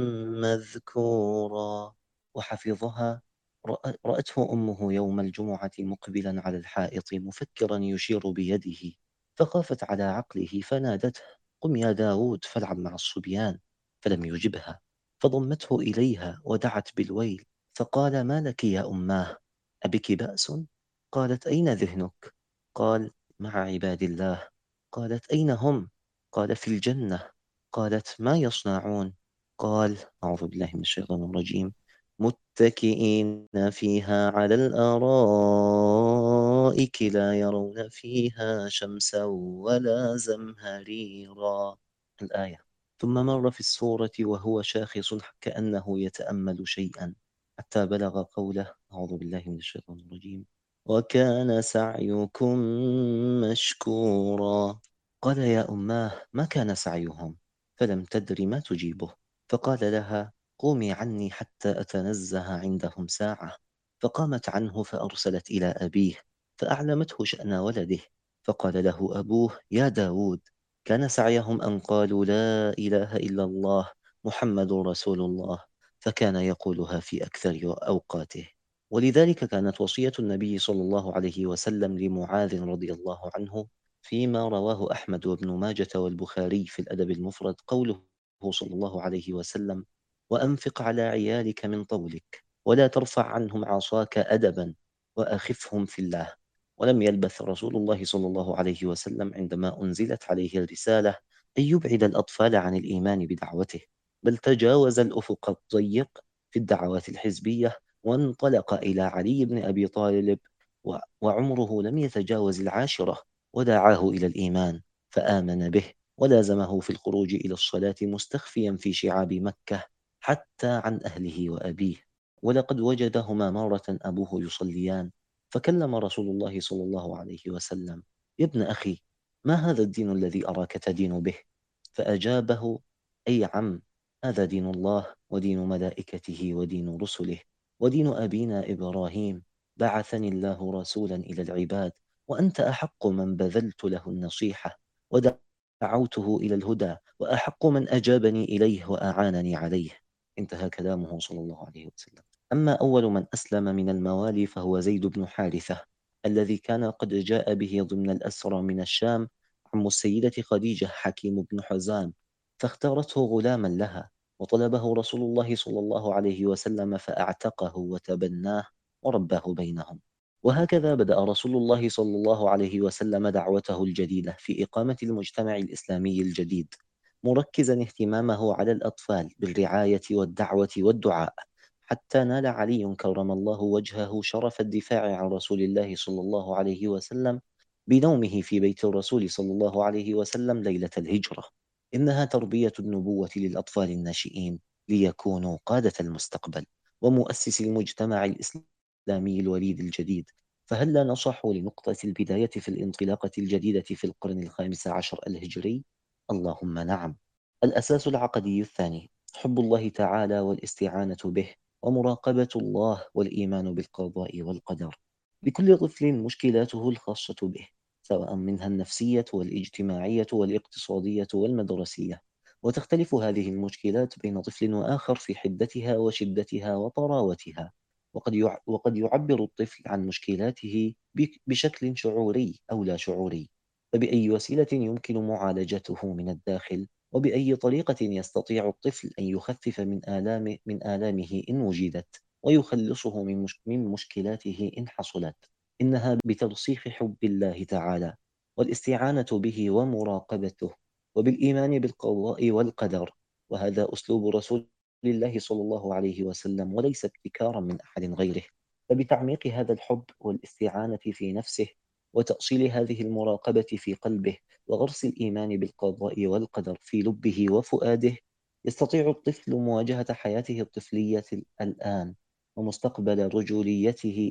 Speaker 10: مذكورا وحفظها، رأته أمه يوم الجمعة مقبلا على الحائط مفكرا يشير بيده، فخافت على عقله فنادته: قم يا داود فالعب مع الصبيان. فلم يجبها، فضمته إليها ودعت بالويل، فقال: ما لك يا أماه؟ أبك بأس؟ قالت: أين ذهنك؟ قال: مع عباد الله. قالت: أين هم؟ قال: في الجنة. قالت: ما يصنعون؟ قال: أعوذ بالله من الشيطان الرجيم متكئين فيها على الأرائك لا يرون فيها شمسا ولا زمهريرا. الآية. ثم مر في السورة وهو شاخص كأنه يتأمل شيئا حتى بلغ قوله: أعوذ بالله من الشيطان الرجيم وكان سعيكم مشكورا. قال: يا أماه ما كان سعيهم؟ فلم تدر ما تجيبه، فقال لها: قومي عني حتى أتنزه عندهم ساعة. فقامت عنه فأرسلت إلى أبيه فأعلمته شأن ولده، فقال له أبوه: يا داود، كان سعيهم أن قالوا لا إله إلا الله محمد رسول الله، فكان يقولها في أكثر أوقاته. ولذلك كانت وصية النبي صلى الله عليه وسلم لمعاذ رضي الله عنه فيما رواه أحمد وابن ماجة والبخاري في الأدب المفرد قوله صلى الله عليه وسلم: وأنفق على عيالك من طولك ولا ترفع عنهم عصاك أدبا وأخفهم في الله. ولم يلبث رسول الله صلى الله عليه وسلم عندما أنزلت عليه الرسالة أن يبعد الأطفال عن الإيمان بدعوته، بل تجاوز الأفق الضيق في الدعوات الحزبية وانطلق إلى علي بن أبي طالب وعمره لم يتجاوز 10، ودعاه إلى الإيمان فآمن به ولازمه في الخروج إلى الصلاة مستخفيا في شعاب مكة حتى عن أهله وأبيه. ولقد وجدهما مرة أبوه يصليان، فكلم رسول الله صلى الله عليه وسلم: يا ابن أخي، ما هذا الدين الذي أراك تدين به؟ فأجابه: أي عم، هذا دين الله ودين ملائكته ودين رسله ودين أبينا إبراهيم، بعثني الله رسولا إلى العباد، وأنت أحق من بذلت له النصيحة ودعوته إلى الهدى، وأحق من أجابني إليه وأعانني عليه. انتهى كلامه صلى الله عليه وسلم. أما أول من أسلم من الموالي فهو زيد بن حارثة، الذي كان قد جاء به ضمن الأسرى من الشام عم السيدة خديجة حكيم بن حزام، فاختارته غلاما لها، وطلبه رسول الله صلى الله عليه وسلم فأعتقه وتبناه ورباه بينهم. وهكذا بدأ رسول الله صلى الله عليه وسلم دعوته الجديدة في إقامة المجتمع الإسلامي الجديد، مركزا اهتمامه على الأطفال بالرعاية والدعوة والدعاء، حتى نال علي كرم الله وجهه شرف الدفاع عن رسول الله صلى الله عليه وسلم بنومه في بيت الرسول صلى الله عليه وسلم ليلة الهجرة. إنها تربية النبوة للأطفال الناشئين ليكونوا قادة المستقبل ومؤسس المجتمع الإسلامي الوليد الجديد. فهل لا نصح لنقطة البداية في الانطلاقة الجديدة في القرن ال15 الهجري؟ اللهم نعم. الأساس العقدي الثاني: حب الله تعالى والاستعانة به، ومراقبة الله والإيمان بالقضاء والقدر. لكل طفل مشكلاته الخاصة به، سواء منها النفسية والاجتماعية والاقتصادية والمدرسية، وتختلف هذه المشكلات بين طفل وآخر في حدتها وشدتها وطراوتها. وقد يعبر الطفل عن مشكلاته بشكل شعوري أو لا شعوري. فبأي وسيلة يمكن معالجته من الداخل، وبأي طريقة يستطيع الطفل أن يخفف من آلامه إن وجدت، ويخلصه من مشكلاته إن حصلت؟ إنها بترسيخ حب الله تعالى والاستعانة به ومراقبته، وبالإيمان بالقضاء والقدر. وهذا أسلوب رسول الله صلى الله عليه وسلم، وليس ابتكارا من أحد غيره. فبتعميق هذا الحب والاستعانة في نفسه، وتأصيل هذه المراقبة في قلبه، وغرس الإيمان بالقضاء والقدر في لبه وفؤاده، يستطيع الطفل مواجهة حياته الطفلية الآن، ومستقبل رجوليته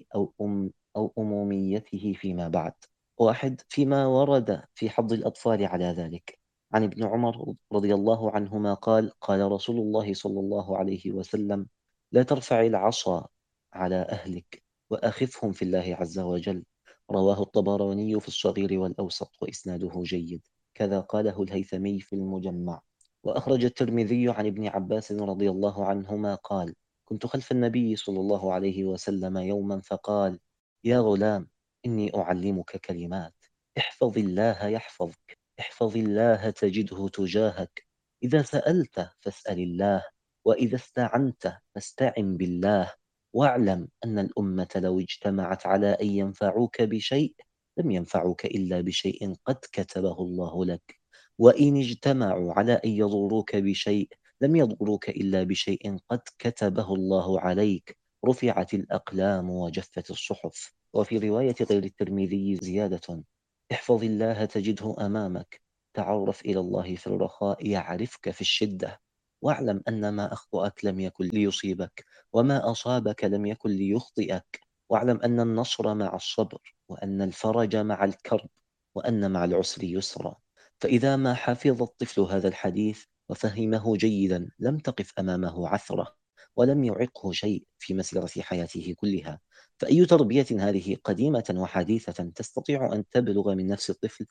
Speaker 10: أو أموميته فيما بعد. واحد، فيما ورد في حض الأطفال على ذلك، عن ابن عمر رضي الله عنهما قال: قال رسول الله صلى الله عليه وسلم: لا ترفع العصا على أهلك، وأخفهم في الله عز وجل. رواه الطبراني في الصغير والأوسط وإسناده جيد، كذا قاله الهيثمي في المجمع. وأخرج الترمذي عن ابن عباس رضي الله عنهما قال: كنت خلف النبي صلى الله عليه وسلم يوما فقال: يا غلام، إني أعلمك كلمات، احفظ الله يحفظك، احفظ الله تجده تجاهك، إذا سألت فاسأل الله، وإذا استعنت فاستعن بالله، واعلم أن الأمة لو اجتمعت على أن ينفعوك بشيء لم ينفعوك إلا بشيء قد كتبه الله لك، وإن اجتمعوا على أن يضروك بشيء لم يضروك إلا بشيء قد كتبه الله عليك، رفعت الأقلام وجفت الصحف. وفي رواية غير الترمذي زيادة: احفظ الله تجده أمامك، تعرف إلى الله في الرخاء يعرفك في الشدة، واعلم أن ما أخطأك لم يكن ليصيبك، وما أصابك لم يكن ليخطئك، واعلم أن النصر مع الصبر، وأن الفرج مع الكرب، وأن مع العسر يسرا. فإذا ما حفظ الطفل هذا الحديث وفهمه جيدا لم تقف أمامه عثرة، ولم يعقه شيء في مسيرة حياته كلها. فأي تربية هذه قديمة وحديثة تستطيع أن تبلغ من نفس الطفل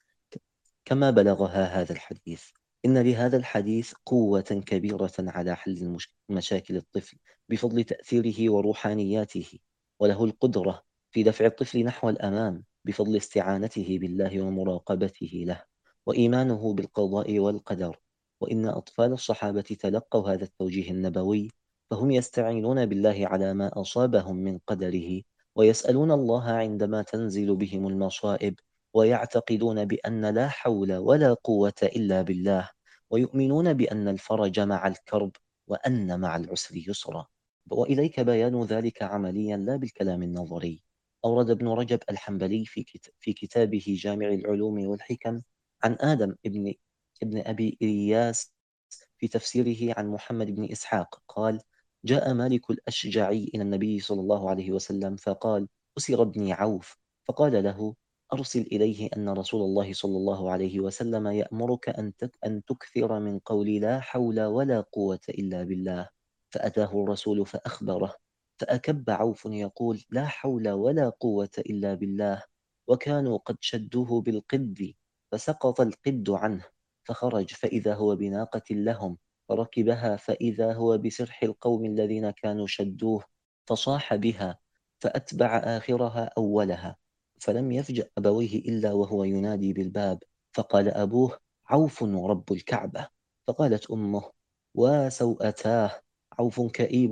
Speaker 10: كما بلغها هذا الحديث؟ إن لهذا الحديث قوة كبيرة على حل مشاكل الطفل بفضل تأثيره وروحانياته، وله القدرة في دفع الطفل نحو الأمام بفضل استعانته بالله ومراقبته له، وإيمانه بالقضاء والقدر. وإن أطفال الصحابة تلقوا هذا التوجيه النبوي، فهم يستعينون بالله على ما أصابهم من قدره، ويسألون الله عندما تنزل بهم المصائب، ويعتقدون بأن لا حول ولا قوة إلا بالله، ويؤمنون بأن الفرج مع الكرب، وأن مع العسر يسرا. وإليك بيان ذلك عمليا لا بالكلام النظري. أورد ابن رجب الحنبلي في كتابه جامع العلوم والحكم عن آدم ابن أبي إياس في تفسيره عن محمد بن إسحاق قال: جاء مالك الأشجعي إلى النبي صلى الله عليه وسلم فقال: أسر ابني عوف، فقال له: أرسل إليه أن رسول الله صلى الله عليه وسلم يأمرك أن تكثر من قول لا حول ولا قوة إلا بالله. فأتاه الرسول فأخبره، فأكب عوف يقول: لا حول ولا قوة إلا بالله. وكانوا قد شدوه بالقد فسقط القد عنه، فخرج فإذا هو بناقة لهم، فركبها فإذا هو بسرح القوم الذين كانوا شدوه، فصاح بها فأتبع آخرها أولها، فلم يفجأ أبويه إلا وهو ينادي بالباب، فقال أبوه: عوف ورب الكعبة. فقالت أمه: وسوءتاه، عوف كئيب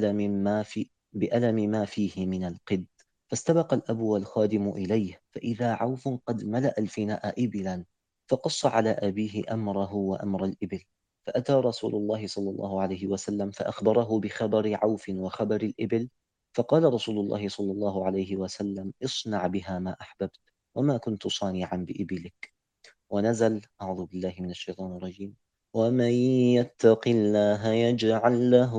Speaker 10: بألم ما فيه من القد. فاستبق الأب والخادم إليه، فإذا عوف قد ملأ الفناء إبلا، فقص على أبيه أمره وأمر الإبل. فأتى رسول الله صلى الله عليه وسلم فأخبره بخبر عوف وخبر الإبل، فقال رسول الله صلى الله عليه وسلم: اصنع بها ما أحببت، وما كنت صانعا بإبلك. ونزل: أعوذ بالله من الشيطان الرجيم: ومن يتق الله يجعل له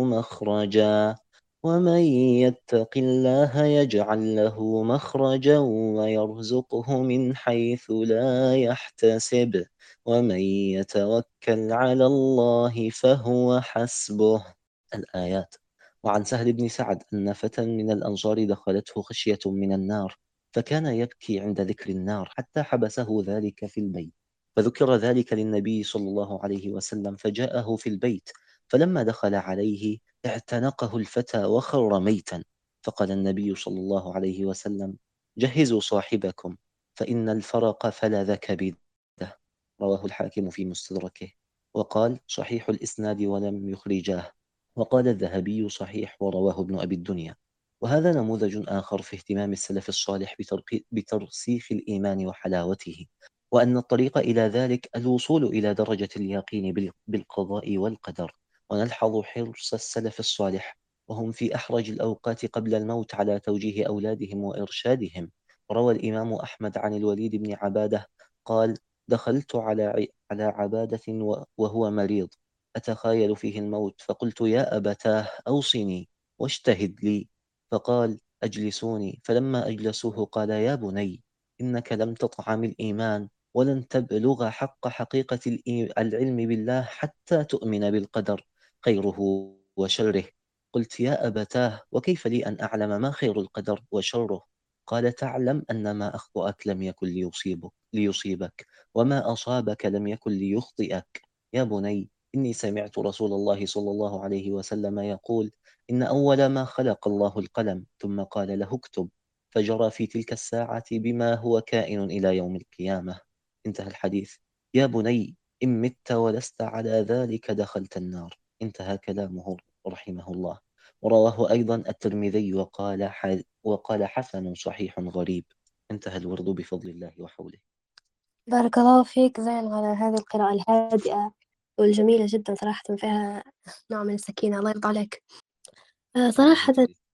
Speaker 10: مخرجا ومن يتق الله يجعل له مخرجا ويرزقه من حيث لا يحتسب ومن يتوكل على الله فهو حسبه. الآيات. وعن سهل بن سعد أن فتى من الأنصار دخلته خشية من النار، فكان يبكي عند ذكر النار حتى حبسه ذلك في البيت، فذكر ذلك للنبي صلى الله عليه وسلم فجاءه في البيت، فلما دخل عليه اعتنقه الفتى وخر ميتا، فقال النبي صلى الله عليه وسلم: جهزوا صاحبكم فإن الفرق فلذ كبده. رواه الحاكم في مستدركه، وقال: صحيح الإسناد ولم يخرجاه، وقال الذهبي: صحيح ورواه ابن أبي الدنيا. وهذا نموذج آخر في اهتمام السلف الصالح بترسيخ الإيمان وحلاوته، وأن الطريق إلى ذلك الوصول إلى درجة اليقين بالقضاء والقدر. ونلحظ حرص السلف الصالح وهم في أحرج الأوقات قبل الموت على توجيه أولادهم وإرشادهم. روى الإمام أحمد عن الوليد بن عبادة قال: دخلت على عبادة وهو مريض أتخايل فيه الموت، فقلت: يا أبتاه أوصني واشتهد لي. فقال: أجلسوني. فلما أجلسوه قال: يا بني، إنك لم تطعم الإيمان ولن تبلغ حقيقة العلم بالله حتى تؤمن بالقدر خيره وشره. قلت: يا أبتاه، وكيف لي أن أعلم ما خير القدر وشره؟ قال: تعلم أن ما أخطأك لم يكن ليصيبك وما أصابك لم يكن ليخطئك. يا بني، إني سمعت رسول الله صلى الله عليه وسلم يقول: إن أول ما خلق الله القلم، ثم قال له اكتب، فجرى في تلك الساعة بما هو كائن إلى يوم القيامة. انتهى الحديث. يا بني، إن مت ولست على ذلك دخلت النار. انتهى كلامه رحمه الله. ورواه أيضا الترمذي وقال حسن صحيح غريب. انتهى الورد بفضل الله وحوله.
Speaker 1: بارك الله فيك زين على هذه القراءة الهادئة والجميلة جدا، صراحة فيها نوع من السكينة. الله يرضى عليك. صراحة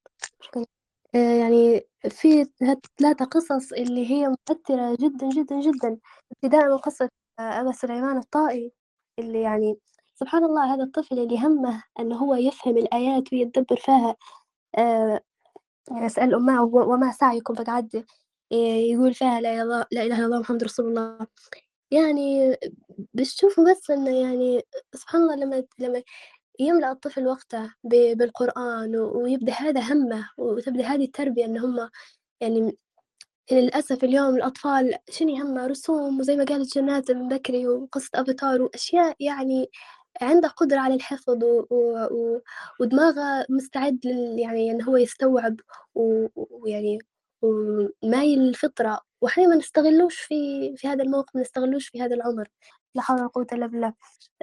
Speaker 1: يعني في ثلاثة قصص اللي هي مؤثرة جدا جدا جدا، ابتداء من قصة أبا سليمان الطائي، اللي يعني سبحان الله هذا الطفل اللي همه أنه هو يفهم الآيات ويتدبر فيها. يعني أسأل أمه وما سعيكم، فقعد يقول فيها لا إله إلا الله محمد رسول الله. يعني بتشوفوا بس إنه يعني سبحان الله لما يملأ الطفل وقته بالقرآن ويبدأ هذا همه وتبدأ هذه التربية إن هم يعني للأسف اليوم الأطفال شنو يهمها رسوم، وزي ما قالت جنات من بكري وقصة أفاتار وأشياء، يعني عنده قدرة على الحفظ ودماغه مستعد يعني إن هو يستوعب ويعني ومايل للفطرة، وإحنا ما نستغلوش في هذا الموقف، ما نستغلوش في هذا العمر. لا حول ولا قوة إلا بالله.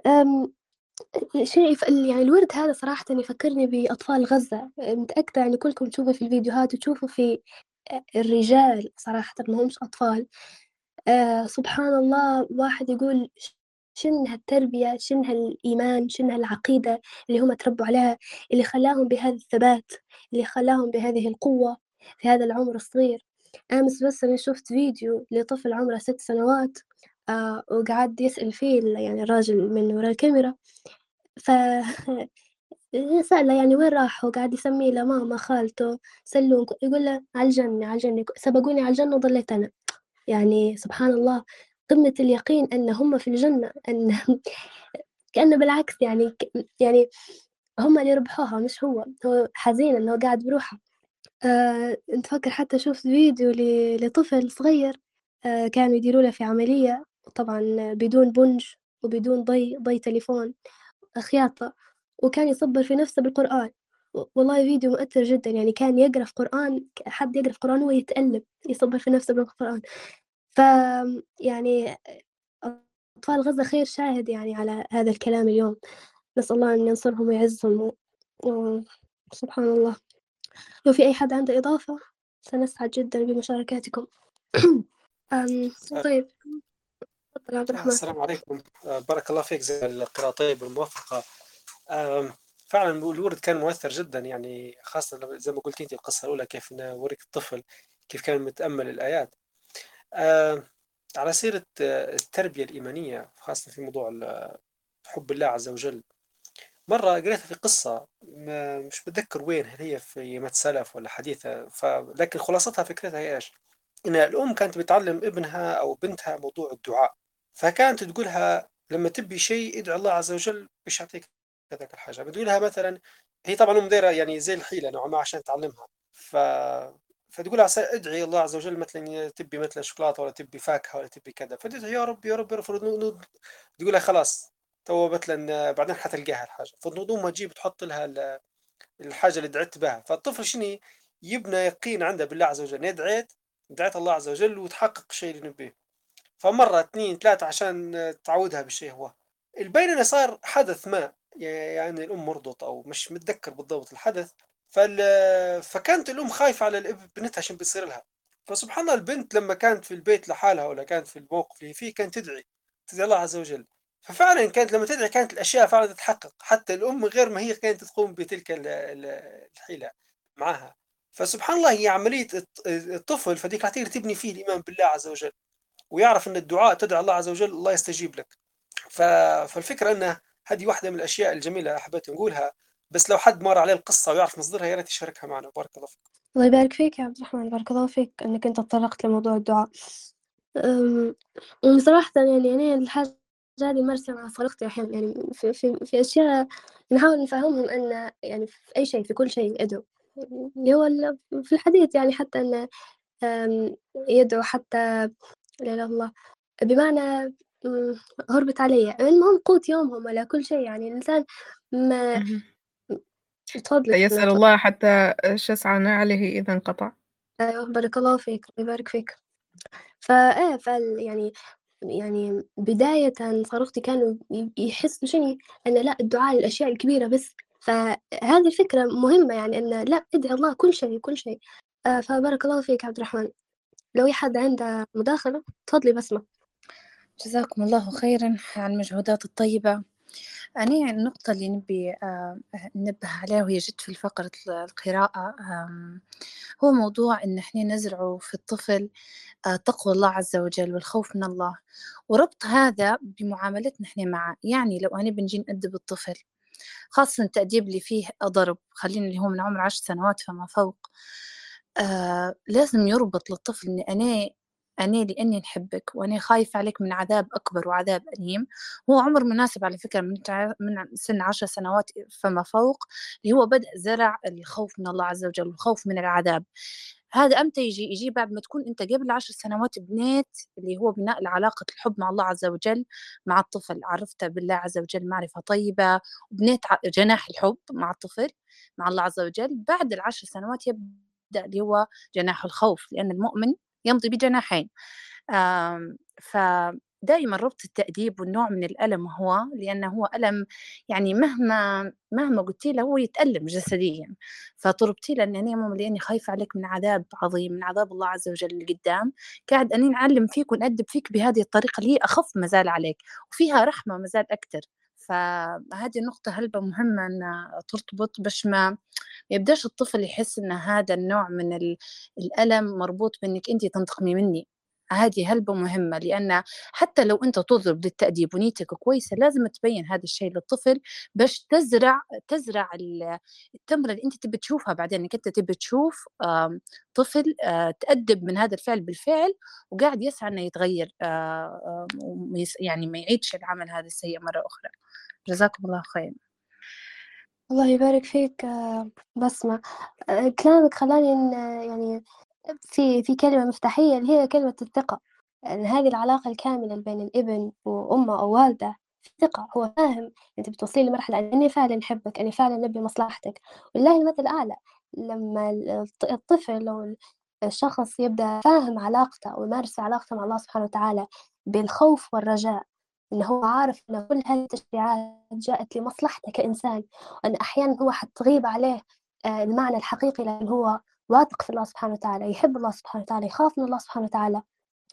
Speaker 1: شيء يعني الورد هذا صراحة يفكرني بأطفال غزة. متأكدة يعني كلكم تشوفوا في الفيديوهات وتشوفوا في الرجال صراحة ما همش أطفال. سبحان الله، واحد يقول شنها التربية، شنها الإيمان، شنها العقيدة اللي هم تربوا عليها، اللي خلاهم بهذا الثبات، اللي خلاهم بهذه القوة في هذا العمر الصغير. أمس بس أنا شفت فيديو لطفل عمره 6 سنوات، وقعد يسأل فيه يعني الراجل من وراء الكاميرا، ف سأله يعني وين راح، وقعد يسميه له ماما خالته سلون، يقول له على الجنة على الجنة، سبقوني على الجنة وضليت أنا. يعني سبحان الله، قمة اليقين أن هم في الجنة، أن كأنه بالعكس يعني يعني هم اللي ربحوها مش هو حزين أنه قاعد بروحه. نتفكر حتى شوفت فيديو لطفل صغير كانوا يديروا له في عملية، طبعا بدون بنج وبدون ضي تليفون، خياطة، وكان يصبر في نفسه بالقرآن. والله فيديو مؤثر جدا، يعني كان يقرأ في قرآن، حد يقرأ في قرآن ويتألم يصبر في نفسه بالقرآن. ف يعني أطفال غزة خير شاهد يعني على هذا الكلام اليوم. نسأل الله أن ينصرهم ويعزهم سبحان الله. لو في أي حد عنده إضافة سنسعد جدا بمشاركاتكم. طيب تفضل عبد الرحمن.
Speaker 8: السلام عليكم. بارك الله فيك زي القراءة طيب الموفقة. فعلا الورد كان مؤثر جدا، يعني خاصة زي ما قلت انت القصة الأولى كيف نوريك الطفل كيف كان متأمل الآيات. على سيرة التربية الإيمانية خاصة في موضوع حب الله عز وجل، مرة قريتها في قصة مش متذكر وين، هل هي في مات سلف ولا حديثة، لكن خلاصتها فكرتها هي إيش؟ إن الأم كانت بتعلم ابنها أو بنتها موضوع الدعاء، فكانت تقولها لما تبي شيء ادعي الله عز وجل باش يعطيك هذاك الحاجة. بتقولها مثلا، هي طبعا أم دايرة يعني زي الحيلة نوعا ما عشان تعلمها، فتقول ادعي الله عز وجل مثلا تبي مثلا شوكولاتة ولا تبي فاكهة ولا تبي كذا، فتدعي يا رب يا رب يا رب، تقولها خلاص تو مثلا بعدين حتلقاها الحاجة، فالنظام ما تجيب تحط لها الحاجة اللي دعيت بها. فالطفل شنو يبنى يقين عنده بالله عز وجل، دعيت الله عز وجل وتحقق الشيء اللي نبيه. فمرة اثنين ثلاثة عشان تعودها بالشيء هو البين انه صار حدث ما، يعني الأم مرضت أو مش متذكر بالضبط الحدث، فكانت الأم خايفة على بنتها عشان بيصير لها. فسبحان الله البنت لما كانت في البيت لحالها ولا كانت في الموقف اللي فيه كانت تدعي الله عز وجل، ففعلا كانت لما تدعي كانت الأشياء فعلا تتحقق، حتى الأم غير ما هي كانت تقوم بتلك الحيلة معها. فسبحان الله هي عملية الطفل فديك العتير تبني فيه الإيمان بالله عز وجل، ويعرف أن الدعاء تدعى الله عز وجل الله يستجيب لك. فالفكرة أن هذه واحدة من الأشياء الجميلة حبيت نقولها، بس لو حد مر عليه القصة ويعرف مصدرها يا ريت يشاركها معنا. بارك الله فيك.
Speaker 1: الله يبارك فيك يا عبد الرحمن، بارك الله فيك أنك أنت تطرقت لموضوع الدعاء. وصراحة يعني الحاجة هذه مارسة مع صديقتي أحيانا، يعني في أشياء نحاول نفهمهم أن يعني في أي شيء في كل شيء ادعو، اللي هو في الحديث يعني حتى أن يدعو حتى لا إله إلا الله، بمعنى هربت علي، المهم قوت يومهم ولا كل شيء، يعني الإنسان ما تفضلي.
Speaker 5: يسأل الله حتى شسع نعله إذا انقطع.
Speaker 1: أيوه بارك الله فيك، الله يبارك فيك. يعني بداية صاروختي كانوا يحسوا شنو أن لا الدعاء للأشياء الكبيرة بس، فهذه الفكرة مهمة، يعني أن لا ادعي الله كل شيء كل شيء. فبارك الله فيك عبد الرحمن. لو أي حد عنده مداخلة تفضلي بسمة.
Speaker 4: جزاكم الله خيرا على المجهودات الطيبة. أنا النقطة اللي نبي ننبه عليها وهي جد في فقرة القراءة، هو موضوع إن إحنا نزرعه في الطفل تقوى الله عز وجل والخوف من الله، وربط هذا بمعاملتنا إحنا معه. يعني لو أنا بنجي نأدب الطفل، خاصة التأديب اللي فيه ضرب، خلينا اللي هو من عمر 10 سنوات فما فوق، لازم يربط للطفل إن أنا لأني نحبك وأنا خايف عليك من عذاب أكبر وعذاب أليم. هو عمر مناسب على فكرة من سن 10 سنوات فما فوق، اللي هو بدء زرع الخوف من الله عز وجل والخوف من العذاب. هذا أمتى يجي بعد ما تكون أنت قبل 10 سنوات بنيت اللي هو بناء العلاقة الحب مع الله عز وجل مع الطفل، عرفته بالله عز وجل معرفة طيبة، وبنيت جناح الحب مع الطفل مع الله عز وجل. بعد 10 سنوات يبدأ اللي هو جناح الخوف، لأن المؤمن يمضي بجناحين. فدائما ربط التأديب والنوع من الألم، هو لأنه هو ألم يعني مهما قلت له هو يتألم جسديا، فتربطي له أنني ماما لأني خايفة عليك من عذاب عظيم، من عذاب الله عز وجل اللي قدام، قاعد أني نعلم فيك ونأدب فيك بهذه الطريقة اللي هي أخف مازال عليك وفيها رحمة مازال أكتر. فهذه نقطة هلبة مهمة أن ترتبط باش ما يبداش الطفل يحس أن هذا النوع من الألم مربوط بأنك أنت تنتقمي مني. هذه هلبة مهمة، لأن حتى لو أنت تضرب للتأديب ونيتك كويسة لازم تبين هذا الشيء للطفل باش تزرع التمرة اللي أنت تبي تشوفها بعدين، إنك أنت تبي تشوف طفل تأدب من هذا الفعل بالفعل وقاعد يسعى إنه يتغير، يعني ما يعيدش العمل هذا السيء مرة أخرى. جزاكم الله خير.
Speaker 1: الله يبارك فيك بسمة. كلامك خلاني يعني في كلمة مفتاحية اللي هي كلمة الثقة، يعني هذه العلاقة الكاملة بين الابن وأمه أو والده، في ثقة. هو فاهم أنت بتوصلي لمرحلة أني فعلا أحبك، أني فعلا نبي مصلحتك، والله المثل الأعلى. لما الطفل أو الشخص يبدأ فاهم علاقته أو يمارس علاقته مع الله سبحانه وتعالى بالخوف والرجاء، إنه هو عارف إن كل هذه التشريعات جاءت لمصلحته كإنسان، وأن أحيانا هو حتغيب عليه المعنى الحقيقي، لأن هو واثق في الله سبحانه وتعالى، يحب الله سبحانه وتعالى، يخاف من الله سبحانه وتعالى،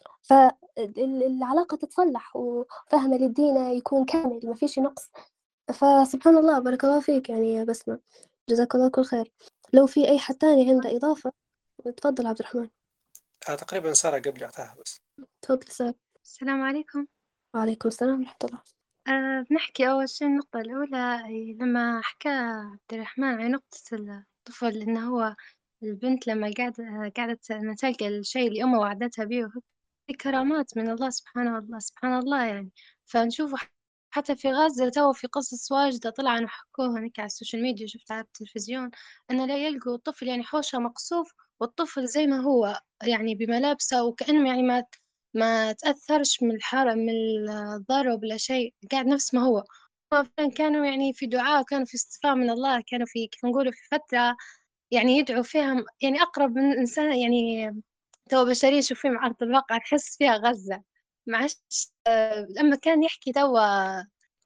Speaker 1: فالعلاقة تتصلح وفهم للدين يكون كامل ما فيش نقص. فسبحان الله، بارك الله فيك يعني يا بسمة، جزاك الله كل خير. لو في أي حد تاني عنده إضافة تفضل عبد الرحمن.
Speaker 8: تقريبا سارة قبل أعطاها بس.
Speaker 1: تفضل سارة.
Speaker 7: السلام عليكم.
Speaker 1: وعليكم السلام ورحمة الله.
Speaker 7: بنحكي أول شيء النقطة الأولى لما حكى عبد الرحمن عن نقطة الطفل، إنه هو البنت لما قعدت لما تلقى الشيء اللي أمها وعدتها به في كرامات من الله سبحان الله يعني. فنشوف حتى في غزة تو في قصص واجدة طلعوا وحكوها هيك على السوشيال ميديا، شفتها على التلفزيون، أن لا يلقوا الطفل يعني حوشه مقصوف والطفل زي ما هو يعني بملابسه وكأنه يعني ما تأثرش من الحرب من الضرب ولا شيء، قاعد نفس ما هو. كانوا يعني في دعاء، كانوا في استغفار من الله، كانوا في كيف نقولوا في فترة يعني يدعوا فيها يعني أقرب من إنسان يعني تو بشرية شوف فيهم على أرض الواقع تحس فيها غزة. معش لما كان يحكي توا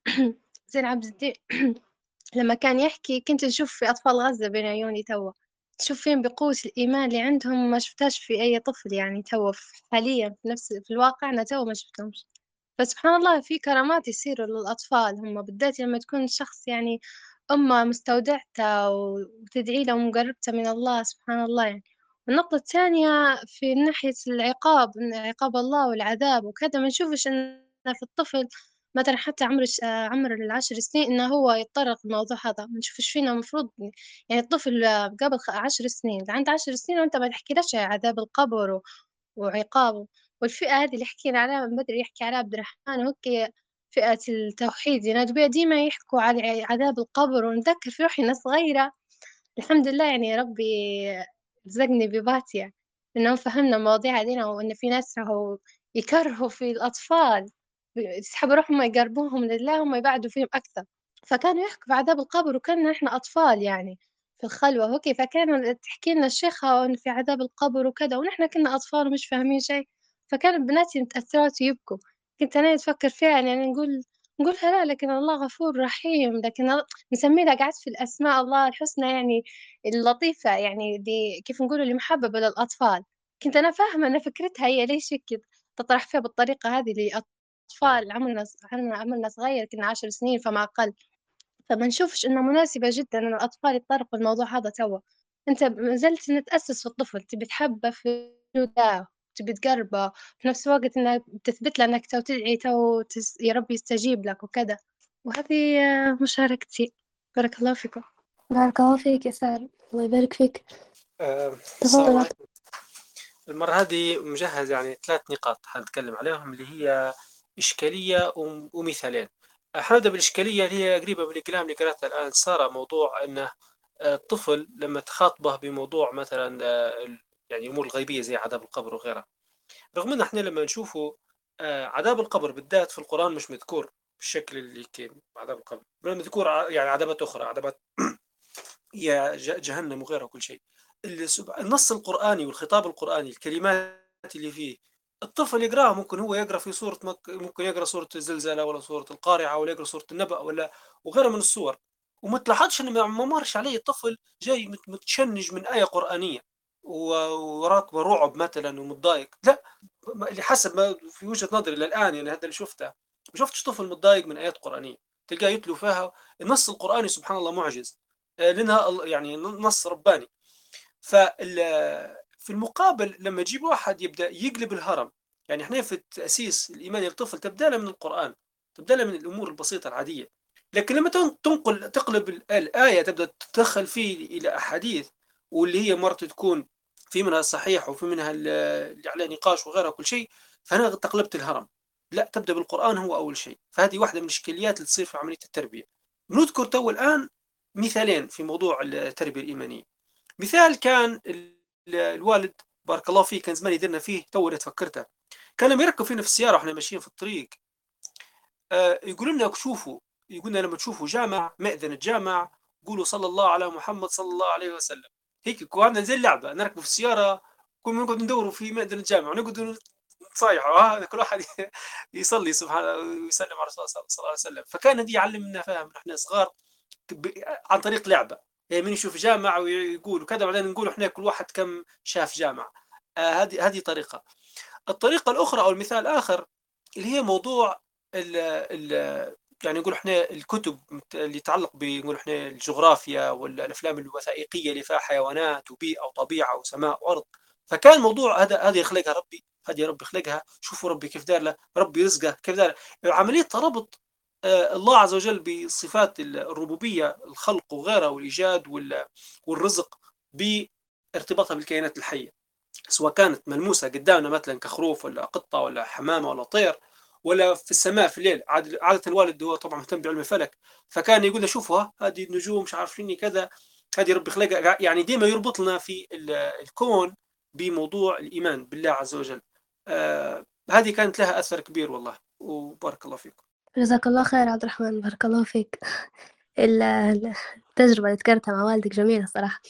Speaker 7: زين عبد الدين لما كان يحكي كنت نشوف في أطفال غزة بين عيوني توا، تشوف فيهم بقوة الإيمان اللي عندهم ما شفتهاش في أي طفل يعني توا حاليا في الواقع توا ما شفتهمش. فسبحان الله في كرامات يصيروا للأطفال هم بالذات لما تكون شخص يعني أمه مستودعته وتدعي له ومقربته من الله سبحان الله يعني. النقطة الثانية في ناحية العقاب، عقاب الله والعذاب وكذا، ما نشوفش إن في الطفل مثلا حتى عمر 10 سنين إنه هو يتطرق الموضوع هذا، ما نشوفش فينا المفروض يعني الطفل قبل 10 سنين عند 10 سنين وأنت ما تحكيلش عذاب القبر وعقابه. والفئة هذه اللي حكينا عليها من بدري يحكي عليها عبد الرحمن وهيك فئة التوحيد ينادوا بها ديما يحكوا على عذاب القبر، ونذكر في روحي ناس صغيرة الحمد لله يعني ربي رزقني بباتية إنهم فهمنا المواضيع هذينا، وإن في ناس راهو يكرهوا في الأطفال يسحبوا روحهم يقربوهم لله وما يبعدوا فيهم أكثر. فكانوا يحكوا في عذاب القبر وكنا إحنا أطفال يعني في الخلوة وكي، فكانوا تحكي لنا الشيخة إن في عذاب القبر وكذا ونحن كنا أطفال ومش فاهمين شيء، فكانت بناتي متأثرات ويبكوا. كنت أنا أتفكر فيها يعني نقولها لا، لكن الله غفور رحيم، لكن نسمي لها قعدت في الأسماء الله الحسنى يعني اللطيفة يعني دي كيف نقولوا اللي محببة للأطفال. كنت أنا فاهمة أن فكرتها هي ليش كده تطرح فيها بالطريقة هذه لأطفال عمرنا صغير كنا 10 سنين فما أقل. فما نشوفش إنها مناسبة جدا إن الأطفال يتطرقوا الموضوع هذا توا. أنت ما زلت نتأسس في الطفل، تبي تحبه في وجوده، تبي تقربه في نفس الوقت إنك تثبت له إنك تو تدعي يا رب يستجيب لك وكذا. وهذه مشاركتي. بارك الله فيكم.
Speaker 1: بارك الله فيك يا سارة، الله يبارك فيك.
Speaker 8: السلام
Speaker 1: تفضل.
Speaker 8: عليكم. المرة هذه مجهز يعني 3 نقاط حنتكلم عليهم اللي هي إشكالية ومثالين. حنبدأ بالإشكالية اللي هي قريبة من الكلام اللي قرأته الآن سارة، موضوع أنه الطفل لما تخاطبه بموضوع مثلا يعني أمور الغيبية زي عذاب القبر وغيرها، رغم أن احنا لما نشوفه عذاب القبر بالذات في القرآن مش مذكور بالشكل اللي كان عذاب القبر، بل مذكور يعني عذابات أخرى، عذابات يا جهنم وغيرها وكل شيء. النص القرآني والخطاب القرآني الكلمات اللي فيه الطفل يقرأها، ممكن هو يقرأ في سورة ممكن يقرأ سورة الزلزلة ولا سورة القارعة ولا يقرأ سورة النبأ ولا وغيرها من السور، وما تلاحظش إنه ما مارش عليه الطفل جاي متشنج من آية قرآنية وراكبه رعب مثلا ومتضايق، لا، اللي حسب ما في وجهة نظري للآن يعني هذا اللي شفته، ما شفتش طفل متضايق من آيات قرآنية تلقاه يتلو فيها. النص القرآني سبحان الله معجز لأنها يعني نص رباني. في المقابل لما تجيب واحد يبدأ يقلب الهرم يعني احنا في تأسيس الإيمان للطفل تبدأ له من القرآن، تبدأ له من الأمور البسيطة العادية. لكن لما تقلب الآية تبدأ تدخل فيه إلى أحاديث، واللي هي مرة تكون في منها الصحيح وفي منها اللي عليه نقاش وغيرها كل شيء، فهنا تقلبت الهرم. لا، تبدأ بالقرآن هو أول شيء. فهذه واحدة من الإشكاليات اللي تصير في عملية التربية. بنذكر تو الآن مثالين في موضوع التربية الإيمانية. مثال كان الوالد بارك الله فيه، كان زمان يديرنا فيه تو اللي تفكرته. كان لما يركب فينا في السيارة واحنا ماشيين في الطريق، يقول لنا شوفوا، يقولنا لما تشوفوا جامع مأذن الجامع قولوا صلى الله على محمد صلى الله عليه وسلم. هيك كنا زي اللعبة، نركب في السيارة كل ما نقعد ندوروا في مأذن الجامع ونقعد نصيحوا كل واحد يصلي سبحان الله ويسلم على رسول الله صلى الله عليه وسلم. فكان هذه يعلمنا فهم احنا صغار عن طريق لعبة. يعني من يشوف جامع ويقول وكذا، بعدين نقول احنا كل واحد كم شاف جامع. هذه طريقة. الطريقة الأخرى أو المثال الآخر اللي هي موضوع ال ال يعني نقول احنا الكتب اللي يتعلق بنقول احنا الجغرافيا والافلام الوثائقيه اللي فيها حيوانات وبيئه وطبيعه وسماء وارض. فكان الموضوع هذا يخلقها ربي، هذه ربي خلقها، شوفوا ربي كيف دار له، ربي رزقه كيف دار. عمليه تربط الله عز وجل بصفات الربوبيه، الخلق وغيرها والايجاد والرزق، بارتباطها بالكائنات الحيه، سواء كانت ملموسة قدامنا مثلا كخروف ولا قطة ولا حمامة ولا طير، ولا في السماء في الليل. عادة الوالد هو طبعا مهتم بعلم الفلك، فكان يقول لنا شوفوا هذه النجوم مش عارفين كذا، هذه ربي خلقها. يعني ديما يربط لنا في الكون بموضوع الإيمان بالله عز وجل. هذه كانت لها أثر كبير والله، وبارك الله فيكم.
Speaker 1: جزاك الله خير عبد الرحمن، بارك الله فيك. التجربة اللي ذكرتها مع والدك جميلة الصراحة.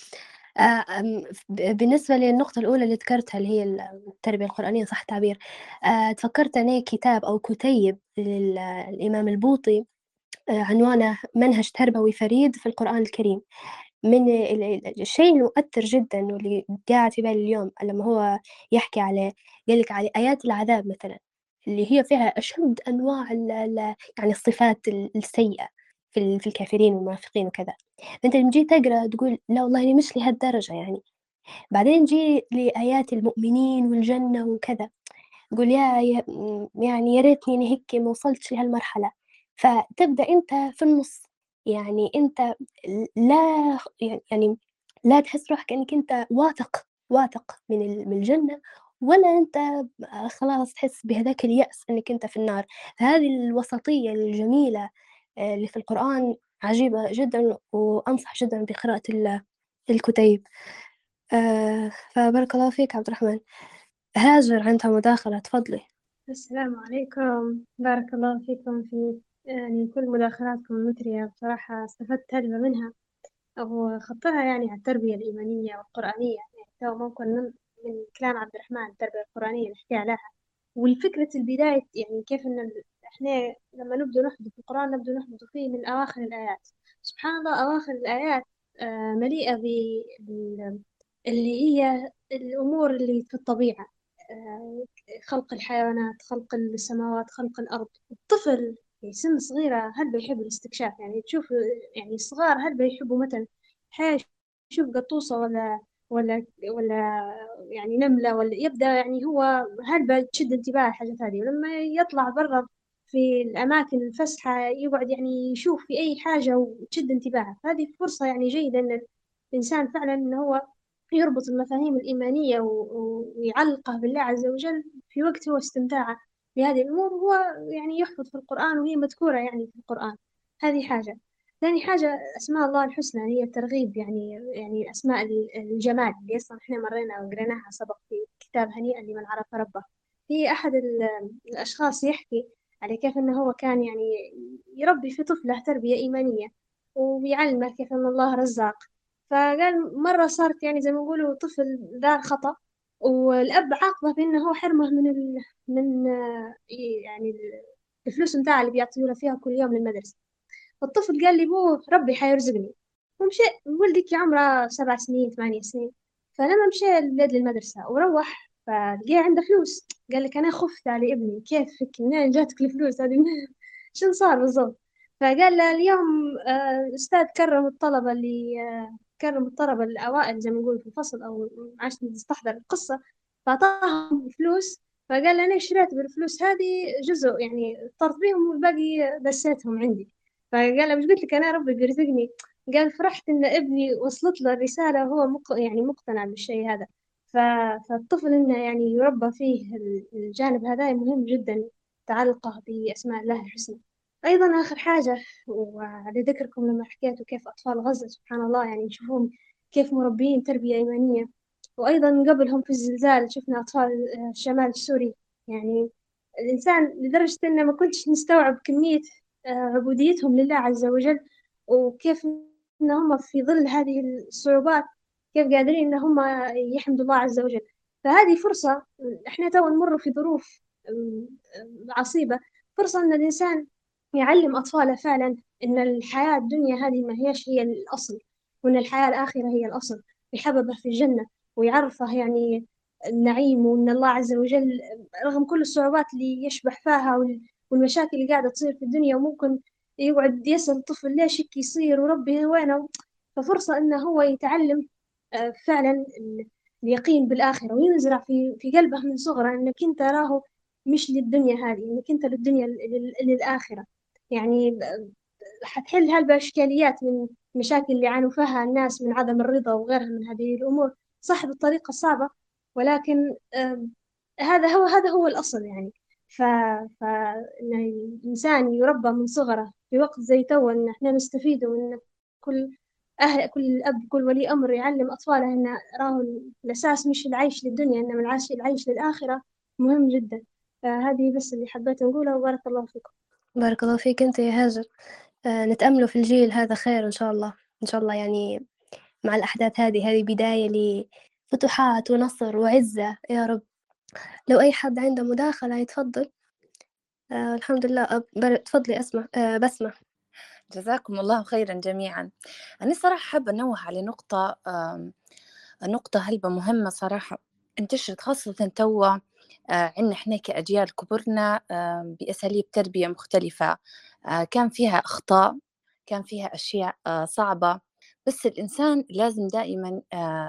Speaker 1: بالنسبة للنقطة الأولى اللي ذكرتها اللي هي التربية القرآنية صح التعبير، تفكرت أنا كتاب أو كتيب للإمام البوطي، عنوانه منهج تربوي فريد في القرآن الكريم. من الشيء المؤثر جدا واللي قاعد في بالي اليوم لما هو يحكي على قال لك على آيات العذاب مثلا، اللي هي فيها أشد أنواع يعني الصفات السيئة في الكافرين والمنافقين وكذا. أنت لما تجي تقرأ تقول لا والله أنا مش لهالدرجة يعني. بعدين نجي لآيات المؤمنين والجنة وكذا، تقول يعني يا ريتني أنا هيك ما وصلتش لهالمرحلة. فتبدأ أنت في النص، يعني أنت لا يعني لا تحس روحك أنك أنت واثق من الجنة، ولا أنت خلاص تحس بهذاك اليأس أنك أنت في النار. هذه الوسطية الجميلة اللي في القرآن عجيبة جدا، وأنصح جدا بقراءة الكتيب. فبارك الله فيك عبد الرحمن. هاجر عندها مداخلة، تفضلي.
Speaker 2: السلام عليكم، بارك الله فيكم في يعني كل مداخلاتكم المثرية. بصراحة استفدت هلبة منها أو خطرها يعني على التربية الإيمانية والقرآنية. يعني تو ممكن من كلام عبد الرحمن التربية القرآنية نحكي عليها، والفكرة البداية يعني كيف إن إحنا لما نبدأ نحفظ في القرآن نبدأ نحفظ فيه من أواخر الآيات. سبحان الله، أواخر الآيات مليئة اللي هي الأمور اللي في الطبيعة، خلق الحيوانات، خلق السماوات، خلق الأرض. الطفل في سن صغيرة هل بيحب الاستكشاف؟ يعني تشوف يعني الصغار هل بيحبوا مثلا حاجة، يشوف قطوسة ولا يعني نملة، ولا يبدأ يعني هو هل بتشد انتباه الحاجات هذه. ولما يطلع برا في الأماكن الفسحة يقعد يعني يشوف في أي حاجة وتشد انتباهه. هذه فرصة يعني جيدة إن الإنسان فعلا إن هو يربط المفاهيم الإيمانية ويعلقه بالله عز وجل في وقت هو استمتاعه بهذه الأمور، وهو يعني يحفظ في القرآن وهي مذكورة يعني في القرآن. هذه حاجة. ثاني حاجة أسماء الله الحسنى، هي الترغيب يعني أسماء الجمال اللي أصلا إحنا مرينا وقريناها سبق في كتاب هنيئا لمن عرف ربه. في أحد الأشخاص يحكي على كيف إنه هو كان يعني يربي في طفله تربية إيمانية ويعلمه كيف إن الله رزاق. فقال مرة صارت يعني زي ما نقولوا طفل دار خطأ، والأب عاقبه بأنه هو حرمه من يعني الفلوس متاعه اللي بيعطيه له فيها كل يوم للمدرسة. فالطفل قال لي بوه ربي حيرزقني. ومشي ولدك عمره 7 سنين 8 سنين. فلما مشى الولد للمدرسة وروح فلقيه عنده فلوس، قال لك أنا خفت على ابني، كيف منين جاتك الفلوس هذه؟ شنو صار بالضبط؟ فقال له اليوم الأستاذ كرم الطلبة كرم الطلبة الأوائل زي ما نقول في الفصل، أو عشان تستحضر القصة، فأعطاهم فلوس. فقال أنا اشتريت بالفلوس هذه جزء يعني اضطرت بيهم والباقي دسيتهم عندي. فقال له مش قلت لك أنا ربي بيرزقني؟ قال فرحت إن ابني وصلت له الرسالة وهو يعني مقتنع بالشيء هذا. فالطفل إنه يعني يربى فيه الجانب هذا مهم جدا، تعلقه بأسماء الله الحسنى. أيضا آخر حاجة، وعلى ذكركم لما حكيتوا كيف أطفال غزة سبحان الله يعني نشوفهم كيف مربيين تربية إيمانية، وأيضا قبلهم في الزلزال شفنا أطفال الشمال السوري. يعني الإنسان لدرجة إنه ما كنتش نستوعب كمية عبوديتهم لله عز وجل، وكيف إن هم في ظل هذه الصعوبات كيف قادرين إن هم يحمدوا الله عز وجل. فهذه فرصة، إحنا تو نمر في ظروف عصيبة، فرصة إن الإنسان يعلم أطفاله فعلا إن الحياة الدنيا هذه ما هيش هي الأصل، وإن الحياة الآخرة هي الأصل، يحببه في الجنة ويعرفه يعني النعيم، وإن الله عز وجل رغم كل الصعوبات اللي يشبح فيها والمشاكل اللي قاعدة تصير في الدنيا، وممكن يقعد يسأل الطفل ليش هيك يصير وربي وينه. ففرصة إنه هو يتعلم فعلا اليقين بالآخرة، وينزرع في قلبه من صغره إنك أنت راهو مش للدنيا هذه، إنك أنت للدنيا للآخرة. يعني حتحل هالبإشكاليات من المشاكل اللي عانوا فيها الناس من عدم الرضا وغيرها من هذه الأمور، صح بالطريقة صعبة، ولكن هذا هو الأصل يعني. فإن الإنسان يربى من صغره في وقت زي تو، إن إحنا نستفيد، وإن كل أب كل ولي أمر يعلم أطفاله إن راهو الأساس مش العيش للدنيا إنما العيش للآخرة، مهم جدا. فهذه بس اللي حبيت نقوله، وبارك الله فيكم.
Speaker 1: بارك الله فيك أنت يا هاجر. نتأمله في الجيل هذا خير إن شاء الله، إن شاء الله يعني مع الأحداث هذه بداية لفتوحات ونصر وعزة يا رب. لو أي حد عنده مداخلة يتفضل. الحمد لله. تفضلي أسمع بسمة.
Speaker 4: جزاكم الله خيرا جميعا. أنا صراحة حابة أنوه على نقطة هلبة مهمة صراحة انتشرت خاصة توا عنا إحنا كأجيال كبرنا بأساليب تربية مختلفة، كان فيها أخطاء، كان فيها أشياء صعبة، بس الإنسان لازم دائما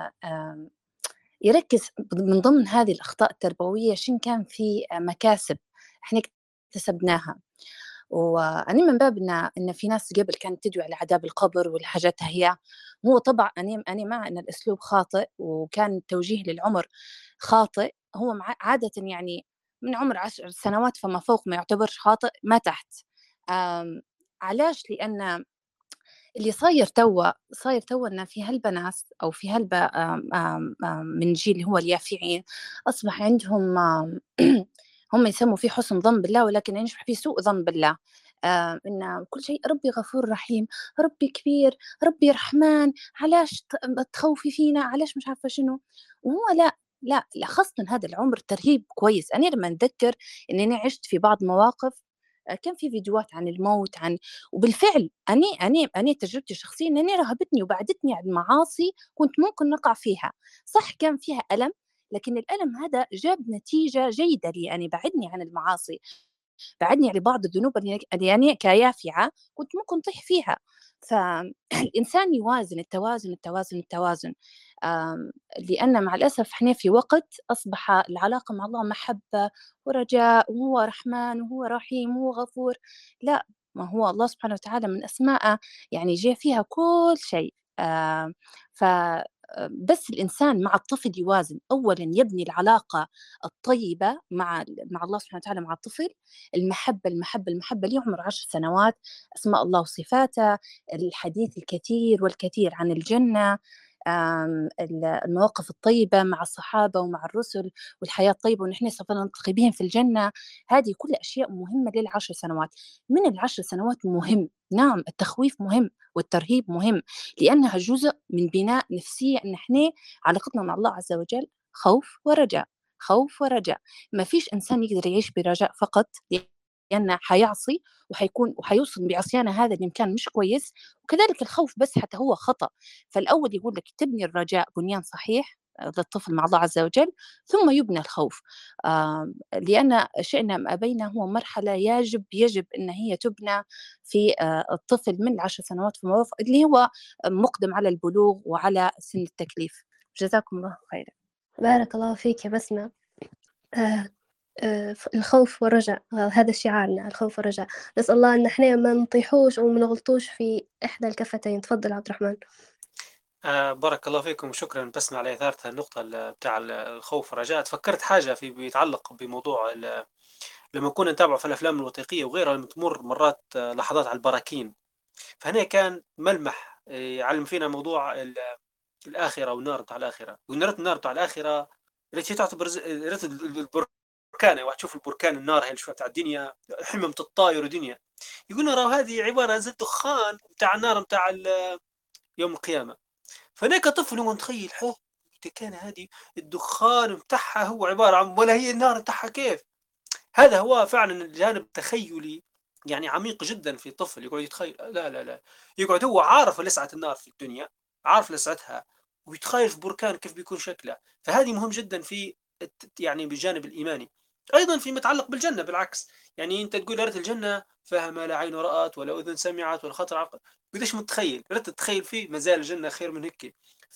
Speaker 4: يركز من ضمن هذه الأخطاء التربوية شن كان في مكاسب إحنا اكتسبناها. وأنا من باب إن في ناس قبل كانت تدعو على عذاب القبر والحاجات هي، هو طبعا أنا مع أن الأسلوب خاطئ وكان التوجيه للعمر خاطئ. هو عادة يعني من عمر 10 سنوات فما فوق ما يعتبرش خاطئ، ما تحت. علاش؟ لأن اللي صاير توا إن في هالبنات أو في من جيل اللي هو اليافعين أصبح عندهم هم يسموا فيه حسن ظن بالله، ولكن ينجح فيه سوء ظن بالله. إن كل شيء ربي غفور رحيم، ربي كبير، ربي رحمن، علاش تخوفي فينا، علاش مش عارفة شنو. وهو لا خاصة هذا العمر ترهيب كويس. أنا لما أتذكر إني عشت في بعض مواقف كان في فيديوهات عن الموت، وبالفعل أنا تجربتي الشخصية أنني رهبتني وبعدتني عن المعاصي كنت ممكن نقع فيها. صح كان فيها ألم، لكن الألم هذا جاب نتيجة جيدة لي، يعني بعدني عن المعاصي، بعدني عن بعض الذنوب اللي يعني كيافعة كنت ممكن طيح فيها. فالإنسان يوازن، التوازن. لأن مع الأسف احنا في وقت أصبح العلاقة مع الله محبة ورجاء، وهو رحمن وهو رحيم وهو غفور. لا، ما هو الله سبحانه وتعالى من أسماءه يعني جاء فيها كل شيء. بس الإنسان مع الطفل يوازن، أولا يبني العلاقة الطيبة مع الله سبحانه وتعالى، مع الطفل المحبة لي عمر 10 سنوات، أسماء الله وصفاته، الحديث الكثير والكثير عن الجنة، المواقف الطيبة مع الصحابة ومع الرسل، والحياة الطيبة ونحن سوف نلتقي بهم في الجنة. هذه كل أشياء مهمة لل10 سنوات. من ال10 سنوات مهم، نعم التخويف مهم والترهيب مهم، لأنها جزء من بناء نفسية أن احنا علاقتنا مع الله عز وجل خوف ورجاء. ما فيش إنسان يقدر يعيش برجاء فقط، لأنه حيعصي وحيوصل بعصيانه هذا الإمكان مش كويس، وكذلك الخوف بس حتى هو خطأ. فالأول يقول لك تبني الرجاء بنيان صحيح للطفل مع الله عز وجل، ثم يبنى الخوف. لأن شئنا أم أبينا هو مرحلة يجب أن هي تبنى في الطفل من 10 سنوات فما فوق، اللي هو مقدم على البلوغ وعلى سن التكليف. جزاكم الله خيرا.
Speaker 1: بارك الله فيك يا بسمة. الخوف والرجاء، هذا شعارنا، الخوف والرجاء. نسأل الله إن إحنا ما نطيحوش وما نغلطوش في إحدى الكفتين. تفضل عبد الرحمن.
Speaker 8: بارك الله فيكم وشكرا. بسمع على إثارة النقطة بتاع الخوف والرجاء. تفكرت حاجة في بيتعلق بموضوع لما كنا نتابع في الأفلام الوثائقية وغيرها، لما تمر مرات لحظات على البراكين، فهنا كان ملمح يعلم فينا موضوع الآخرة والنار بتاع الآخرة. النار بتاع الآخرة التي تعتبر البركان. واحد تشوف البركان، النار هي شوية بتاع الدنيا، حمم الطاير ودنيا. يقولنا راهو هذه عبارة زي الدخان بتاع النار بتاع يوم القيامة. فهناك طفل هو متخيل كان هذه الدخان بتاعها هو عبارة عن، ولا هي النار بتاعها كيف. هذا هو فعلا الجانب التخيلي يعني عميق جدا في طفل يقعد يتخيل. لا لا لا، يقعد هو عارف لسعة النار في الدنيا، عارف لسعتها، ويتخيل في بركان كيف بيكون شكله. فهذه مهم جدا في يعني بالجانب الإيماني. أيضا فيما يتعلق بالجنة بالعكس، يعني أنت تقول يا ريت الجنة فيها ما لا عين رأت ولا أذن سمعت ولا خطر عقل. قديش متخيل، يا ريت تتخيل فيه مازال الجنة خير من هيك.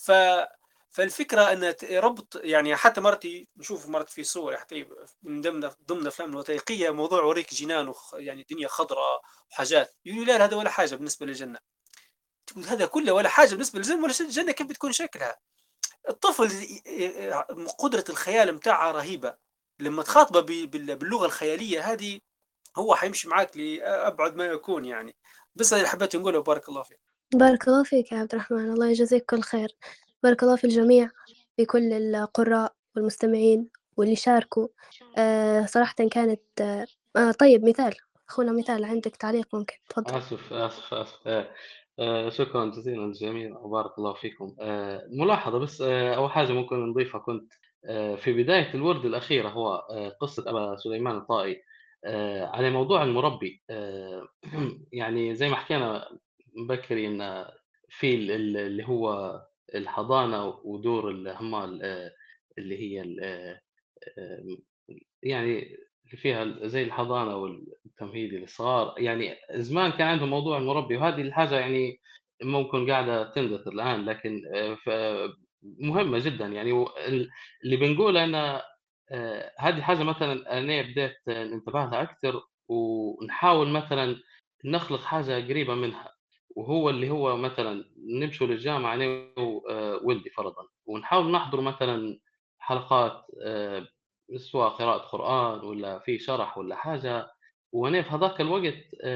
Speaker 8: فالفكرة أن ربط، يعني حتى مرتي نشوف مرت في صور حتى من ضمن الأفلام الوثائقية موضوع وريك جنان يعني دنيا خضراء وحاجات، يقولوا لا هذا ولا حاجة بالنسبة للجنة. تقول هذا كله ولا حاجة بالنسبة للجنة، ولا الجنة كيف بتكون شكلها. الطفل قدرة الخيال متاعها رهيبة، لما تخاطبه باللغة الخيالية هذه هو حيمشي معاك لأبعد ما يكون يعني. بس اللي حبيت نقوله. بارك الله فيك.
Speaker 1: بارك الله فيك يا عبد الرحمن، الله يجزيك كل خير. بارك الله في الجميع، في كل القراء والمستمعين واللي شاركوا. صراحة كانت طيب. مثال أخونا، مثال عندك تعليق ممكن تفضل.
Speaker 6: آسف. شكرا جزيلا للجميع وبارك الله فيكم. ملاحظة بس، أول حاجة ممكن نضيفها. كنت في بداية الورد الأخيرة هو قصة أبا سليمان الطائي على موضوع المربي. يعني زي ما حكينا بكري إن في اللي هو الحضانة ودور هم اللي هي يعني اللي فيها زي الحضانة والتمهيدي للصغار. يعني زمان كان عندهم موضوع المربي، وهذه الحاجة يعني ممكن قاعدة تندثر الآن، لكن مهمة جدا. يعني اللي بنقوله أن هذه حاجة مثلا أنا بديت ننتبه لها أكثر، ونحاول مثلا نخلق حاجة قريبة منها، وهو اللي هو مثلا نمشوا للجامعة أنا وولدي فرضا، ونحاول نحضر مثلا حلقات سواء قراءة قرآن ولا في شرح ولا حاجة. وأنا في هذاك الوقت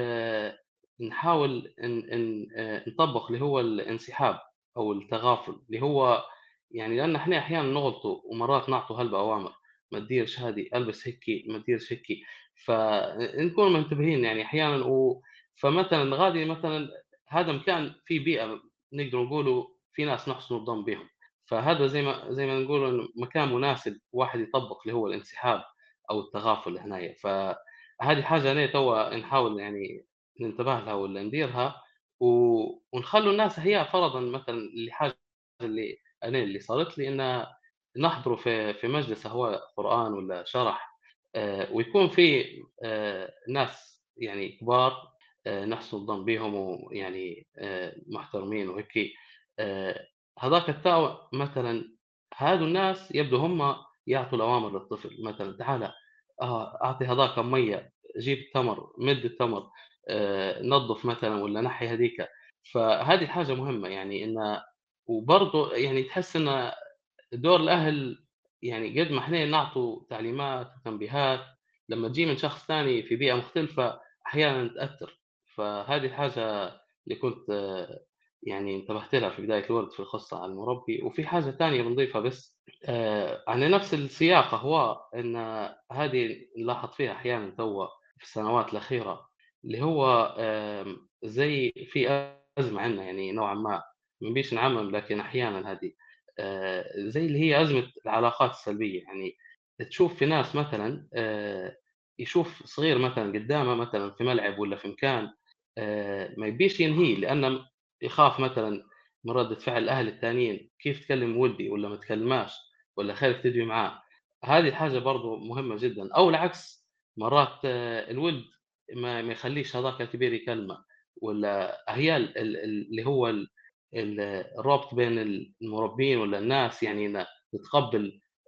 Speaker 6: نحاول نطبق اللي هو الانسحاب أو التغافل، اللي هو يعني لأن إحنا أحيانا نغلطوا ومرات نعطوا هلبة أوامر، ما تديرش هذه، ألبس هيك، ما تديرش هيك، فنكون منتبهين يعني أحيانا. فمثلا غادي مثلا هذا مكان في بيئة نقدر نقولوا في ناس نحسن الظن بهم، فهذا زي ما نقول إنه مكان مناسب واحد يطبق اللي هو الانسحاب أو التغافل هنايا. فهذه حاجة أنا توا نحاول يعني ننتبه لها ولا نديرها، ونخلوا الناس هي فرضا مثلا اللي حاجة اللي صارت لي إن نحضروا في مجلس هو قرآن ولا شرح، ويكون في ناس يعني كبار نحسن الظن بهم ويعني محترمين وهيك. هذاك التاو مثلا هادو الناس يبدو هم يعطوا الأوامر للطفل، مثلا تعال أعطي هذاك مية، جيب تمر، مد التمر، نظف مثلا ولا نحي هذيك. فهذه الحاجة مهمة يعني إن، وبرضه يعني تحس إن دور الأهل يعني قد ما إحنا نعطوا تعليمات وتنبيهات، لما تجي من شخص ثاني في بيئة مختلفة أحيانا تأثر. فهذه الحاجة اللي كنت يعني انتبهت لها في بداية الورد في القصة على المربي. وفي حاجة ثانية بنضيفها بس على نفس السياق، هو إن هذه نلاحظ فيها أحيانا توا في السنوات الأخيرة، اللي هو زي في أزمة عندنا يعني نوعا ما بيش نعمم، لكن أحيانا هذه زي اللي هي أزمة العلاقات السلبية. يعني تشوف في ناس مثلا يشوف صغير مثلا قدامه مثلا في ملعب ولا في مكان ما يبيش ينهيه، لأنه يخاف مثلا من ردة فعل الأهل الثانيين، كيف تكلم ولدي ولا ما تكلماش ولا خايف تدوي معاه. هذه الحاجة برضو مهمة جدا. أو العكس، مرات الولد ما يخليش هذاك الكبير يكلمه، ولا هي اللي هو الرابط بين المربين ولا الناس، يعني تتقبل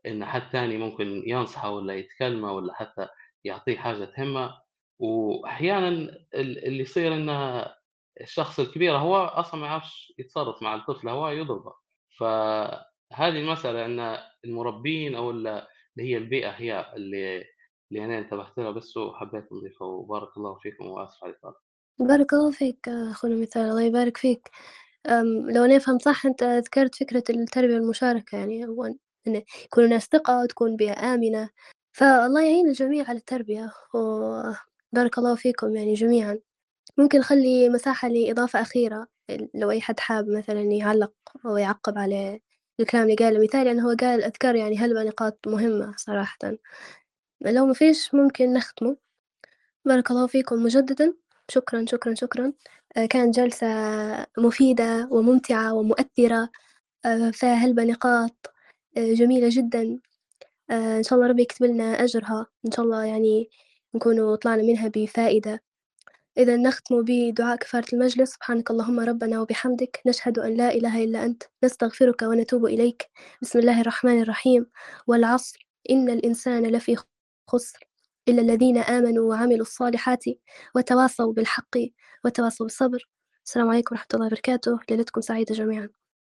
Speaker 6: إن حد تاني ممكن ينصحه ولا يتكلمه ولا حتى يعطيه حاجة تهمه. وأحيانا اللي يصير إن الشخص الكبير هو أصلا ما يعرفش يتصرف مع الطفل، هو يضربه. فهذه المسألة إن المربين أو اللي هي البيئة هي اللي أنا انتبهت لها بس وحبيت نضيفها. وبارك الله فيكم وآسف على الإطالة.
Speaker 1: بارك الله فيك أخونا مثال، الله يبارك فيك. لو أنا فهمت صح أنت ذكرت فكرة التربية المشاركة، يعني هو إن يكون الناس ثقة وتكون بيئة آمنة، فالله يعين الجميع على التربية، وبارك الله فيكم يعني جميعا. ممكن نخلي مساحة لإضافة أخيرة لو أي حد حاب مثلا يعلق أو يعقب على الكلام اللي قاله مثال، يعني هو قال أذكر يعني هلبة نقاط مهمة صراحة. لو ما فيش ممكن نختمه. بارك الله فيكم مجددا، شكرا شكرا شكرا. كانت جلسة مفيدة وممتعة ومؤثرة، فيها هلبة نقاط جميلة جدا. إن شاء الله ربي يكتب لنا أجرها، إن شاء الله يعني نكونوا طلعنا منها بفائدة. إذا نختم بدعاء كفارة المجلس. سبحانك اللهم ربنا وبحمدك، نشهد أن لا إله إلا أنت، نستغفرك ونتوب إليك. بسم الله الرحمن الرحيم. والعصر إن الإنسان لفي خسر إلا الذين آمنوا وعملوا الصالحات وتواصوا بالحق وتواصوا بالصبر. السلام عليكم ورحمة الله وبركاته. ليلتكم سعيدة جميعا.